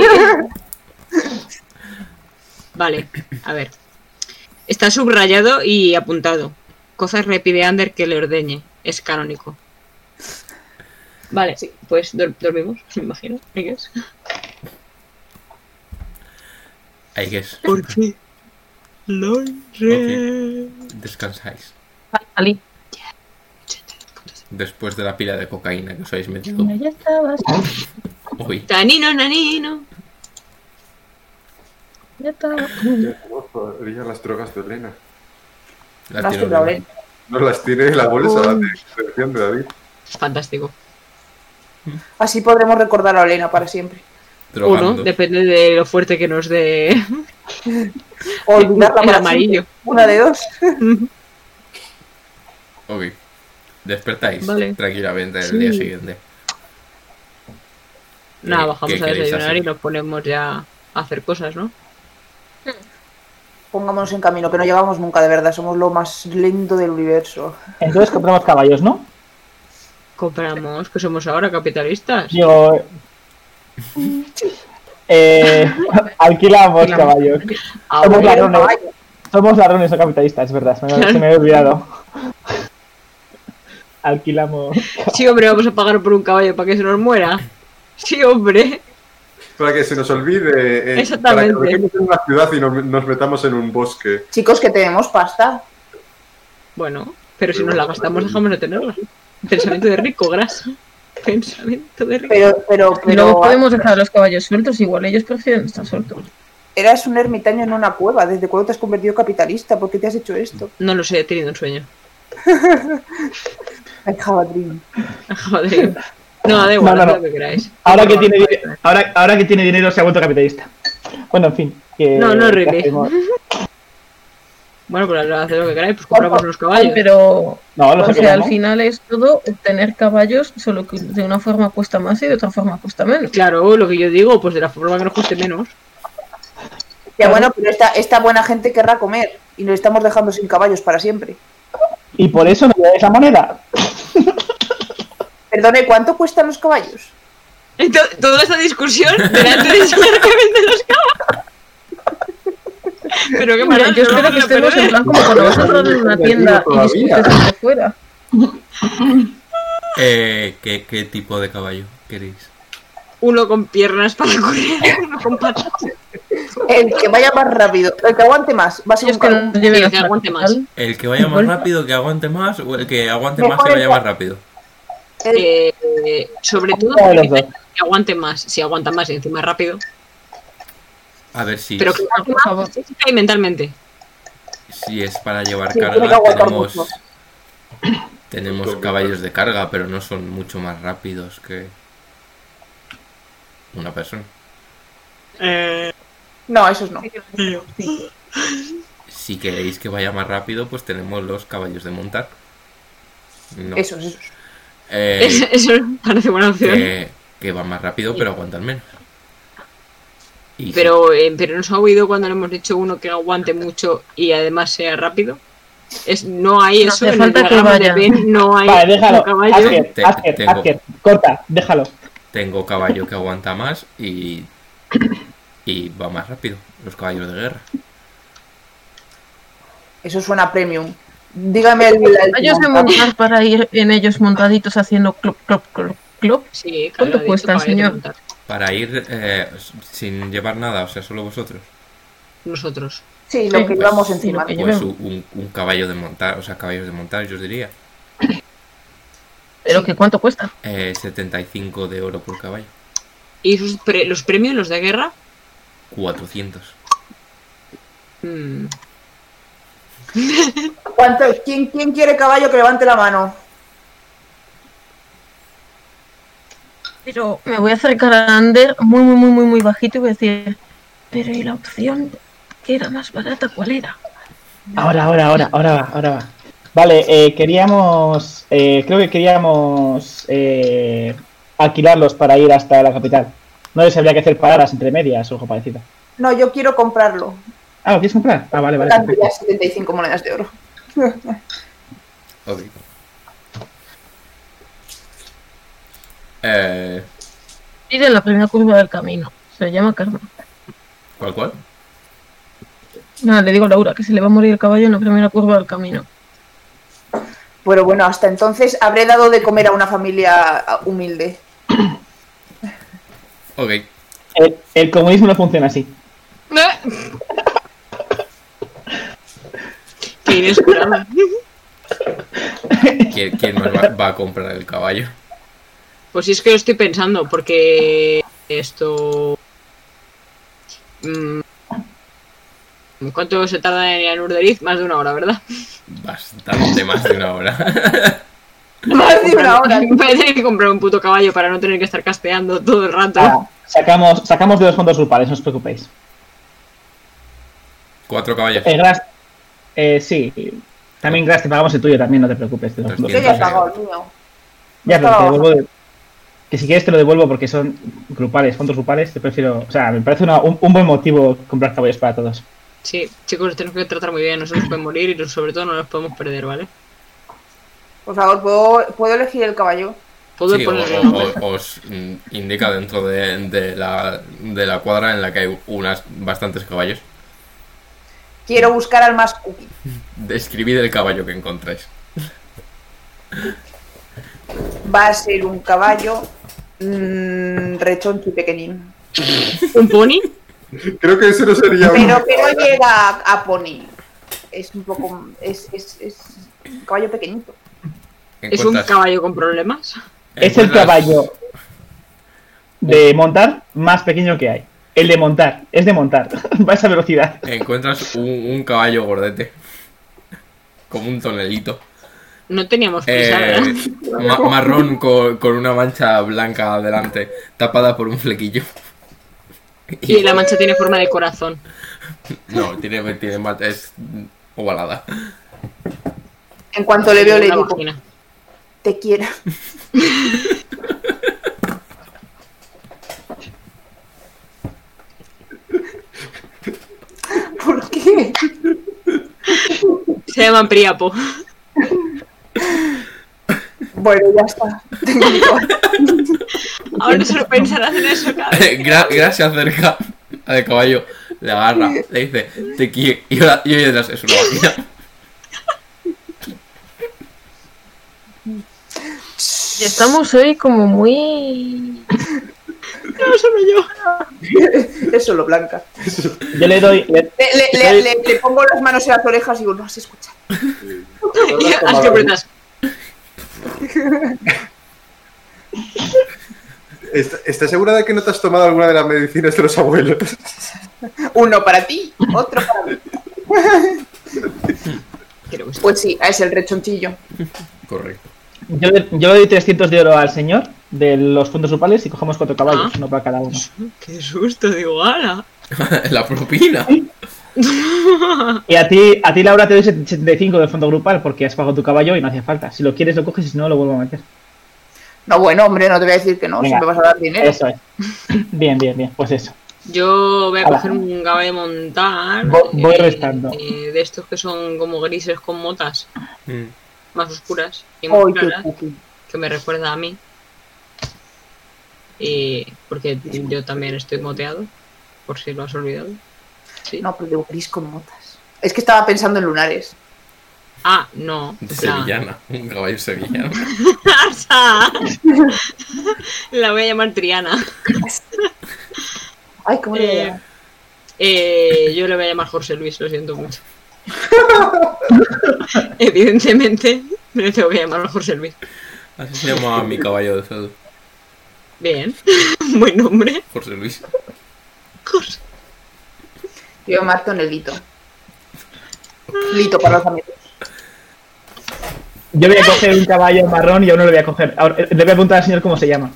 Vale, a ver. Está subrayado y apuntado. Cozar le pide a Ander que le ordeñe. Es canónico. Vale, sí, pues dor- dormimos, me imagino. I guess. I guess. ¿Por qué? Londres. Descansáis. Ali. Después de la pila de cocaína que os habéis metido. Ya estabas. Uy, Tanino, nanino. Ya estabas. Haría las drogas de Elena. la Más tiro que de- Lauren. No las tiene en la bolsa de selección de David. Fantástico. Así podremos recordar a Olena para siempre. drogando. Uno, depende de lo fuerte que nos dé O olvidarla el para amarillo. siempre. Una de dos. Ok. Despertáis Vale. tranquilamente el Sí. día siguiente. Nada, ¿Qué- bajamos qué a queréis desayunar hacer? y nos ponemos ya a hacer cosas, ¿no? Pongámonos en camino, que no llegamos nunca, de verdad. Somos lo más lento del universo. Entonces compramos caballos, ¿no? Compramos, que somos ahora capitalistas. Digo. Eh, alquilamos Alquilamos. caballos. Ah, Somos bueno. ladrones. Somos ladrones o capitalistas, es verdad. Se me, se me había olvidado. Alquilamos. Sí, hombre, vamos a pagar por un caballo para que se nos muera. Sí, hombre. Para que se nos olvide. eh, Exactamente. Para que nos dejemos en una ciudad y nos, nos metamos en un bosque. Chicos, que tenemos pasta. Bueno, pero si nos la gastamos, dejamos de tenerla. Pensamiento de rico, Gras. Pensamiento de rico. Pero, pero, Y pero. luego podemos dejar a los caballos sueltos, igual ellos prefieren estar sueltos. Eras un ermitaño en una cueva. ¿Desde cuándo te has convertido en capitalista? ¿Por qué te has hecho esto? No lo sé, he tenido un sueño. I have a dream. Joder. No, da igual, No, no, haced no. lo que queráis. Ahora que, tiene, di- ahora, ahora que tiene dinero se ha vuelto capitalista. Bueno, en fin. Que, No, no, que really. hacemos- Bueno, pues haced lo que queráis, pues compramos los caballos. Pero No, los o sea, al alquilamos. final es todo tener caballos, solo que de una forma cuesta más y de otra forma cuesta menos. Claro, lo que yo digo, pues de la forma que nos cueste menos. Ya bueno, pero esta, esta buena gente querrá comer y nos estamos dejando sin caballos para siempre. Y por eso no le dais la moneda. Perdone, ¿cuánto cuestan los caballos? Y to- toda esta discusión delante de saber que venden los caballos. Pero qué Mira, mal, yo no espero vamos que a estemos perder. en plan como cuando vas a entrar en una tienda y discutes desde fuera. Eh, ¿qué, ¿Qué tipo de caballo queréis? Uno con piernas para correr, uno con patas. El que vaya más rápido, el que aguante más, va a ser Y es un que caballo. nos lleven Sí, a que aguante más. capital. ¿El que vaya más rápido, que aguante más? ¿O el que aguante más, Mejor que el vaya ca- más rápido? El- Eh, eh, sobre todo Uno de los porque dos. que aguante más, si aguanta más y encima es rápido. A ver si, Pero que Ah, aguante por favor. más física y mentalmente. si es para llevar Sí, tiene que carga. aguantar Tenemos, mucho. tenemos caballos de carga, pero no son mucho más rápidos que una persona. Eh, No, esos no. Si queréis que vaya más rápido, pues tenemos los caballos de montar. No. Esos, esos. Eh, eso, eso parece buena opción. que, que van más rápido, pero aguantan menos. Y Pero, eh, pero nos ha oído cuando le hemos dicho uno que aguante mucho y además sea rápido. Es, no hay No eso hace en el falta que diagrama de vaya. Ben, no hay Vale, déjalo. un caballo. Asker, Te- Asker, tengo. Asker. Corta, déjalo. tengo caballo que aguanta más y, y va más rápido. Los caballos de guerra. Eso suena premium. Dígame el, el, el Caballos de montar para ir en ellos montaditos haciendo club, club, club, club. Sí, ¿Cuánto claro, cuestan, caballo de señor? montar. Para ir eh, sin llevar nada, o sea, solo vosotros. Nosotros. Sí, lo Sí, que pues, llevamos sí, encima. lo que Pues llevemos. un, un caballo de montar, o sea, caballos de montar, yo os diría. Pero que cuánto cuesta. Eh, setenta y cinco de oro por caballo. ¿Y sus pre- los premios, los de guerra? cuatrocientos. Mm, ¿Cuánto, quién, ¿Quién quiere caballo que levante la mano? Pero me voy a acercar a Ander muy, muy, muy, muy, muy bajito y voy a decir, pero ¿y la opción que era más barata cuál era? Ahora, ahora, ahora, ahora va, ahora va. Vale, eh, queríamos. Eh, creo que queríamos eh, alquilarlos para ir hasta la capital. No sé si habría que hacer paradas entre medias o algo parecido. No, yo quiero comprarlo. Ah, ¿lo quieres comprar? Ah, vale, vale. Tanto perfecto. ya setenta y cinco monedas de oro. Ok. Eh, Ir en la primera curva del camino. Se llama karma. ¿Cuál, cuál? Nada, le digo a Laura que se le va a morir el caballo en la primera curva del camino. Pero bueno, hasta entonces habré dado de comer a una familia humilde. Ok. El, el comunismo no funciona así. Qué inesperado. ¿Quién, quién más va, va a comprar el caballo? Pues sí, es que lo estoy pensando, porque esto... Mm, ¿cuánto se tarda en ir a Nurderiz? Más de una hora, ¿verdad? Bastante más de una hora. Más de una hora. Voy a tener que comprar un puto caballo para no tener que estar casteando todo el rato. Ah, sacamos, sacamos de los fondos grupales, no os preocupéis. Cuatro caballos. El Gras. Eh, sí. También Gras, te pagamos el tuyo también, no te preocupes. de los fondos Yo ya he grupales. pagado el mío. Ya, pero te Estaba devuelvo. de- Que si quieres te lo devuelvo porque son grupales, fondos grupales. Te prefiero. O sea, me parece una- un, un buen motivo comprar caballos para todos. Sí, chicos, tenemos que tratar muy bien, no se nos pueden morir y sobre todo no los podemos perder, ¿vale? Por favor, ¿puedo, ¿puedo elegir el caballo? Puedo Sí, o- ponerle o- nombre. o- os mm, indica dentro de, de la, de la cuadra en la que hay unas bastantes caballos. Quiero buscar al más cookie. Describid el caballo que encontráis. Va a ser un caballo mmm, rechoncho y pequeñín. ¿Un pony? Creo que ese no sería un... Pero que no llega a, a pony. Es un poco... Es, es, es un caballo pequeñito. ¿Es un Encuentras- caballo con problemas? Es el encuentras- caballo de montar más pequeño que hay. El de montar, es de montar. Va a esa velocidad. Encuentras un, un caballo gordete. Como un tonelito. No teníamos prisa, Eh, ¿verdad? ma- marrón con, con una mancha blanca delante, tapada por un flequillo. Y la mancha tiene forma de corazón. No, tiene, tiene ma- es Ovalada. En cuanto le veo, le Una digo, vagina. te quiero. ¿Por qué? Se llaman Priapo. Bueno, ya está. Tengo mi corazón. Ahora solo pensarás en eso cada vez. Gra gracias, cerca. A de caballo. Le agarra, le dice, te quiero. Y ahora, y oye detrás, es una vagina. Y estamos hoy como muy... No, solo yo. Es solo Blanca. Yo le doy. Le, Le, le, le, le, le pongo las manos en las orejas y digo, no has escuchado. Haz que apretas. ¿Est- ¿Estás segura de que no te has tomado alguna de las medicinas de los abuelos? Uno para ti, otro para mí. Creo que sí. Pues sí, es el rechonchillo. Correcto. yo, le- yo le doy trescientos de oro al señor de los fondos supales y cogemos cuatro caballos, Ah. uno para cada uno. Qué susto, digo, ala. La propina. Y a ti, a ti Laura, te doy setenta y cinco del fondo grupal porque has pagado tu caballo y no hacía falta. Si lo quieres, lo coges y si no, lo vuelvo a meter. No, bueno, hombre, no te voy a decir que no, Venga. si me vas a dar dinero. Eso es. Bien, bien, bien. Pues eso. Yo voy a Ala. coger un caballo de montar. Voy- voy eh, restando. eh, de estos que son como grises con motas Mm. más oscuras y más Ay, qué claras, cookie. que me recuerda a mí. Y porque yo también estoy moteado, por si lo has olvidado. Sí. No, pero de gris con motas. Es que estaba pensando en lunares. Ah, no. De en plan- sevillana. Un caballo sevillano. ¡Arsa! La voy a llamar Triana. Ay, ¿cómo le Eh, llamas? eh, yo le voy a llamar José Luis, lo siento mucho. Evidentemente, me le tengo que llamar José Luis. Así se llama mi caballo de feudo. Bien, buen nombre. José Luis. José. Yo me mato en el Lito. Lito para los amigos. Yo voy a coger un caballo marrón y aún no lo voy a coger. Ahora, eh, le voy a preguntar al señor cómo se llama.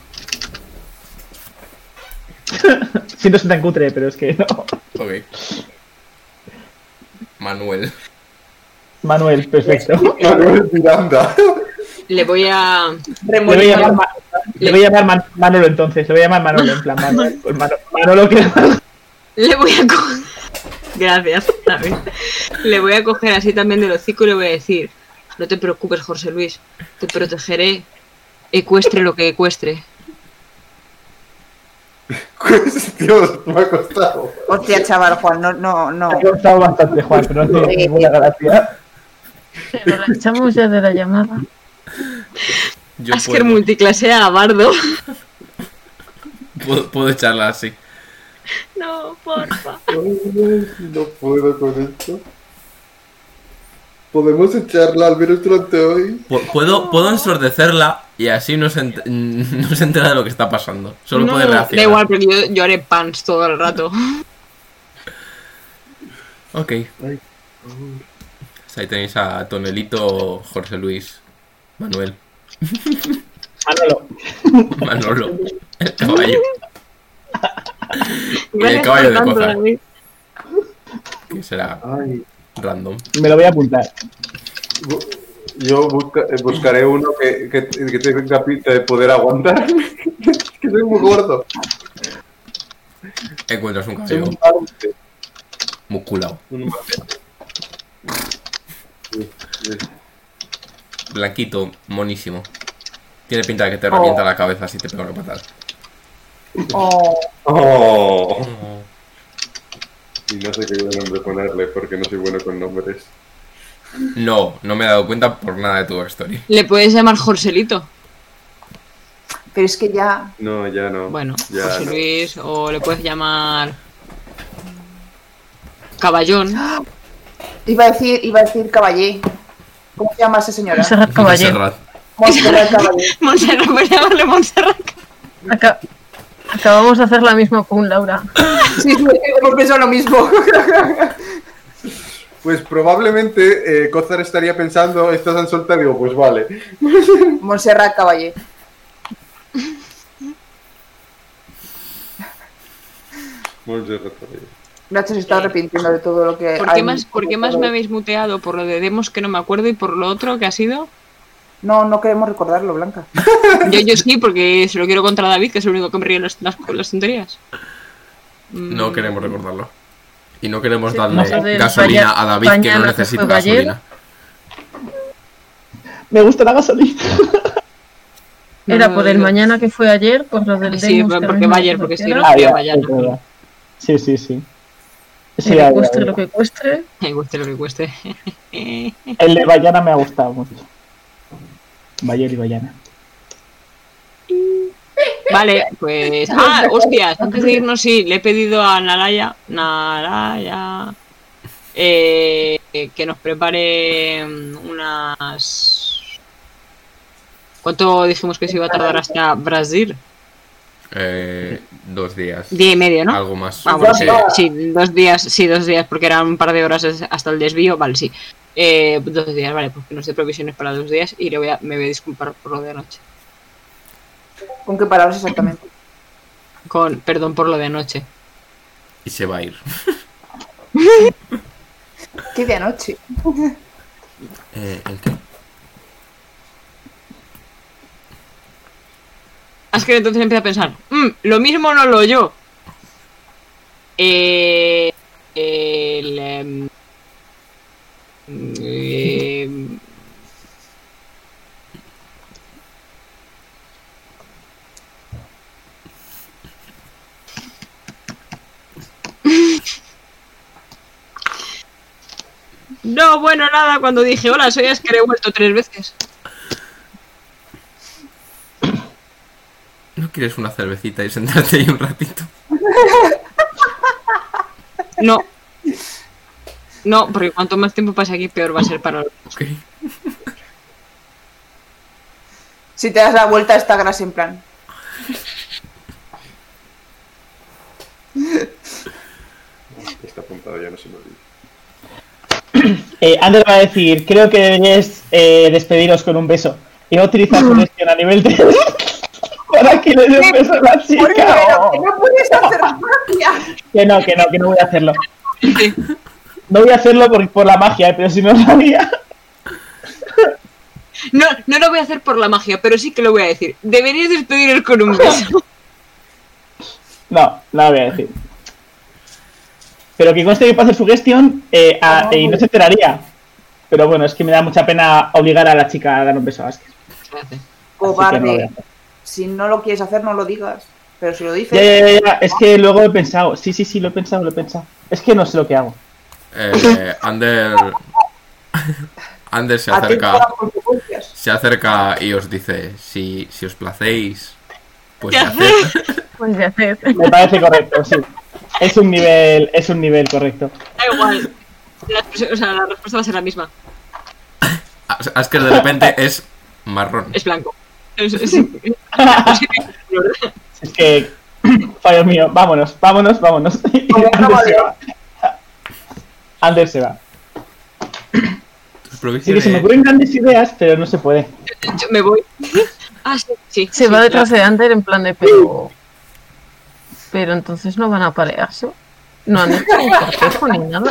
Siento ser tan cutre, pero es que no. Ok. Manuel. Manuel, perfecto. Manuel Miranda. Le voy a. Le voy a llamar, Ma- le voy a llamar Man- Manolo entonces. Le voy a llamar Manolo, en plan Manuel. Pues Mano- Manolo que. Le voy a coger. Gracias, David. Le voy a coger así también del hocico y le voy a decir: no te preocupes, José Luis, te protegeré, ecuestre lo que ecuestre. Pues, Dios, me ha costado. Hostia, chaval, Juan, no, no, no. Me ha costado bastante, Juan, pero no tiene ninguna gracia. Pero la echamos ya de la llamada. Yo Asker puedo, multiclasea a Bardo. puedo, puedo echarla así. No, porfa. Ay, no puedo con esto. Podemos echarla al menos durante hoy. Pu- Puedo, puedo ensordecerla y así no se, ent- no se entera de lo que está pasando. Solo No, puede reaccionar. da igual, porque yo, yo haré pants todo el rato. Ok. Ay. Pues ahí tenéis a Tonelito, José Luis, Manuel, Manolo. Manolo, el caballo. Y el Gracias caballo por de tanto, Cozar, David. que será Ay. random. Me lo voy a apuntar. Bu- Yo busca- eh, buscaré uno que, que, que tenga pinta de poder aguantar. Que soy muy gordo. Encuentras un Soy caballo un marte. musculado, Un marte. Sí, sí. blanquito, monísimo. Tiene pinta de que te revienta la cabeza si te pega una patada. Oh, Oh. Y no sé qué nombre ponerle porque no soy bueno con nombres. No, no me he dado cuenta por nada de tu backstory. Le puedes llamar Jorselito. pero es que ya. No, ya no. Bueno, ya José no. Luis, o le puedes llamar Caballón. Iba a decir, iba a decir Caballé. ¿Cómo se llama esa señora? Montserrat Caballé. Montserrat. Montserrat Caballé. Montserrat, puedes llamarle Montserrat. Aca- Acabamos de hacer la misma con Laura. Sí, sí, hemos pensado lo mismo. Pues probablemente eh, Cozar estaría pensando, estás en solta, digo, pues vale. Montserrat Caballé. Montserrat Caballé. Nacho se está arrepintiendo de todo lo que ¿Por hay- qué más, ¿por qué más me habéis muteado? ¿Por lo de demos que no me acuerdo y por lo otro que ha sido? No, no queremos recordarlo, Blanca. Yo, yo sí, porque se lo quiero contra David, que es el único que me ríe las, las, las tonterías. No Mm, queremos recordarlo. Y no queremos Sí, darle no sé del gasolina Vaya- a David que no mañana que necesita fue ayer. gasolina. Me gusta la gasolina. Era no, por el no. mañana que fue ayer, por lo del Sí, demos, que porque no va me ayer, acuerdo porque qué si era. no- Ah, Hostia, ya, vaya, es no. verdad. Sí, sí, sí. Sí, Que ya, le ya, cueste ya. lo que cueste. Me guste lo que cueste. El de Bayana me ha gustado mucho. Bayer y Bayana. Vale, pues... Ah, hostias, antes de irnos, sí, le he pedido a Naraya... Naraya... eh, que nos prepare mm, unas... ¿Cuánto dijimos que se iba a tardar hasta Brasil? Eh, dos días. Día y medio, ¿no? Algo más. Ah, bueno, porque- sí, sí, dos días, sí, dos días, porque eran un par de horas hasta el desvío, vale, sí. Eh, dos días, vale, porque no sé provisiones para dos días y le voy a, me voy a disculpar por lo de anoche. ¿Con qué palabras exactamente? Con, perdón por lo de anoche. Y se va a ir. ¿Qué de anoche? Eh, ¿El qué? Es que entonces empieza a pensar, "Mm, lo mismo no lo yo. Eh, el, em, em, No, bueno, nada, cuando dije hola, soy Asker, he vuelto tres veces. ¿No quieres una cervecita y sentarte ahí un ratito? No. No, porque cuanto más tiempo pase aquí, peor va a ser para los... Ok. Si te das la vuelta está grasa en plan. Está apuntado, ya no se me olvida. Eh, Ander va a decir, creo que deberíais eh, despediros con un beso y no utilizar su gestión a nivel de... para que le dé un beso a la Oye, chica. pero Oh. que no puedes hacer magia. Que no, que no, que no voy a hacerlo. No voy a hacerlo por, por la magia, eh, pero si no lo haría. No, no lo voy a hacer por la magia, pero sí que lo voy a decir. Deberíais despediros con un beso. No, no lo voy a decir. Pero que conste que para hacer su gestión eh, a- y no se enteraría. Pero bueno, es que me da mucha pena obligar a la chica a dar un beso a Asker. Así que no lo voy a Cobarde. hacer. Si no lo quieres hacer, no lo digas. Pero si lo dices. Ya, ya, ya, ya, es que luego he pensado. Sí, sí, sí, lo he pensado, lo he pensado. Es que no sé lo que hago. Eh, Ander... Ander se a ti acerca... todas las consecuencias. Se acerca y os dice, si, si os placéis, pues ¿Qué de hacer. Pues de hacer. Me parece correcto, sí. Es un nivel, es un nivel correcto. Da igual. La, o sea, la respuesta va a ser la misma. Asker de repente es marrón. Es blanco. Es, es- Es que, fallo mío, vámonos, vámonos, vámonos. Y Como una Ander se madera. va. Ander se va. Tus Sí que provisiones... se me ocurren grandes ideas, pero no se puede. Yo me voy. Ah, sí, sí. Se sí, va detrás claro. de Ander en plan de pero. Pero entonces no van a parearse. No han hecho un cortejo ni nada.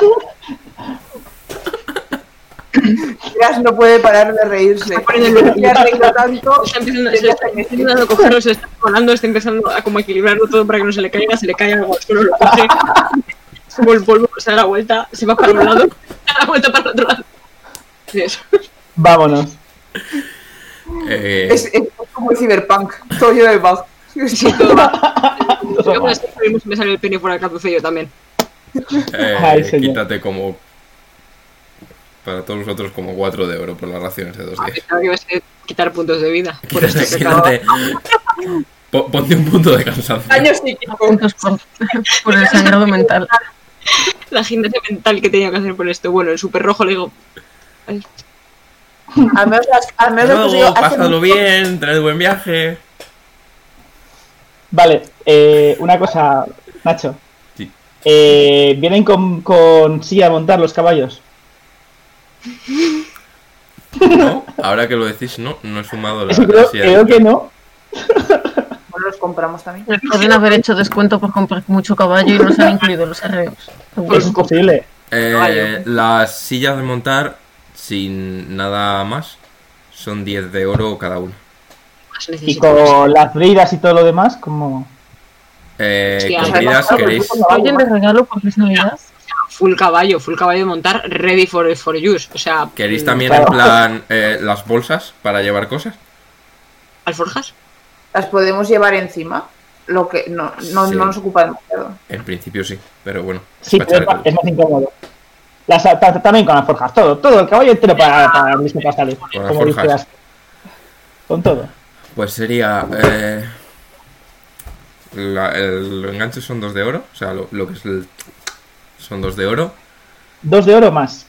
Miras no puede parar de reírse. Está poniendo el- Se ha reído tanto. Está empezando, se está empezando a cogerlo, se está volando, está empezando a como equilibrarlo todo para que no se le caiga, se le cae algo al suelo, lo coge, como el polvo, se da la vuelta, se va para un lado, da la vuelta para el otro lado. Y eso. Vámonos. eh, Es, es como el Cyberpunk. Todo lleno de bug. Sí, todo va. Yo con este mismo me sale el pene fuera del calzoncillo también. eh, Ay, señor. quítate como... Para todos nosotros como cuatro de oro por las raciones de dos días. Pensaba que ibas a quitar puntos de vida. Por eso Quítate, que acabo. quítate. Po- Ponte un punto de cansancio. Años psíquicos. Puntos por, por el sangrado mental. La gimnasia mental que tenía que hacer por esto. Bueno, el super rojo le digo. "Ay, Al menos las, al menos las Luego, conseguido hace pásalo mucho- bien, traed buen viaje. Vale, eh, una cosa, Nacho. Sí. Eh, ¿Vienen con, con silla a montar los caballos? No, ahora que lo decís, no, no he sumado la, Eso la creo, silla creo de- que no. Bueno, los compramos también. Les pueden haber hecho descuento por comprar mucho caballo y no se han incluido los arreos. Es imposible. Eh, las sillas de montar, sin nada más, son diez de oro cada una. Y con las bridas y todo lo demás, como... Eh, Hostia, con bridas, además, queréis... ¿Alguien de regalo porque es Navidad? Full caballo, full caballo de montar, ready for, for use. O sea, ¿Queréis mm, también Claro. en plan eh, las bolsas para llevar cosas? ¿alforjas? Las podemos llevar encima. Lo que no, no, Sí. no nos ocupa demasiado. En principio sí, pero bueno. Sí, para pero es, echar más, el- es más incómodo. Las, ta- ta- también con las forjas, todo, todo, el caballo entero para, para listo para salir. Con las Como forjas. dijeras. Con todo. Pues sería... Eh, la- el enganche son dos de oro, o sea, lo, lo que es el... Son dos de oro Dos de oro más.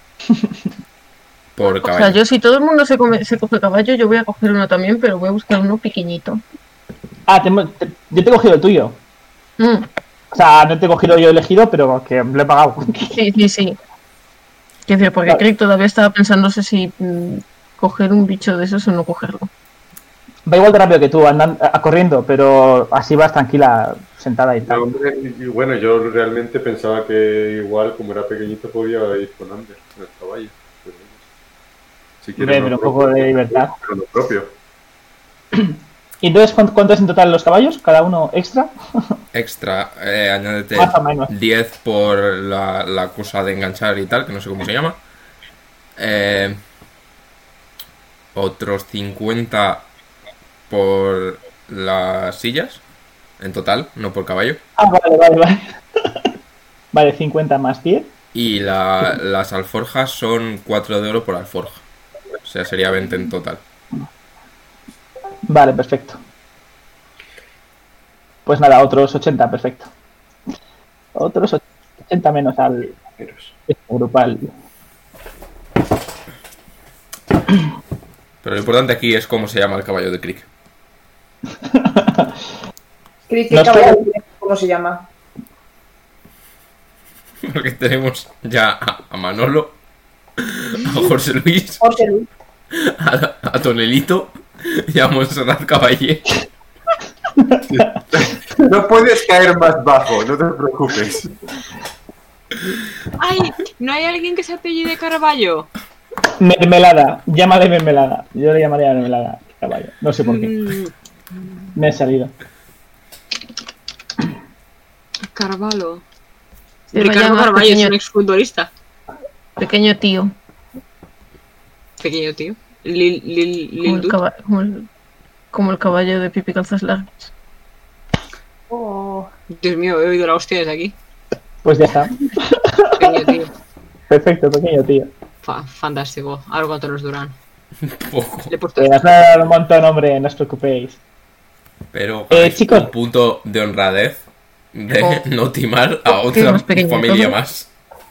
por O caballo. sea, yo si todo el mundo se, come- se coge caballo, yo voy a coger uno también, pero voy a buscar uno pequeñito. Ah, te- te- yo te he cogido el tuyo. Mm, O sea, no te he cogido yo elegido, pero que lo he pagado. sí, sí, sí. Quiero decir, porque Vale. Crick todavía estaba pensándose si mm, coger un bicho de esos o no cogerlo. Va igual de rápido que tú, andan, a- corriendo, pero así vas tranquila, sentada y No, tal. hombre, y bueno, yo realmente pensaba que igual, como era pequeñito, podía ir con Ander, con el caballo. Pero, si Hombre, quieres pero lo un poco propio, de libertad. pero lo propio. ¿Y entonces cuánto, cuánto es en total los caballos? ¿Cada uno extra? Extra, eh, añádete Más o menos. diez por la, la cosa de enganchar y tal, que no sé cómo se llama. Eh, otros cincuenta por las sillas, en total, no por caballo. Ah, vale, vale, vale. Vale, cincuenta más diez. Y la- las alforjas son cuatro de oro por alforja. O sea, sería veinte en total. Vale, perfecto. Pues nada, otros ochenta, perfecto. Otros ochenta menos al Menos. grupal. Pero lo importante aquí es cómo se llama el caballo de Crick. Cris, ¿qué No sé. caballo tienes? ¿Cómo se llama? Porque tenemos ya a, a Manolo, a José Luis, José Luis. a, a Tonelito y a Montserrat Caballé. No puedes caer más bajo, no te preocupes. ¡Ay! ¿No hay alguien que se apellide Carballo? Mermelada, llámale mermelada. Yo le llamaría mermelada, caballo. No sé por qué. Mm, Me he salido. Carvalho. Se va a Ricardo llamar Carballo es pequeño, un exfutbolista. pequeño tío, Pequeño tío. Lil, Lil, como Lil el, Dude. caba- como el- como el caballo de Pipi Calzas Largas. Oh. Dios mío, he oído la hostia desde aquí. Pues ya está. Pequeño tío. Perfecto, pequeño tío. Fa- fantástico. Algo a todos Durán. Poco. Le he puesto Te has dado un montón, hombre, no os preocupéis. Pero Eh, ganáis chicos. un punto de honradez de Oh. no timar a Oh, otra que más pequeño, familia todo. más.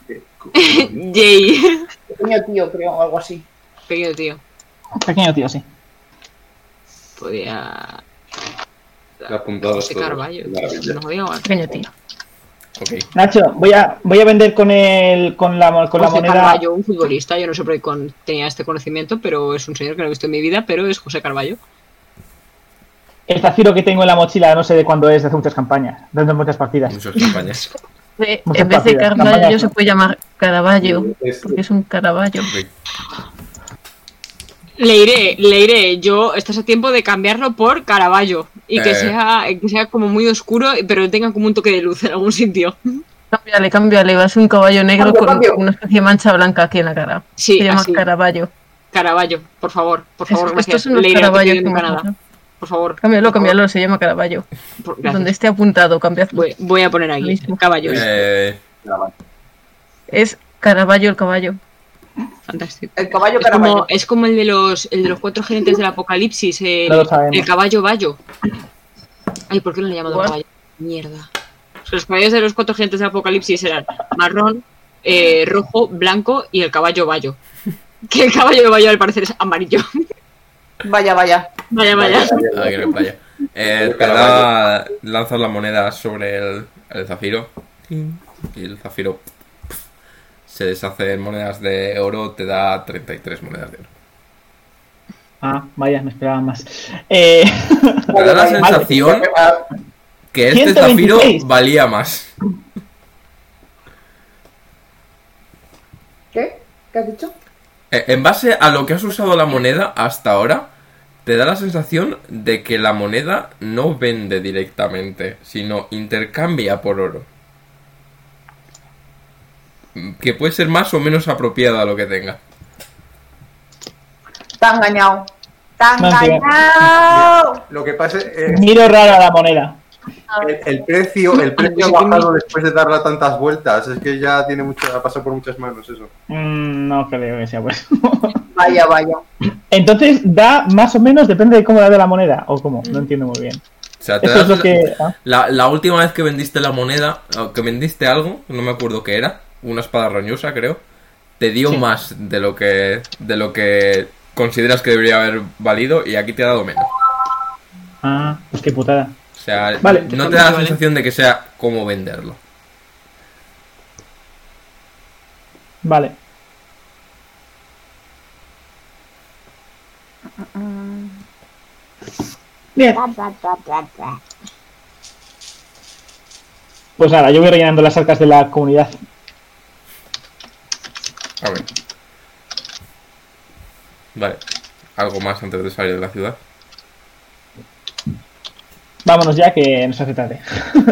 Jay. Pequeño tío, creo, o algo así. Pequeño tío. Pequeño tío, sí. Podía. Apuntados José todos. Carballo. Maravilla. No había igual. Pequeño tío. Ok. Nacho, voy a, voy a vender con el con la, con la José moneda. Carballo, un futbolista. Yo no sé por qué con- tenía este conocimiento, pero es un señor que no he visto en mi vida, pero es José Carballo. El zafiro que tengo en la mochila, no sé de cuándo es, de hace muchas campañas, de hace muchas partidas. Muchas campañas. Eh, Muchas en vez de partidas, Carballo campañas, se ¿no? puede llamar Caraballo, Es- porque es un caraballo. Ok. Le iré, le iré. Yo, estás a tiempo de cambiarlo por Caravaggio. Y que, Eh. sea, que sea como muy oscuro, pero tenga como un toque de luz en algún sitio. Cámbiale, cámbiale, va a ser un caballo negro Cambio, con cambio. una especie de mancha blanca aquí en la cara. Sí, Se llama así. Caraballo. Caravaggio, por favor, por Es- favor, estos gracias. son los Le iré a tu caraballos tío en que hemos Canadá. comprado. Por favor. Cámbialo, por favor. cámbialo, se llama Caraballo. Por- gracias. Donde esté apuntado, cambiadlo. Voy, voy a poner aquí, Mismo. caballo. Eh, Es Caraballo el caballo. Fantástico. El caballo Es como, Caraballo. es como el de los el de los cuatro gerentes del apocalipsis, el, No lo sabemos. el caballo Bayo. Ay, ¿por qué no le he llamado What? caballo? Mierda. Los caballos de los cuatro gerentes del apocalipsis eran marrón, eh, rojo, blanco y el caballo Bayo. Que el caballo Bayo al parecer es amarillo. Vaya, vaya. Vaya, vaya. ah, que no playa. Eh, te da, lanzas la moneda sobre el, el zafiro. Y el zafiro pf, se deshace en monedas de oro, te da treinta y tres monedas de oro. Ah, vaya, me esperaba más. Eh... Me da la sensación que este ciento veintiséis. zafiro valía más. ¿Qué? ¿Qué has dicho? Eh, En base a lo que has usado la moneda hasta ahora, te da la sensación de que la moneda no vende directamente, sino intercambia por oro. Que puede ser más o menos apropiada a lo que tenga. Te ha engañado. Te ha No entiendo. engañado. Lo que pasa es Miro raro a la moneda. el, el precio, el precio ha bajado después de darle tantas vueltas. Es que ya tiene mucho, ha pasado por muchas manos eso. Mm, no creo que sea pues. Vaya, vaya. Entonces, da más o menos, depende de cómo la de la moneda, o cómo, no entiendo muy bien. O sea, te Eso da es lo la- que... ah, la, la última vez que vendiste la moneda, o que vendiste algo, no me acuerdo qué era, una espada roñosa creo, te dio Sí. más de lo que de lo que consideras que debería haber valido y aquí te ha dado menos. ah, pues qué putada. O sea, Vale. no te da la Vale. sensación de que sea cómo venderlo. Vale. Bien. Pues nada, yo voy rellenando las arcas de la comunidad. A ver. Vale. ¿Algo más antes de salir de la ciudad? Vámonos ya, que nos hace tarde.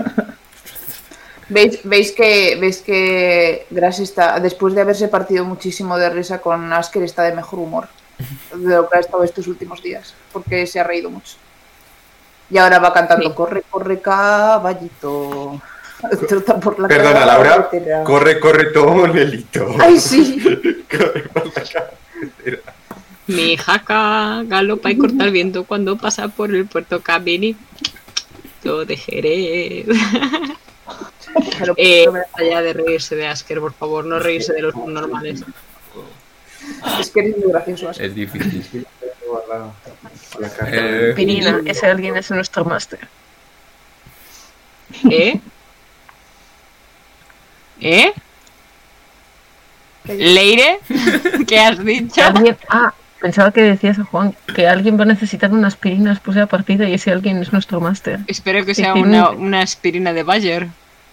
¿Veis, veis que veis que Gras está, después de haberse partido muchísimo de risa con Asker, está de mejor humor de lo que ha estado estos últimos días, porque se ha reído mucho. Y ahora va cantando, Sí. corre, corre, caballito. Trota por la Perdona, Laura. carretera. Corre, corre, tonelito. Ay, sí. Corre por la carretera. Mi jaca galopa y corta el viento cuando pasa por el puerto Caminito de Jerez. Pero- Eh, allá de reírse de Asker, por favor, no reírse de los normales. Es que eres muy gracioso, Asker. Es difícil. Por la, por la Eh, carretera. Pirina, ese alguien es nuestro máster. ¿Eh? ¿Eh? ¿Leire? ¿Qué has dicho? Alguien, ah, pensaba que decías a Juan que alguien va a necesitar una aspirina después de la partida y ese alguien es nuestro máster. Espero que sea Sí, sí, una, no. una aspirina de Bayer.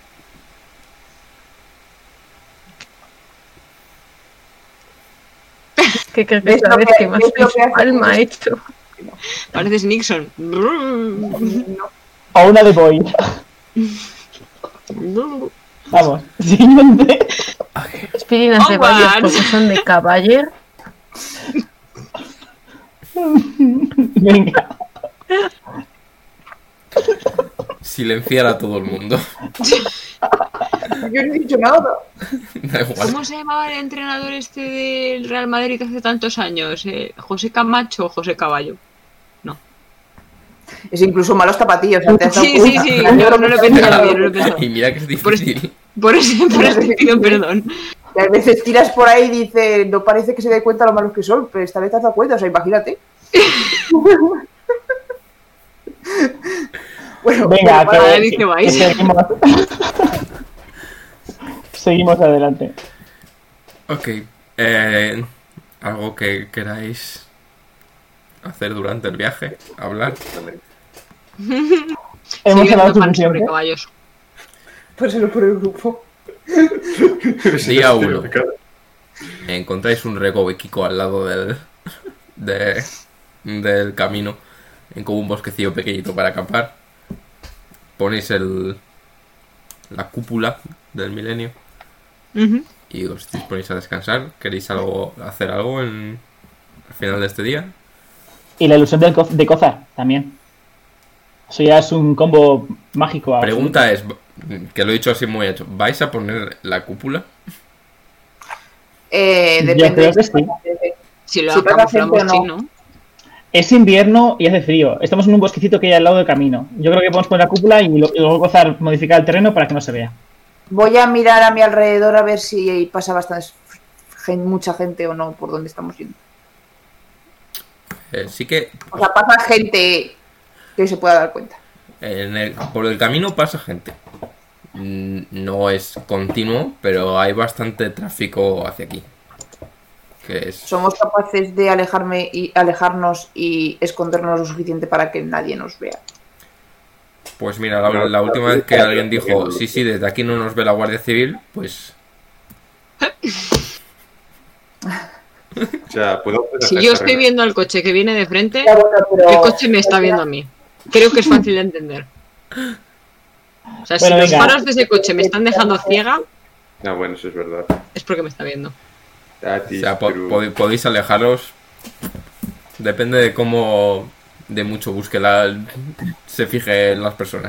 ¿Qué crees que ¿Ves es la lo vez que- que más ves lo que hace palma ha con hecho? Pareces Nixon. O una de boy. Vamos, siguiente. Aspirinas de Hogwarts. Bayer porque son de Caballer. Venga. Silenciar a todo el mundo. Yo no he dicho nada. Da igual. ¿Cómo se llamaba el entrenador este del Real Madrid hace tantos años? Eh, ¿José Camacho o José Caballo? Es incluso malo hasta para ti, o sea, te has dado Sí, sí, cuenta. sí, no, no lo he pensado bien, no lo he pensado. Y mira que es difícil. Por eso, por eso te pido perdón. Y a veces tiras por ahí y dices, no parece que se dé cuenta lo malos que son, pero esta vez te has dado cuenta, o sea, imagínate. Bueno, Venga, bueno, que, Ahora que- dice que vais. seguimos. Seguimos adelante. Ok. Eh, ¿Algo que queráis hacer durante el viaje? ¿Hablar? Hemos Sigue hablado dando pan sobre suficiente. caballos. Pónselo por el grupo. Día uno. Encontráis un recovequico al lado del, de, del camino, en como un bosquecillo pequeñito para acampar. Ponéis el, la cúpula del milenio Ujú. y os disponéis a descansar. ¿Queréis algo hacer algo en, al final de este día? Y la ilusión del co- de Cozar también. Eso ya es un combo mágico. Pregunta es, que lo he dicho así muy hecho, ¿vais a poner la cúpula? Eh, Yo depende. creo que sí. Si lo Si pasa camuflamos, gente o sí, no. ¿no? Es invierno y hace frío. Estamos en un bosquecito que hay al lado del camino. Yo creo que podemos poner la cúpula y, lo- y luego Cozar modificar el terreno para que no se vea. Voy a mirar a mi alrededor a ver si pasa bastante gen- mucha gente o no por donde estamos yendo. Eh, sí que O sea, pasa gente que se pueda dar cuenta. en el- por el camino pasa gente. Mm, No es continuo, pero hay bastante tráfico hacia aquí. Que es... Somos capaces de alejarme y alejarnos y escondernos lo suficiente para que nadie nos vea. Pues mira, la, la última vez que alguien dijo, sí, sí, desde aquí no nos ve la Guardia Civil, pues... O sea, puedo Si yo estoy viendo al coche que viene de frente, Ya, bueno, pero- el coche me está viendo a mí. Creo que es fácil de entender. O sea, si Bueno, los venga. faros de ese coche me están dejando ciega, Ah, bueno, eso es verdad. es porque me está viendo. That O is sea, po- true. pod- podéis alejaros. Depende de cómo... De mucho búsqueda se fije en las personas.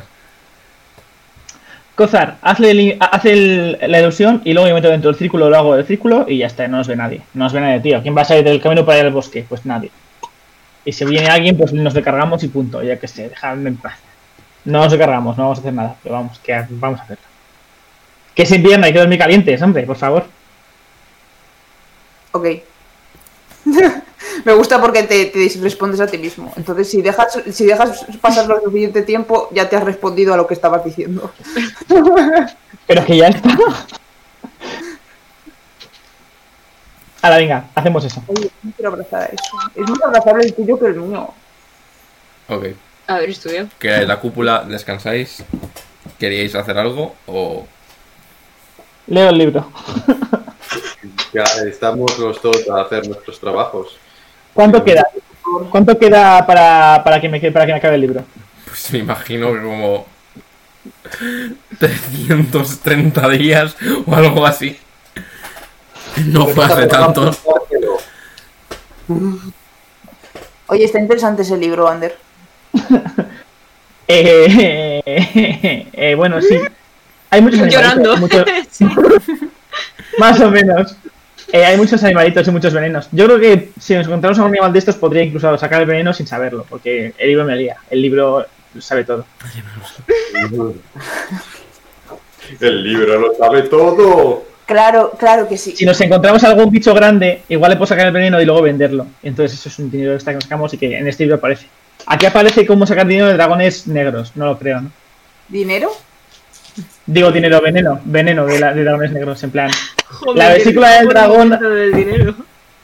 Cozar, hazle, el- haz el- la ilusión y luego yo meto dentro del círculo, lo hago del círculo y ya está, no nos ve nadie. No nos ve nadie, tío. ¿Quién va a salir del camino para ir al bosque? Pues nadie. Y si viene alguien, pues nos recargamos y punto. Ya que sé, dejadme en paz. No nos recargamos, no vamos a hacer nada, pero vamos, que vamos a hacerlo. Que es invierno, hay que dormir calientes, hombre, por favor. Ok. Me gusta porque te, te respondes a ti mismo. Entonces, si dejas, si dejas pasar lo suficiente tiempo, ya te has respondido a lo que estabas diciendo. Pero es que ya está. Ahora, venga, hacemos eso. Oye, no quiero abrazar a eso. Es más abrazable el tuyo que el mío. Ok. A ver, estudio. Que la cúpula descansáis. ¿Queríais hacer algo? O... Leo el libro. Ya estamos los dos a hacer nuestros trabajos. ¿Cuánto queda? ¿Cuánto queda para, para, que me, quede- para que me acabe el libro? Pues me imagino que como... trescientos treinta días o algo así. No fue hace tanto. Oye, está interesante ese libro, Ander. Eh, eh, eh, bueno, sí. Hay muchos animalitos. Llorando. muchos- Sí. más o menos. Eh, hay muchos animalitos y muchos venenos. Yo creo que si nos encontramos a un animal de estos, podría incluso sacar el veneno sin saberlo, porque el libro me lía. El libro sabe todo. El libro lo sabe todo. Claro, claro que sí. Si nos encontramos algún bicho grande, igual le puedo sacar el veneno y luego venderlo. Entonces eso es un dinero extra que nos sacamos y que en este libro aparece. Aquí aparece cómo sacar dinero de dragones negros. No lo creo, ¿no? ¿Dinero? Digo dinero, veneno. Veneno de, la- de dragones negros, en plan. Joder, La vesícula del el dragón- momento del dinero.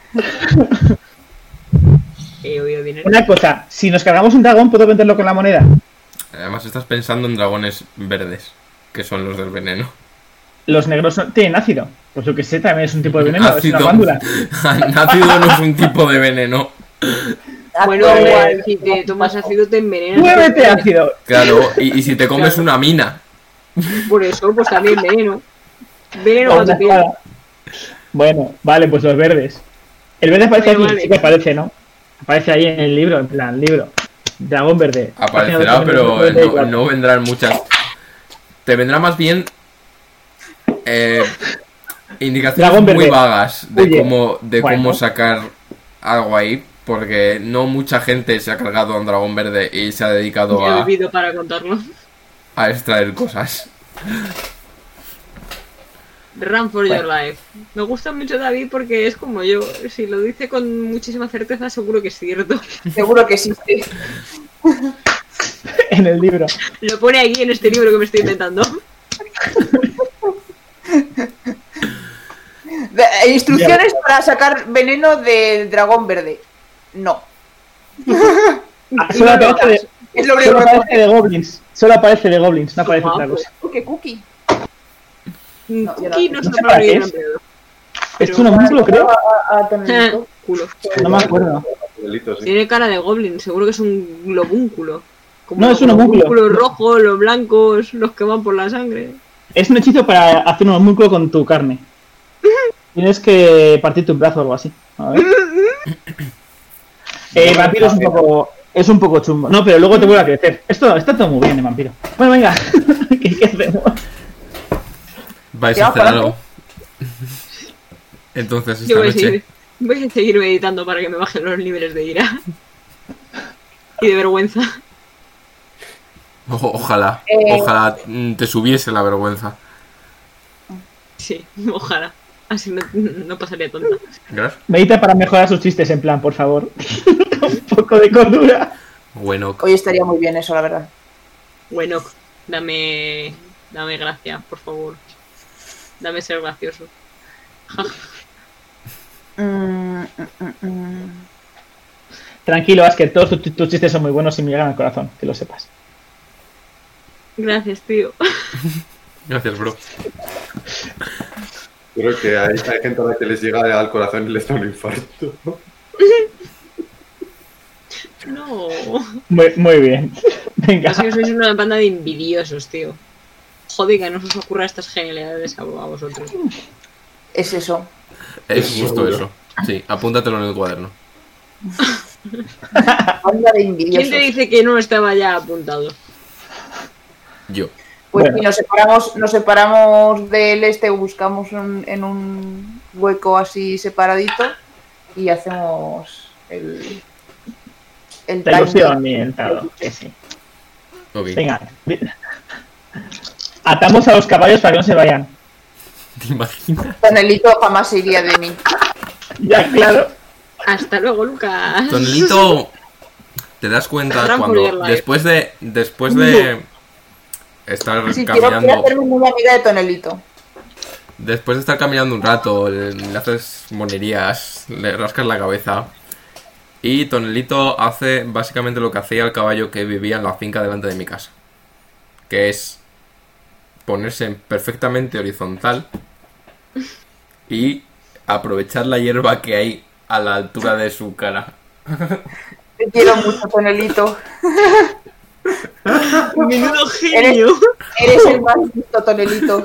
He oído dinero. Una cosa, si nos cargamos un dragón, ¿puedo venderlo con la moneda? Además estás pensando en dragones verdes, que son los del veneno. Los negros son- tienen ácido. Pues yo que sé, también es un tipo de veneno, es Ácido. una glándula. Ácido no es un tipo de veneno. Bueno, Ah, igual, si te tomas ácido te envenenas. Muévete ácido. Claro, y, y si te comes una mina. Por eso, pues también veneno. Veneno O para una tu piel. espada. Bueno, vale, pues los verdes. El verde aparece Vale, aquí, vale. sí que aparece, ¿no? Aparece ahí en el libro, en plan, libro. Dragón verde. Aparecerá, Página pero doscientos noventa y no, cuatro. no vendrán muchas. Te vendrá más bien eh, indicaciones Dragón muy verde. vagas de Oye, cómo de bueno. cómo sacar algo ahí, porque no mucha gente se ha cargado a un dragón verde y se ha dedicado Ya he a, vivido para contarlo. a extraer cosas. Run for Bueno. your life. Me gusta mucho David porque es como yo. Si lo dice con muchísima certeza, seguro que es cierto. Seguro que existe. En el libro. Lo pone aquí en este libro que me estoy inventando. De- eh, instrucciones para sacar veneno del dragón verde. No. Ah, Y solo no lo aparece, hagas. de, Es lo solo único que aparece de goblins. Solo aparece de goblins, no aparece Ah, otra pues. cosa. pone. ¿Qué cookie? No, yo no- Cookie no es no una sé para palabra qué bien es. empleada. Es un homúnculo, creo. A, a- a Tonelito. Culo. No me acuerdo. Delitos, sí. Tiene cara de goblin, seguro que es un globúnculo. Como No, es un los homúnculo. homúnculos rojos, los blancos, los que van por la sangre. Es un hechizo para hacer un homúnculo con tu carne. Tienes que partir tu brazo o algo así. A ver. Eh, vampiro es un poco. Es un poco chumbo. No, pero luego te vuelve a crecer. Esto está todo muy bien de vampiro. Bueno, venga. ¿Qué, qué hacemos? Vais Ya, a hacer para- algo. Entonces Yo esta voy a, noche seguir, voy a seguir meditando para que me bajen los niveles de ira. Y de vergüenza. o- ojalá, Eh. ojalá mm, te subiese la vergüenza. Sí, ojalá. Así no, no pasaría tonta. Gracias. Medita para mejorar sus chistes, en plan, por favor. Un poco de cordura. Bueno, Hoy estaría muy bien eso, la verdad. Bueno, dame. Dame gracia, por favor. Dame ser gracioso. Mm, mm, mm, mm. Tranquilo, Asker, todos tus, tus chistes son muy buenos y me llegan al corazón, que lo sepas. Gracias, tío. Gracias, bro. Creo que hay, hay gente a la que les llega al corazón y les da un infarto. No. Muy, muy bien. Venga. Así que sois una banda de envidiosos, tío. Joder, que no se os ocurra estas genialidades a vosotros. Es eso. Es justo eso. Sí, apúntatelo en el cuaderno. Banda de envidiosos. ¿Quién te dice que no estaba ya apuntado? Yo. Pues Bueno. si nos separamos, nos separamos del este, buscamos un- en un hueco así separadito y hacemos el, el La time. ilusión y el todo. Que sí. Ok. Venga. Atamos a los caballos para que no se vayan. ¿Te imaginas? Tonelito jamás se iría de mí. Ya, claro. Hasta luego, Lucas. Tonelito, te das cuenta Gran cuando Fourier Live. después de después de estar Sí, quiero, quiero caminando, hacerme muy amiga de Tonelito. después de estar caminando un rato, le, le haces monerías, le rascas la cabeza y Tonelito hace básicamente lo que hacía el caballo que vivía en la finca delante de mi casa, que es ponerse perfectamente horizontal y aprovechar la hierba que hay a la altura de su cara. Te quiero mucho, Tonelito. Menudo genio. Eres el más listo, Tonelito.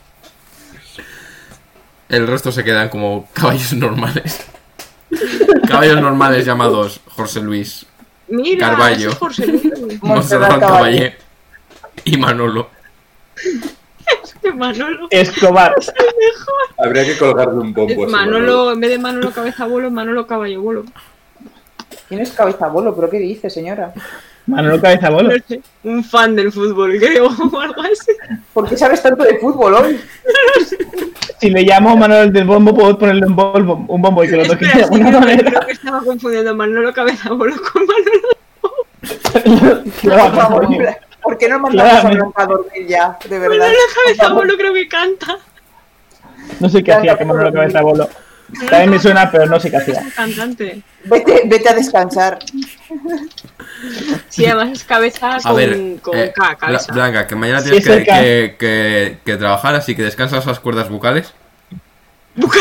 El resto se quedan como caballos normales. Caballos normales llamados José Luis, Mira, Carballo. ese es José Luis. Monserrat Caballé y Manolo. Este Manolo. Escobar. Habría que colgarle un bombo. Es a ese Manolo, en vez de Manolo cabeza bolo, Manolo caballo bolo. Tienes cabeza bolo, pero ¿qué dice, señora? Manolo Cabeza Bolo. No sé, un fan del fútbol, creo, o algo así. ¿Por qué sabes tanto de fútbol hoy? Si le llamo Manuel del Bombo, puedo ponerle un bombo, un bombo y que lo toque de Espera, sí, alguna creo, manera. creo que estaba confundiendo Manolo cabeza bolo con Manolo. Claro, Por favor, coño. ¿por qué no mandamos a Claramente. Blanca a dormir ya? De verdad. Manolo Por cabeza favor. bolo creo que canta. No sé qué hacía que Manolo Cabeza Bolo. También me suena, pero no sé qué Es hacía. un cantante. Vete, vete a descansar. Sí, además es cabeza A con, ver, con eh, K, cabeza. Bla- Blanca, que mañana Sí, tienes es el que, K. que, que, que trabajar, así que descansas las cuerdas vocales. Bucal.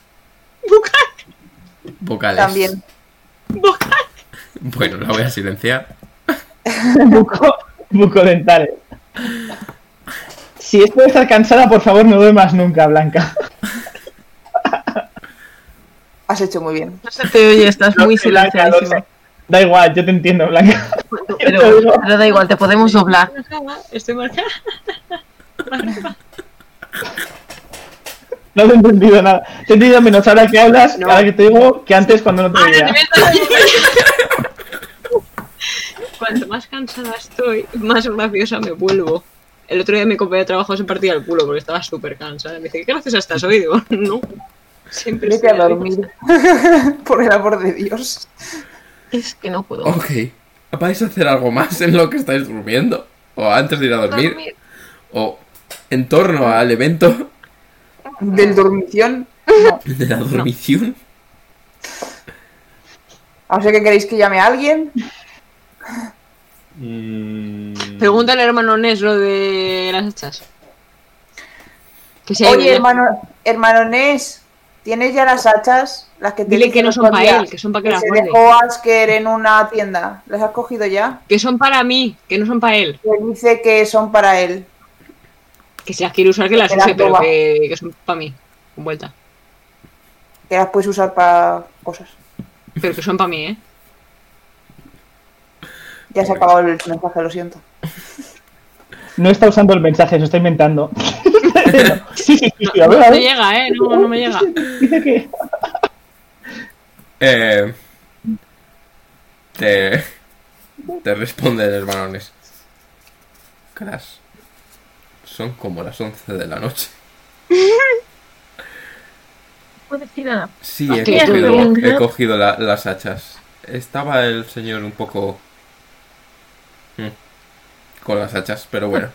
Bucal. Vocales. También. Bucal. Bueno, la voy a silenciar. Buco, bucodentales. Si esto de estar cansada, por favor, no duermas nunca, Blanca. Has hecho muy bien. No se te oye, estás muy No sé, Blanca, lo silenciadísima. sé. Da igual, yo te entiendo, Blanca. Yo te Pero, digo. pero da igual, te podemos doblar. Estoy marcada. No te he entendido nada. Te he entendido menos ahora que hablas, No. ahora que te digo, que antes cuando no te Ahora veía. te meto- Cuanto más cansada estoy, más graciosa me vuelvo. El otro día mi compañero de trabajo se partía el culo porque estaba súper cansada. Me dice, ¿qué graciosa estás hoy? Digo, no. Siempre Vete a estoy dormir. Por el amor de Dios. Es que no puedo. Ok. ¿Vais a hacer algo más en lo que estáis durmiendo? ¿O antes de ir a dormir? Dormir. ¿O en torno al evento Del dormición. No. de la dormición? O sea que queréis que llame a alguien. Mm, Pregúntale al hermano Nes lo de las hachas. Que se ha ido Oye, ya. hermano, hermano Nes, ¿tienes ya las hachas? Las que te Dile dije que no el son otro para día, él, que son para que que las se guarde. dejó Asker en una tienda. ¿Las has cogido ya? Que son para mí, que no son para él. Que dice que son para él. Que si las quiere usar, que las Que las use, pero roba. que, que son para mí. Con vuelta. Que las puedes usar para cosas. Pero que son para mí, ¿eh? Ya se ha acabado el mensaje, lo siento. No está usando el mensaje, se está inventando. Sí, sí, sí, sí, a ver, a No ver. llega, ¿eh? No, no me llega. Dice que. Eh, te, te responde el hermano Nes. Crash, son como las once de la noche. ¿Puedo decir nada? Sí, he ¿Qué? cogido, he cogido la- las hachas. Estaba el señor un poco... mm, con las hachas, pero bueno.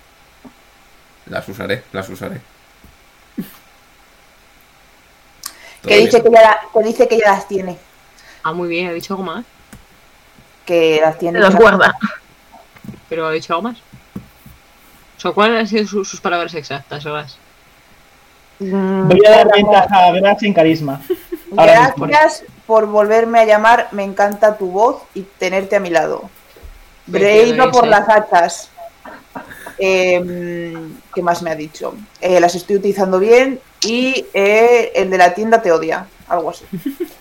Las usaré, las usaré. Que dice que, ya, que dice que ya las tiene. Ah, muy bien, ¿ha dicho algo más? Que las tiene. Se los guarda. ¿Pero ha dicho algo más? O sea, ¿cuáles han sido su- sus palabras exactas, Gras? Mm, Voy a dar por ventaja a Gras en carisma. Ahora mismo. Gracias por volverme a llamar. Me encanta tu voz y tenerte a mi lado. Breiro por las hachas. Eh, ¿Qué más me ha dicho? Eh, las estoy utilizando bien y eh, el de la tienda te odia. Algo así.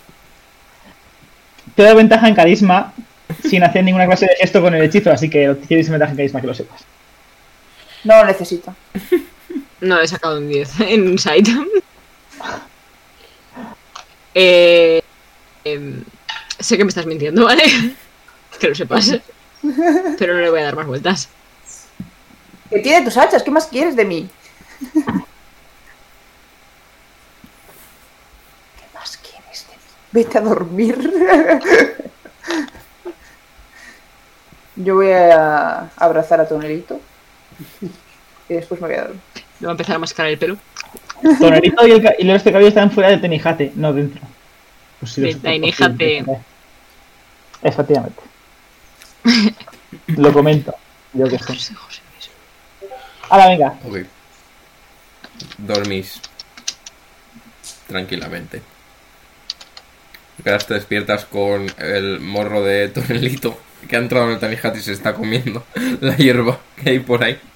Te doy ventaja en carisma sin hacer ninguna clase de gesto con el hechizo, así que tienes ventaja en carisma, que lo sepas. No lo necesito. No, he sacado un diez en Insight. eh, eh, sé que me estás mintiendo, ¿vale? Que lo sepas. Pero no le voy a dar más vueltas. Que tiene tus hachas. ¿Qué más quieres de mí? ¿Qué más quieres de mí? Vete a dormir. Yo voy a abrazar a Tonelito. Y después me voy a dormir. Le voy a empezar a mascarar el pelo. Tonerito y, el, ca- y los de cabello están fuera de Tenijate, no dentro. Pues sí, De los- Tenijate. Efectivamente. Lo comento. Yo que sé. Ahora venga. Ok. Dormís tranquilamente. Ahora te despiertas con el morro de Tonelito que ha entrado en el Tanijat y se está comiendo la hierba que hay por ahí.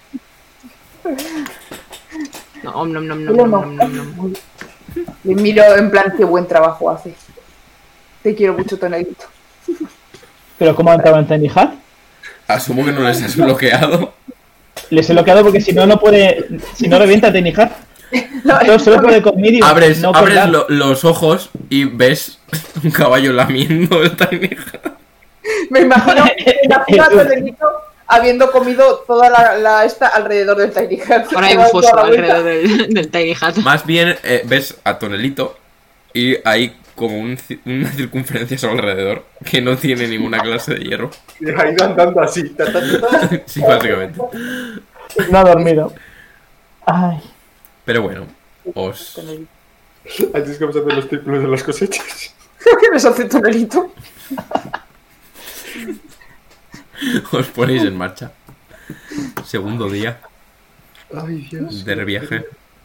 No, om, nom, nom, nom, nom, nom, nom, nom. Le miro en plan, qué buen trabajo hace. Te quiero mucho, Tonelito. Pero ¿cómo ha entrado en Tenijat? Asumo que no les has bloqueado. Les he bloqueado porque si no, no puede. Si no revienta Tenijat. No, solo puede con medium. Abres, no con abres dark. lo- los ojos y ves un caballo lamiendo el Tanijat. Me imagino, me imagino a Tonelito habiendo comido toda la, la esta alrededor del Tiny Hat. Ahora hay un foso alrededor del, del Tiny Hat. Más bien eh, ves a Tonelito y hay como un ci- una circunferencia a su alrededor que no tiene ninguna clase de hierro. Y ha ido andando así. Ta, ta, ta, ta. Sí, básicamente. No ha dormido. Ay. Pero bueno, os... Antes que vamos a hacer los círculos de las cosechas. ¿Qué les hace Tonelito? os ponéis en marcha. Segundo día Ay, Dios. del viaje.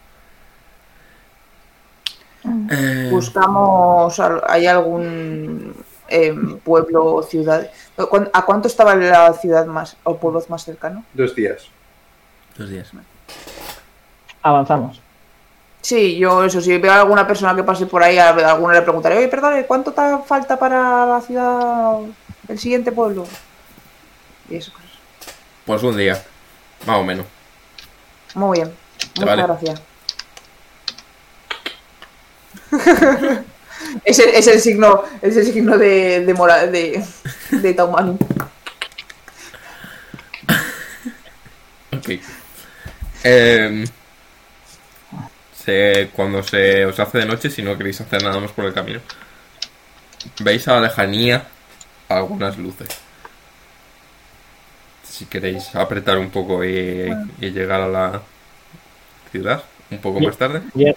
Eh, Buscamos, al- ¿hay algún eh, pueblo o ciudad? ¿Cuán- ¿A cuánto estaba la ciudad más o pueblo más cercano? Dos días. dos días. Avanzamos. Sí, yo eso, si veo a alguna persona que pase por ahí, a alguna le preguntaré, oye, perdón, ¿cuánto te falta para la ciudad, el siguiente pueblo? Y eso, cosas. Pues un día, más o menos. Muy bien, ¿Te muchas vale? gracias. es, el, es el signo, es el signo de de mora, de, de Taumani. Ok. Eh, se, cuando se os hace de noche, si no queréis hacer nada más por el camino, veis a la lejanía algunas luces. Si queréis apretar un poco y, y llegar a la ciudad un poco más tarde. Bien.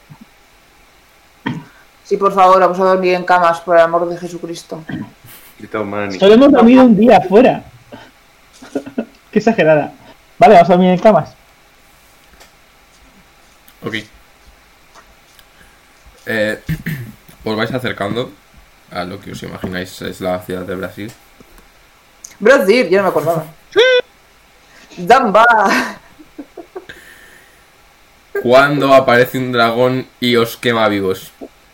Sí, por favor, vamos a dormir en camas, por el amor de Jesucristo. Grita Mani. Solo hemos dormido un día afuera. Qué exagerada. Vale, vamos a dormir en camas. Ok. Eh, os vais acercando a lo que os imagináis es la ciudad de Brasil. Brasil, yo no me acordaba. Damba. Cuando aparece un dragón y os quema vivos.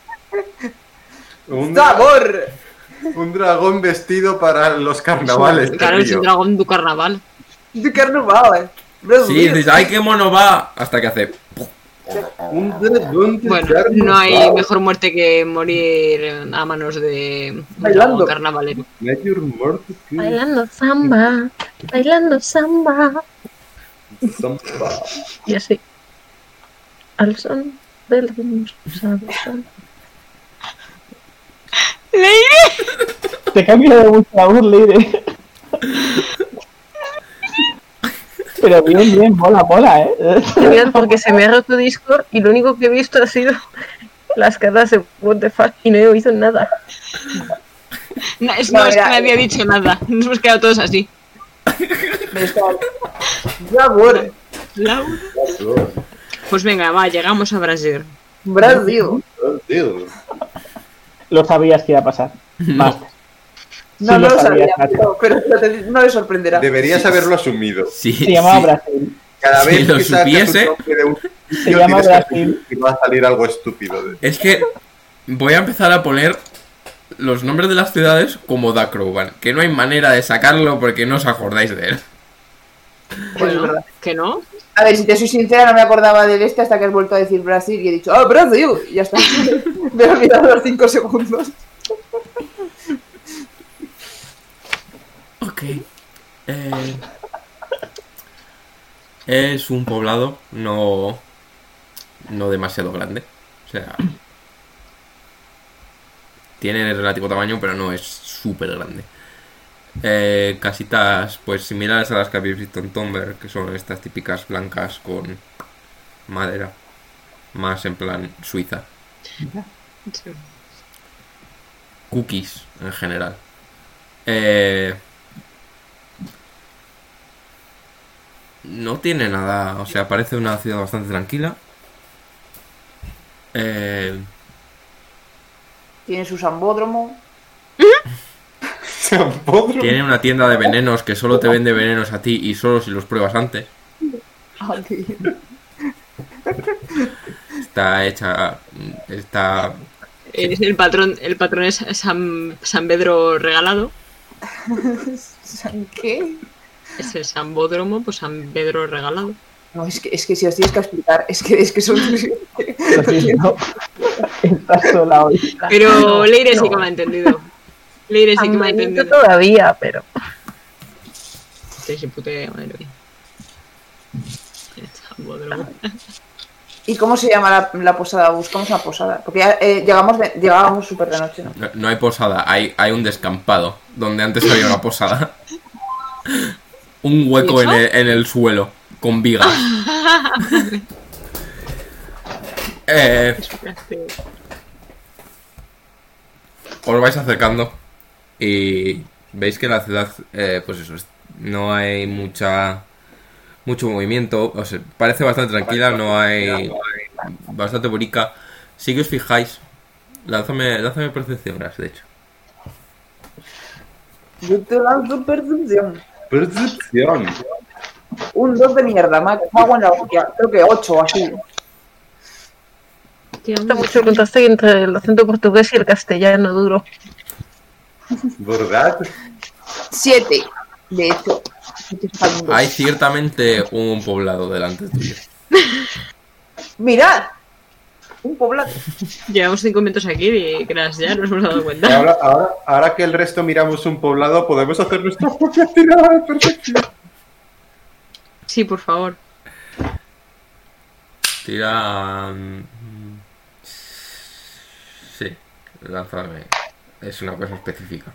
Un, dra- ¡Sabor! un dragón vestido para los carnavales. de Claro, es Río. un dragón du carnaval. De carnaval. Brasil. Sí, dices, ¡ay, qué mono va! Hasta que hace... Un dragón de Bueno, carnaval. no hay mejor muerte que morir a manos de un Bailando. dragón carnavalero. Mayor muerte que Bailando samba, bailando samba. Zampa. Y así. Al son del ritmo sabroso. Te cambia de mucho la voz, Leire. Pero bien, bien, mola, mola, eh. Mirad, porque se me ha roto Discord y lo único que he visto ha sido las caras de what the fuck y no he oído nada. No, es, No, no, es que era- nadie ha dicho nada. Nos hemos quedado todos así. Me está... Ya, bueno. Laura. Pues venga, va, llegamos a Brasil. Brasil. Tío. Lo sabías que iba a pasar. Basta. No, Sí, no lo lo sabía, sabía. pero, pero- pero no le sorprenderá. Deberías haberlo asumido. Sí, Se llamaba sí. Brasil. Cada Si vez lo que sacas supiese- un nombre de un Se sitio, llama tienes que Brasil. asumir que va a salir algo estúpido. de- Es que voy a empezar a poner los nombres de las ciudades como Dakroban, que no hay manera de sacarlo porque no os acordáis de él. es Bueno, verdad. que no. A ver, si te soy sincera, no me acordaba del este hasta que has vuelto a decir Brasil y he dicho, ¡ah, Brasil! Y ya está. Me he olvidado los cinco segundos. Ok. Eh, es un poblado no, no demasiado grande. O sea, tiene relativo tamaño, pero no es súper grande. Eh, casitas pues similares a las que habéis visto en Tomber, que son estas típicas blancas con madera, más en plan Suiza. Cookies en general. Eh, no tiene nada, o sea, parece una ciudad bastante tranquila. Eh, Tiene su sambódromo. Zampodro. tiene una tienda de venenos que solo te vende venenos a ti y solo si los pruebas antes. Ah, qué bien. Está hecha, está Es el patrón, el patrón es San, San Pedro regalado. ¿Qué? Es el Sambódromo, pues San Pedro regalado. No, es que, es que si os tienes que explicar, es que, es que son... Lo siento. Estás sola hoy. Pero Leire sí no. que me ha entendido. Leire sí que me ha Amanito entendido. todavía, pero Sí, sí, puta idea, madre mía. El Sambódromo. ¿Y cómo se llama la, la posada? Buscamos una posada. Porque ya, eh, llegamos de- llegábamos súper de noche, ¿no? no, no hay posada, hay, hay un descampado donde antes había una posada. Un hueco en el, en el suelo con vigas. eh, os vais acercando y veis que la ciudad, eh, pues eso, es- no hay mucha mucho movimiento, o sea, parece bastante tranquila, no hay bastante bonita. Sí que os fijáis, lánzame, lánzame percepciones, de hecho. Yo te lanzo percepción. Percepción. Un dos de mierda, me cago en la hostia. Creo que ocho o así. está mucho el contraste entre el acento portugués y el castellano duro. ¿Verdad? Siete, de hecho. Hay ciertamente un poblado delante tuyo. Mirad. Un poblado. Llevamos cinco minutos aquí y creas ya nos hemos dado Y cuenta. ahora, ahora, ahora que el resto miramos un poblado, podemos hacer nuestra propia tirada de percepción. Sí, por favor. Tira... mm, Sí, lánzame. Es una cosa específica.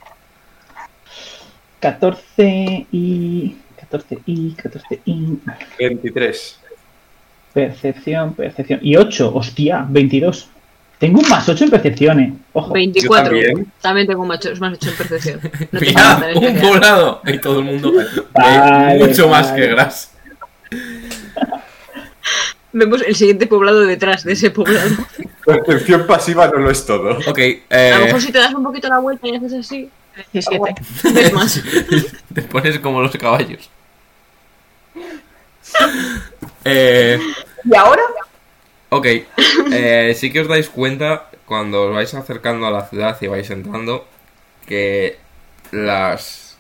catorce y... catorce y... catorce y... veintitrés. Percepción, percepción. Y ocho, hostia, veintidós. Tengo un más ocho en percepción, eh. Ojo. veinticuatro. Yo también. También tengo machos, más ocho en percepción. No te ¡Mira! preocupes, ¡Un que- poblado! Y todo el mundo ve Vale, mucho más vale. que Gras. Vemos el siguiente poblado detrás de ese poblado. Percepción pasiva no lo es todo. Ok, A lo eh... mejor si te das un poquito la vuelta y haces así, diecisiete. ves más. te pones como los caballos. Eh... ¿Y ahora? Ok, eh, sí que os dais cuenta cuando os vais acercando a la ciudad y vais entrando que las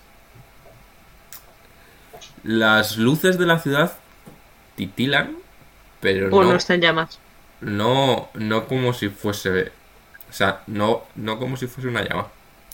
las luces de la ciudad titilan, pero O no no, está en llamas. no no como si fuese, o sea, no no como si fuese una llama.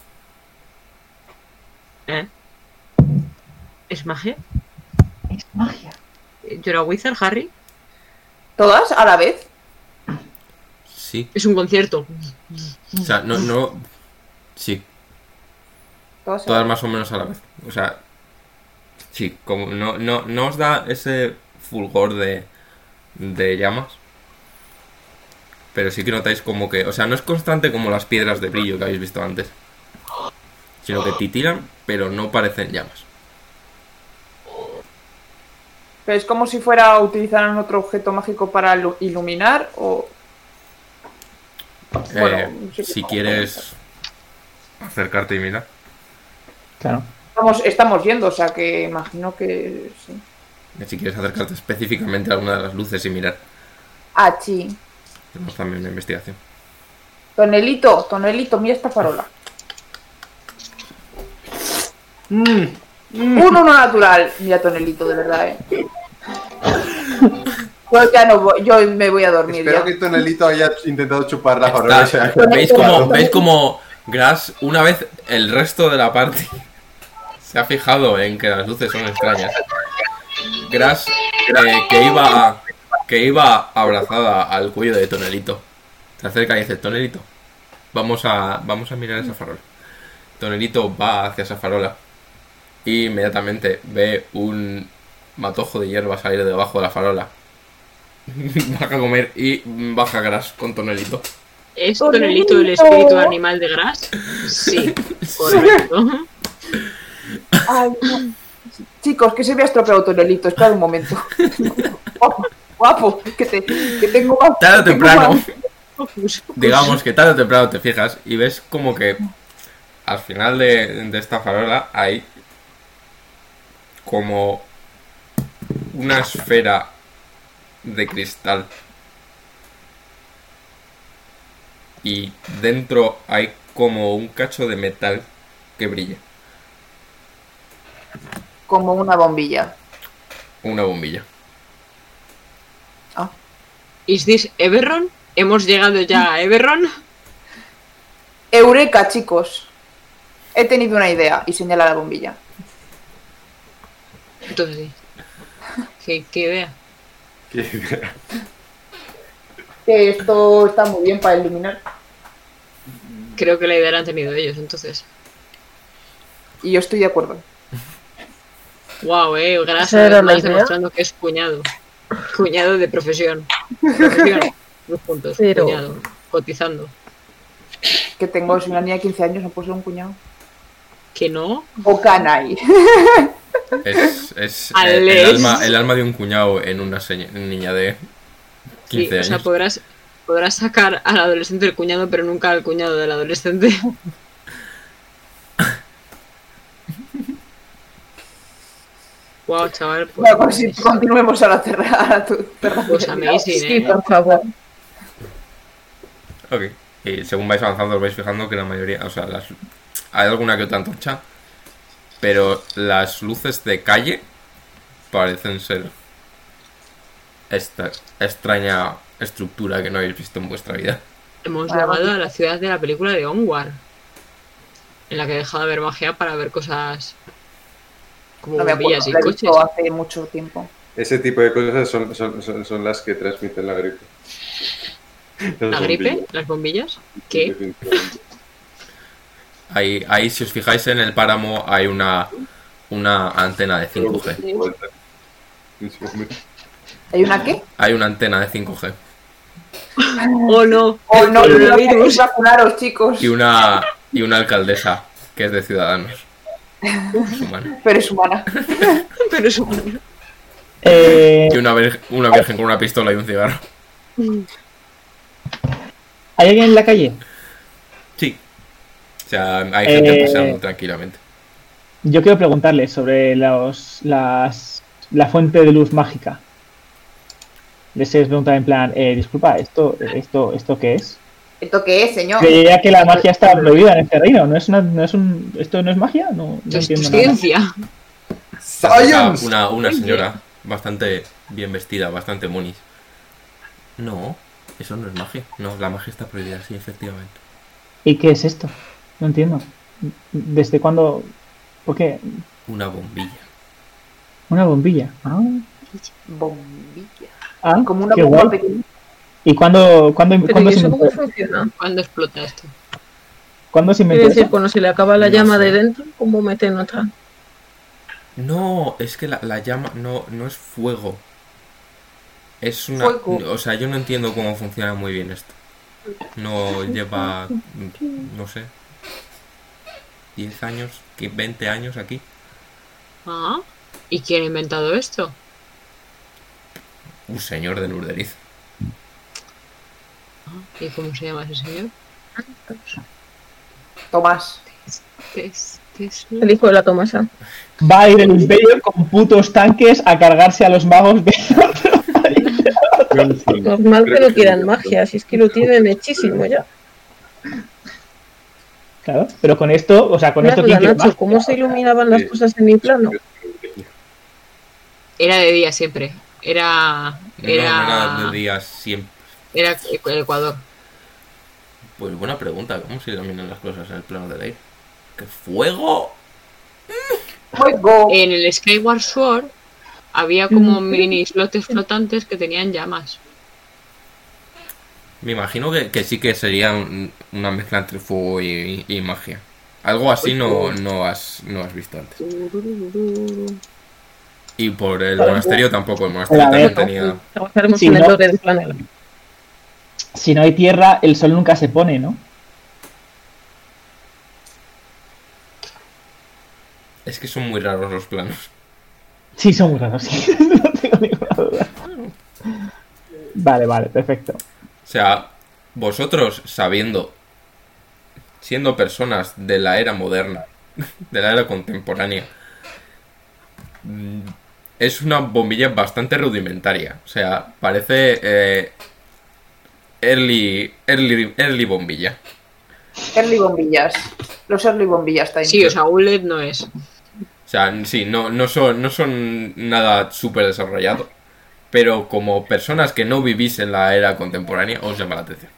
¿Eh? ¿Es magia? Es magia. ¿Yo era Wizard, Harry? ¿Todas a la vez? Sí, Es un concierto. o sea, no no sí, Todas a la todas vez. más o menos a la vez. O sea, sí, como no, no, no os da ese fulgor de, de llamas, Pero sí que notáis como que... O sea, no es constante como las piedras de brillo que habéis visto antes. Sino que titilan, pero no parecen llamas. Pero es como si fuera a utilizar otro objeto mágico para ilu- iluminar o... Eh, Bueno, sí que si no, quieres acercarte y mirar. Claro. Estamos, estamos yendo, o sea que imagino que sí. Si quieres acercarte específicamente a alguna de las luces y mirar. Ah, sí. Tenemos también una investigación. Tonelito, Tonelito, mira esta farola. Mm, Un uno natural. Mira, Tonelito, de verdad, eh. Yo ya no voy, yo me voy a dormir Espero ya. que Tonelito haya intentado chupar la farola. Está- y se haya- ¿Veis como, ¿Veis como Grass, una vez el resto de la parte se ha fijado en que las luces son extrañas? Grass, eh, que iba que iba abrazada al cuello de Tonelito, se acerca y dice: Tonelito, vamos a, vamos a mirar esa farola. Tonelito va hacia esa farola y inmediatamente ve un matojo de hierba salir de debajo de la farola. Baja a comer y baja Grass con Tonelito. ¿Es Tonelito el espíritu animal de Grass? Sí, correcto. Ay, no. Chicos, que se me ha estropeado Tonelito, espera un momento. Guapo, guapo, que, te, que tengo más. Tarde o tengo temprano, más- digamos que tarde o temprano te fijas y ves como que al final de, de esta farola hay como una esfera de cristal y dentro hay como un cacho de metal que brilla, Como una bombilla. una bombilla. ¿Is this Eberron? ¿Hemos llegado ya a Eberron? Eureka, chicos. He tenido una idea y señala la bombilla. Entonces, ¿qué, qué idea? Que esto está muy bien para iluminar. Creo que la idea la han tenido ellos, entonces. Y yo estoy de acuerdo. Wow, eh, gracias ¿Esa era la además idea? demostrando que es cuñado. Cuñado de profesión. Profesión. Dos puntos. Pero- Cuñado. Cotizando. Que tengo, soy una niña de quince años, no puedo ser un cuñado. ¿Que no? O canai. Es, es eh, el, Alex. alma, el alma de un cuñado en una seña- niña de Sí, quince o sea, años. podrás, podrás sacar al adolescente del cuñado, pero nunca al cuñado del adolescente. Wow, chaval. Pues, Bueno, pues sí, continuemos a la terra. A la tu- terra pues amazing, Sí, eh. por favor. Ok. Y según vais avanzando os vais fijando que la mayoría, o sea, las, hay alguna que otra antorcha, pero las luces de calle parecen ser esta extraña estructura que no habéis visto en vuestra vida. Hemos Vale, llegado vale. a la ciudad de la película de Onward, en la que he dejado de ver magia para ver cosas como No me acuerdo, bombillas y la he coches. visto hace mucho tiempo. Ese tipo de cosas son, son, son, son las que transmiten la gripe. Las ¿La gripe? bombillas, ¿Las bombillas? ¿Qué? definitivamente. Ahí, ahí, si os fijáis en el páramo, hay una, una antena de cinco G. Un segundo. ¿Hay una qué? Hay una antena de cinco G. ¡Oh, no! Oh, no, no Coronavirus. queréis vacunaros, chicos. Y una, y una alcaldesa que es de Ciudadanos. Es humana. Pero es humana. Pero es un... Eh, Y una, vir- una virgen con una pistola y un cigarro. ¿Hay alguien en la calle? Sí. O sea, hay gente Eh, paseando tranquilamente. Yo quiero preguntarle sobre los, las, la fuente de luz mágica. Les he preguntado en plan, eh, disculpa, ¿esto, esto, ¿esto qué es? ¿Esto qué es, señor? Creía que la magia está prohibida en este reino. ¿No es una, no es un, ¿Esto no es magia? No, no Esto es entiendo nada. ciencia. Se acerca ¡Science! Una, una señora bastante bien vestida, bastante monis. No, eso no es magia. No, la magia está prohibida, sí, efectivamente. ¿Y qué es esto? No entiendo. ¿Desde cuándo? ¿Por qué? Una bombilla. Una bombilla. Ah, Bombilla. ah Como una qué bomba guay. pequeña. ¿Y cuándo, cuándo, Pero cuándo ¿y se eso inventó? cómo funciona? ¿Cuándo explota esto? ¿Cuándo se Quiero inventó decir, eso? cuando se le acaba la No llama sé. de dentro, ¿cómo meten otra? No, es que la, la llama no, no es fuego. Es una... Fuego. O sea, yo no entiendo cómo funciona muy bien esto. No lleva, no sé, diez años, veinte años aquí. Ah, ¿y quién ha inventado esto? Un señor de Lurderiz. ¿Y cómo se llama ese señor? Tomás. Tes- tes- El hijo de la Tomasa. Va a ir el Imperio con putos tanques a cargarse a los magos de Normal que no quieran magia, si es que lo tienen hechísimo ya. Claro, pero con esto, o sea, con Una esto duda, ¿quién quiere Nacho, más? ¿cómo se iluminaban las cosas en mi plano? Era de día siempre. Era. No, Era. no era de días siempre. Era el Ecuador. Pues buena pregunta, ¿cómo se iluminan las cosas en el plano del aire? ¿Qué fuego? Fuego. En el Skyward Sword había como mini islotes flotantes que tenían llamas. Me imagino que, que sí que sería un- una mezcla entre fuego y, y magia. Algo así no, no, has, no has visto antes. Y por el monasterio tampoco, el monasterio A ver, también tenía... Trabajaremos Sí, en el ¿no? lore del planeta. Si no hay tierra, el sol nunca se pone, ¿no? Es que son muy raros los planos. Sí, son muy raros, sí. No tengo ninguna duda. Vale, vale, perfecto. O sea, vosotros sabiendo, siendo personas de la era moderna, de la era contemporánea, mm, es una bombilla bastante rudimentaria. O sea, parece eh, early, early, early bombilla. Early bombillas. Los early bombillas también. Sí, o sea, un L E D no es. O sea, sí, no, no, son, no son nada súper desarrollado. Pero como personas que no vivís en la era contemporánea, os llama la atención.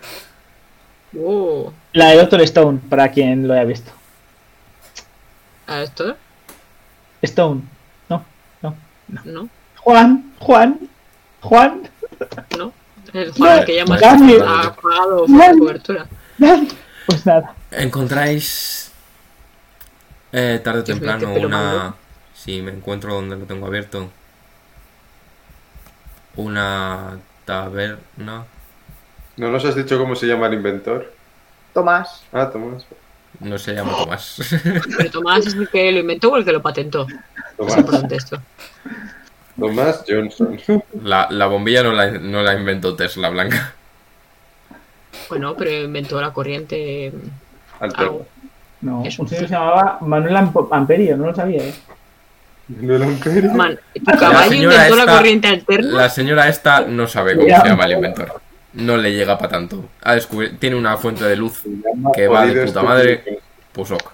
Uh, La de Doctor Stone, para quien lo haya visto. ¿a esto? Stone. No, no. No, Juan, Juan, Juan. no. El Juan, el que llamas, Dame. ha apagado Dame. la cobertura. Pues nada. Encontráis eh, tarde o Dios mío, temprano qué pelo una... malo. Si me encuentro donde lo tengo abierto. Una taberna. ¿No nos has dicho cómo se llama el inventor? Tomás. Ah, Tomás. No se llama Tomás. Pero Tomás es el que lo inventó o el que lo patentó. Es Tomás, importante esto. Tomás Johnson. La, la bombilla no la, no la inventó Tesla Blanca. Bueno, pero inventó la corriente. Alterno. Algo. No, Eso. un señor que se llamaba Manuel Amp- Amperio, no lo sabía, ¿eh? ¿No era un imperio? Man, tu caballo señora inventó la esta- corriente alterna. La señora esta no sabe cómo Ya. se llama el inventor. No le llega para tanto. Ha descubierto, tiene una fuente de luz Se llama que va de Jodido puta Estúpido. madre. Pues ok.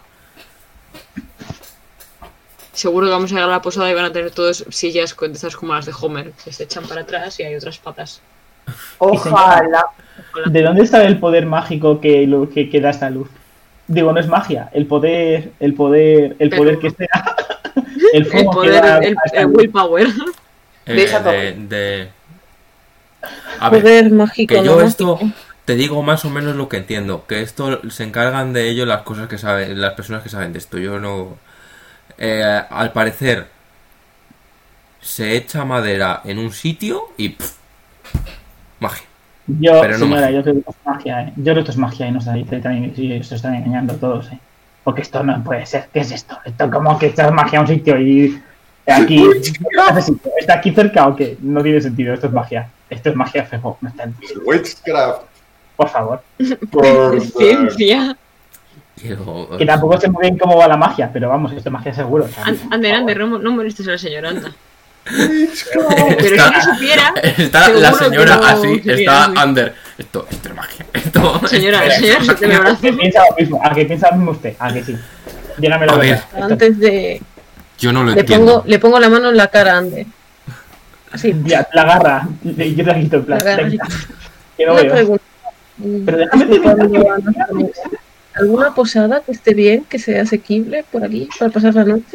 Seguro que vamos a llegar a la posada y van a tener todas sillas con estas como las de Homer, que se echan para atrás y hay otras patas. Ojalá. ¿De dónde está el poder mágico que, lo, que, que da esta luz? Digo, no es magia, el poder, el poder, el Pero- poder que sea. El El fuego que poder, da el, a esta el luz. willpower. Eh, De esa de, de- A ver, Poder mágico, que no yo mágico. esto te digo más o menos lo que entiendo. Que esto se encargan de ello las cosas que saben, las personas que saben de esto. Yo no. Eh, al parecer se echa madera en un sitio y pff, magia. Yo, Pero no señora, magia. yo creo que esto es magia, ¿eh? Yo creo que esto es magia y nos están, sí, se están engañando todos, ¿eh? Porque esto no puede ser. ¿Qué es esto? Esto como que echas magia a un sitio y aquí... ¿Está aquí cerca o qué? No tiene sentido, esto es magia. Esto es magia fijo. No está- Witchcraft. Por favor. Por Ciencia. Quiero- Que tampoco sé muy bien cómo va la magia, pero vamos, esto es magia seguro. o sea, An- por Ander, favor. Ander, no, no molestes a la señora, anda. Está- Pero si no supiera, Está seguro la que señora no así, supiera, está sí. under. Esto, esto es magia. Esto, señora, esto- señora, se te me ¿A abrazo. que piensa lo mismo? ¿A que piensa lo mismo usted? ¿A que sí? Dígame la A verdad. ver. Esto- Antes de... Yo no lo Le entiendo. pongo, le pongo la mano en la cara a Ander. Así. Ya, la agarra. Y yo te la quito en plan. La agarra. venga, Que no Una veo. pregunta. Pero déjame Cuando terminar. van a salir, ¿alguna posada que esté bien, que sea asequible por aquí para pasar la noche?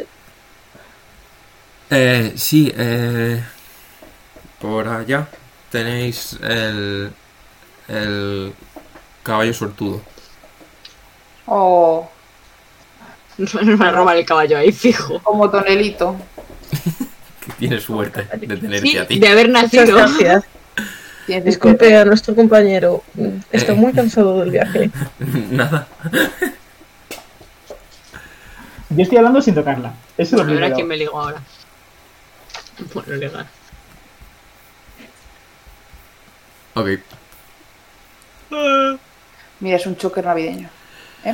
Eh, sí, eh, por allá tenéis el, el caballo sortudo. Oh, Nos van a robar el caballo ahí, fijo. como Tonelito. Que tiene suerte de tenerte Sí, a ti. de haber Muchas nacido. gracias. Tienes Disculpe a nuestro compañero. Estoy muy cansado del viaje. Nada. Yo estoy hablando sin tocarla. Eso es lo Bueno, ahora primero. quién me ligo ahora. Bueno, legal. Ok. Mira, es un choker navideño. ¿Eh?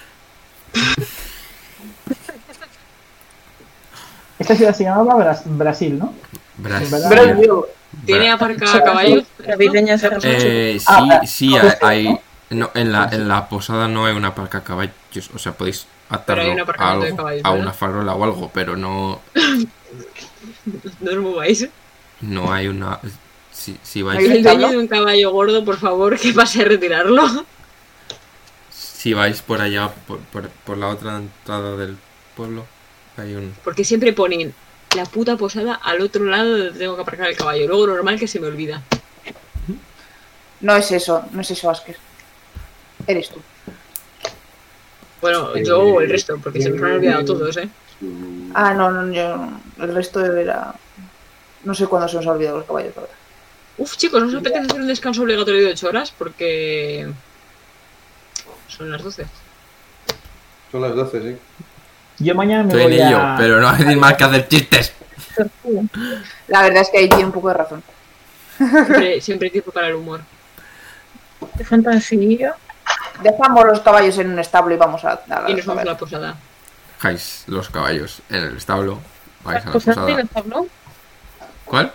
Esta ciudad se llamaba Bras- Brasil, ¿no? Brasil. Brasil. ¿Tiene Bra- aparcado caballos? Navideñas eran Eh, sí, Ah, sí, hay, hay- no, en la, en la posada no hay una parca caballos, o sea, podéis Pero hay un atarlo a, aparcamiento de algo, caballos, a ¿verdad? una farola o algo, pero no, No os mováis. no hay una... Si, si ¿Hay vais, un El dueño establo? de un caballo gordo, por favor, que pase a retirarlo. si vais por allá, por, por, por la otra entrada del pueblo, hay un... Porque siempre ponen la puta posada al otro lado donde tengo que aparcar el caballo. Luego normal que se me olvida. No es eso, no es eso, Asker. Eres tú. Bueno, yo o el resto, porque se me han olvidado todos, ¿eh? Ah, no, no, yo. El resto era. No sé cuándo se nos ha olvidado los caballos, la verdad. Uf, chicos, ¿no os apetece hacer un descanso obligatorio de ocho horas? Porque... son las doce. Son las doce, sí. Yo mañana me Estoy en voy ello, a... pero no hay más que hacer chistes. La verdad es que ahí tiene un poco de razón. Siempre, siempre hay tiempo para el humor. de fantasía. Dejamos los caballos en un establo y vamos a. a, Y nos a vamos a ver. la posada. Dejáis los caballos en el establo, vais a ¿La la posada tiene posada. establo? ¿Cuál?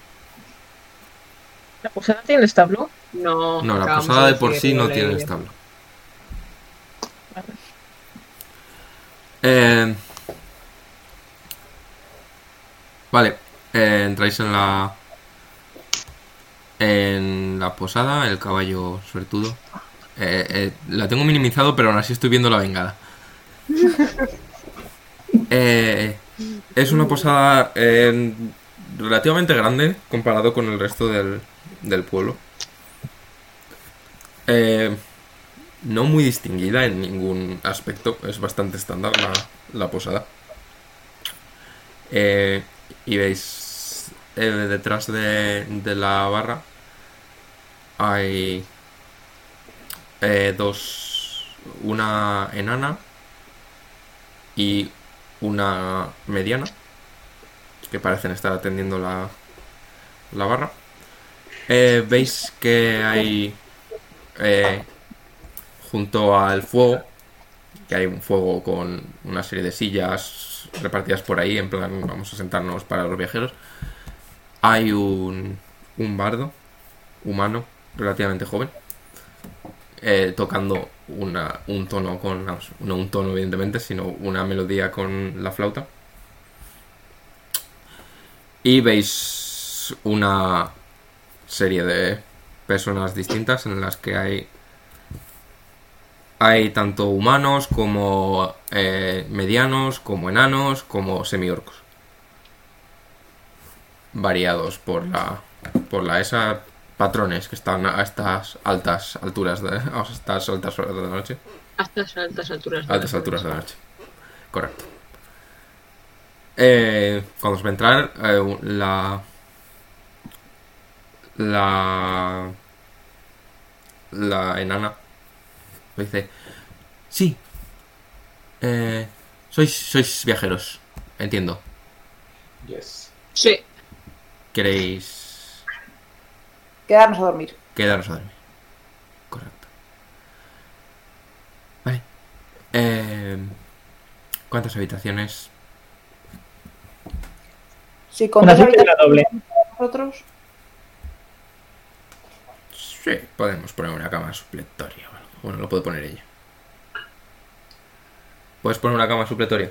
¿La posada tiene establo? No, No, la acabamos posada de decir por sí no la tiene ley. establo. Eh, vale, eh, entráis en la en la posada, el caballo suertudo. Eh, eh, la tengo minimizado, pero aún así estoy viendo la bengala. Eh, es una posada eh, relativamente grande comparado con el resto del, del pueblo. Eh, no muy distinguida en ningún aspecto, es bastante estándar la, la posada. Eh, y veis eh, detrás de, de la barra hay eh, dos, una enana y una mediana que parecen estar atendiendo la, la barra. Eh, veis que hay eh, junto al fuego, que hay un fuego con una serie de sillas repartidas por ahí, en plan vamos a sentarnos para los viajeros. Hay un, un bardo humano relativamente joven eh, tocando una, un tono con, vamos, no un tono evidentemente, sino una melodía con la flauta. Y veis una serie de personas distintas en las que hay hay tanto humanos como eh, medianos, como enanos, como semiorcos, variados por la por la esa patrones que están a estas altas alturas de, a estas altas horas de la noche, A estas altas alturas. de altas la alturas de la noche, correcto. Eh, cuando os va a entrar eh, la la la enana dice: sí, eh, sois sois viajeros, entiendo. Yes. Sí. ¿Queréis Quedarnos a dormir. quedaros a dormir? Correcto. Vale. Eh, ¿Cuántas habitaciones? Si con Una dos suite y una doble. habitaciones nosotros. Sí, podemos poner una cama supletoria o algo. Bueno, lo puede poner ella. ¿Puedes poner una cama supletoria?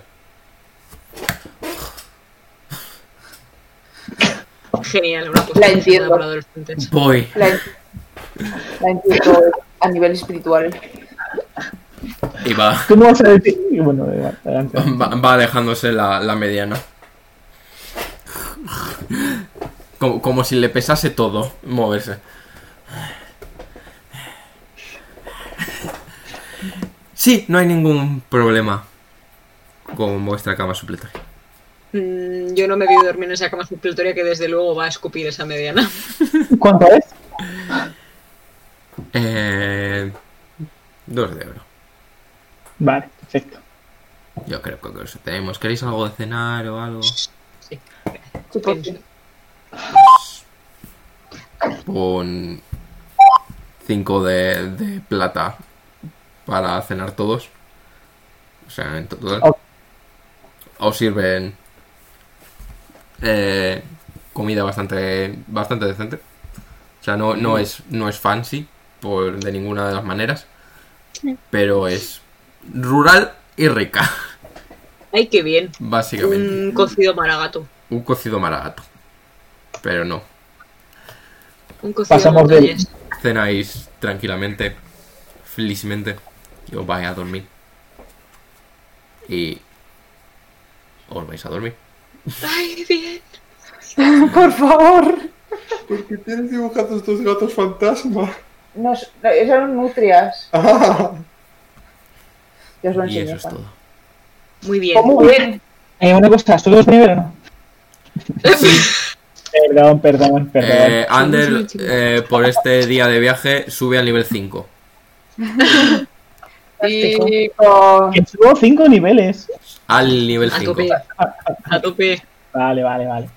Genial, una cosa La entiendo. para adolescentes. Voy. La, la entiendo a nivel espiritual. Y va, ¿Tú no vas a decir? Y bueno, eh, adelante. va, va alejándose la, la mediana. Como, como si le pesase todo moverse. Sí, no hay ningún problema con vuestra cama supletoria. Mm, yo no me voy a dormir en esa cama supletoria que desde luego va a escupir esa mediana. ¿Cuánto es? Eh, dos de oro. Vale, perfecto. Yo creo que con eso tenemos. ¿Queréis algo de cenar o algo? Sí. Sí, por fin. Pon cinco de, de plata para cenar todos. O sea, en total. Ok. Os sirven eh, comida bastante bastante decente. O sea, no, no es no es fancy por de ninguna de las maneras, pero es rural y rica, Ay, qué bien. básicamente. Un cocido maragato. Un cocido maragato. Pero no. Un cocido Pasamos de- montañés. Cenáis tranquilamente, felizmente, y os vais a dormir. Y os vais a dormir. Ay, bien. Por favor. ¿Por qué tienes dibujados estos gatos fantasma? No, no, son nutrias. Ah, Ya os lo Y enseñé. eso es Juan. todo. Muy bien. Oh, muy bien. Eh, una cosa, ¿todos nivel o no? Perdón, perdón, perdón. Eh, Ander, eh, por este día de viaje, sube al nivel cinco. Y Oh, Que subo cinco niveles. Al nivel a cinco. tope. A tope. Vale, vale, vale.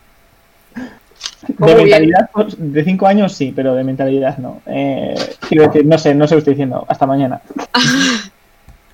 Muy De bien. mentalidad, pues, de cinco años sí, pero de mentalidad no. Eh, quiero decir, no sé, no sé lo que estoy diciendo. Hasta mañana.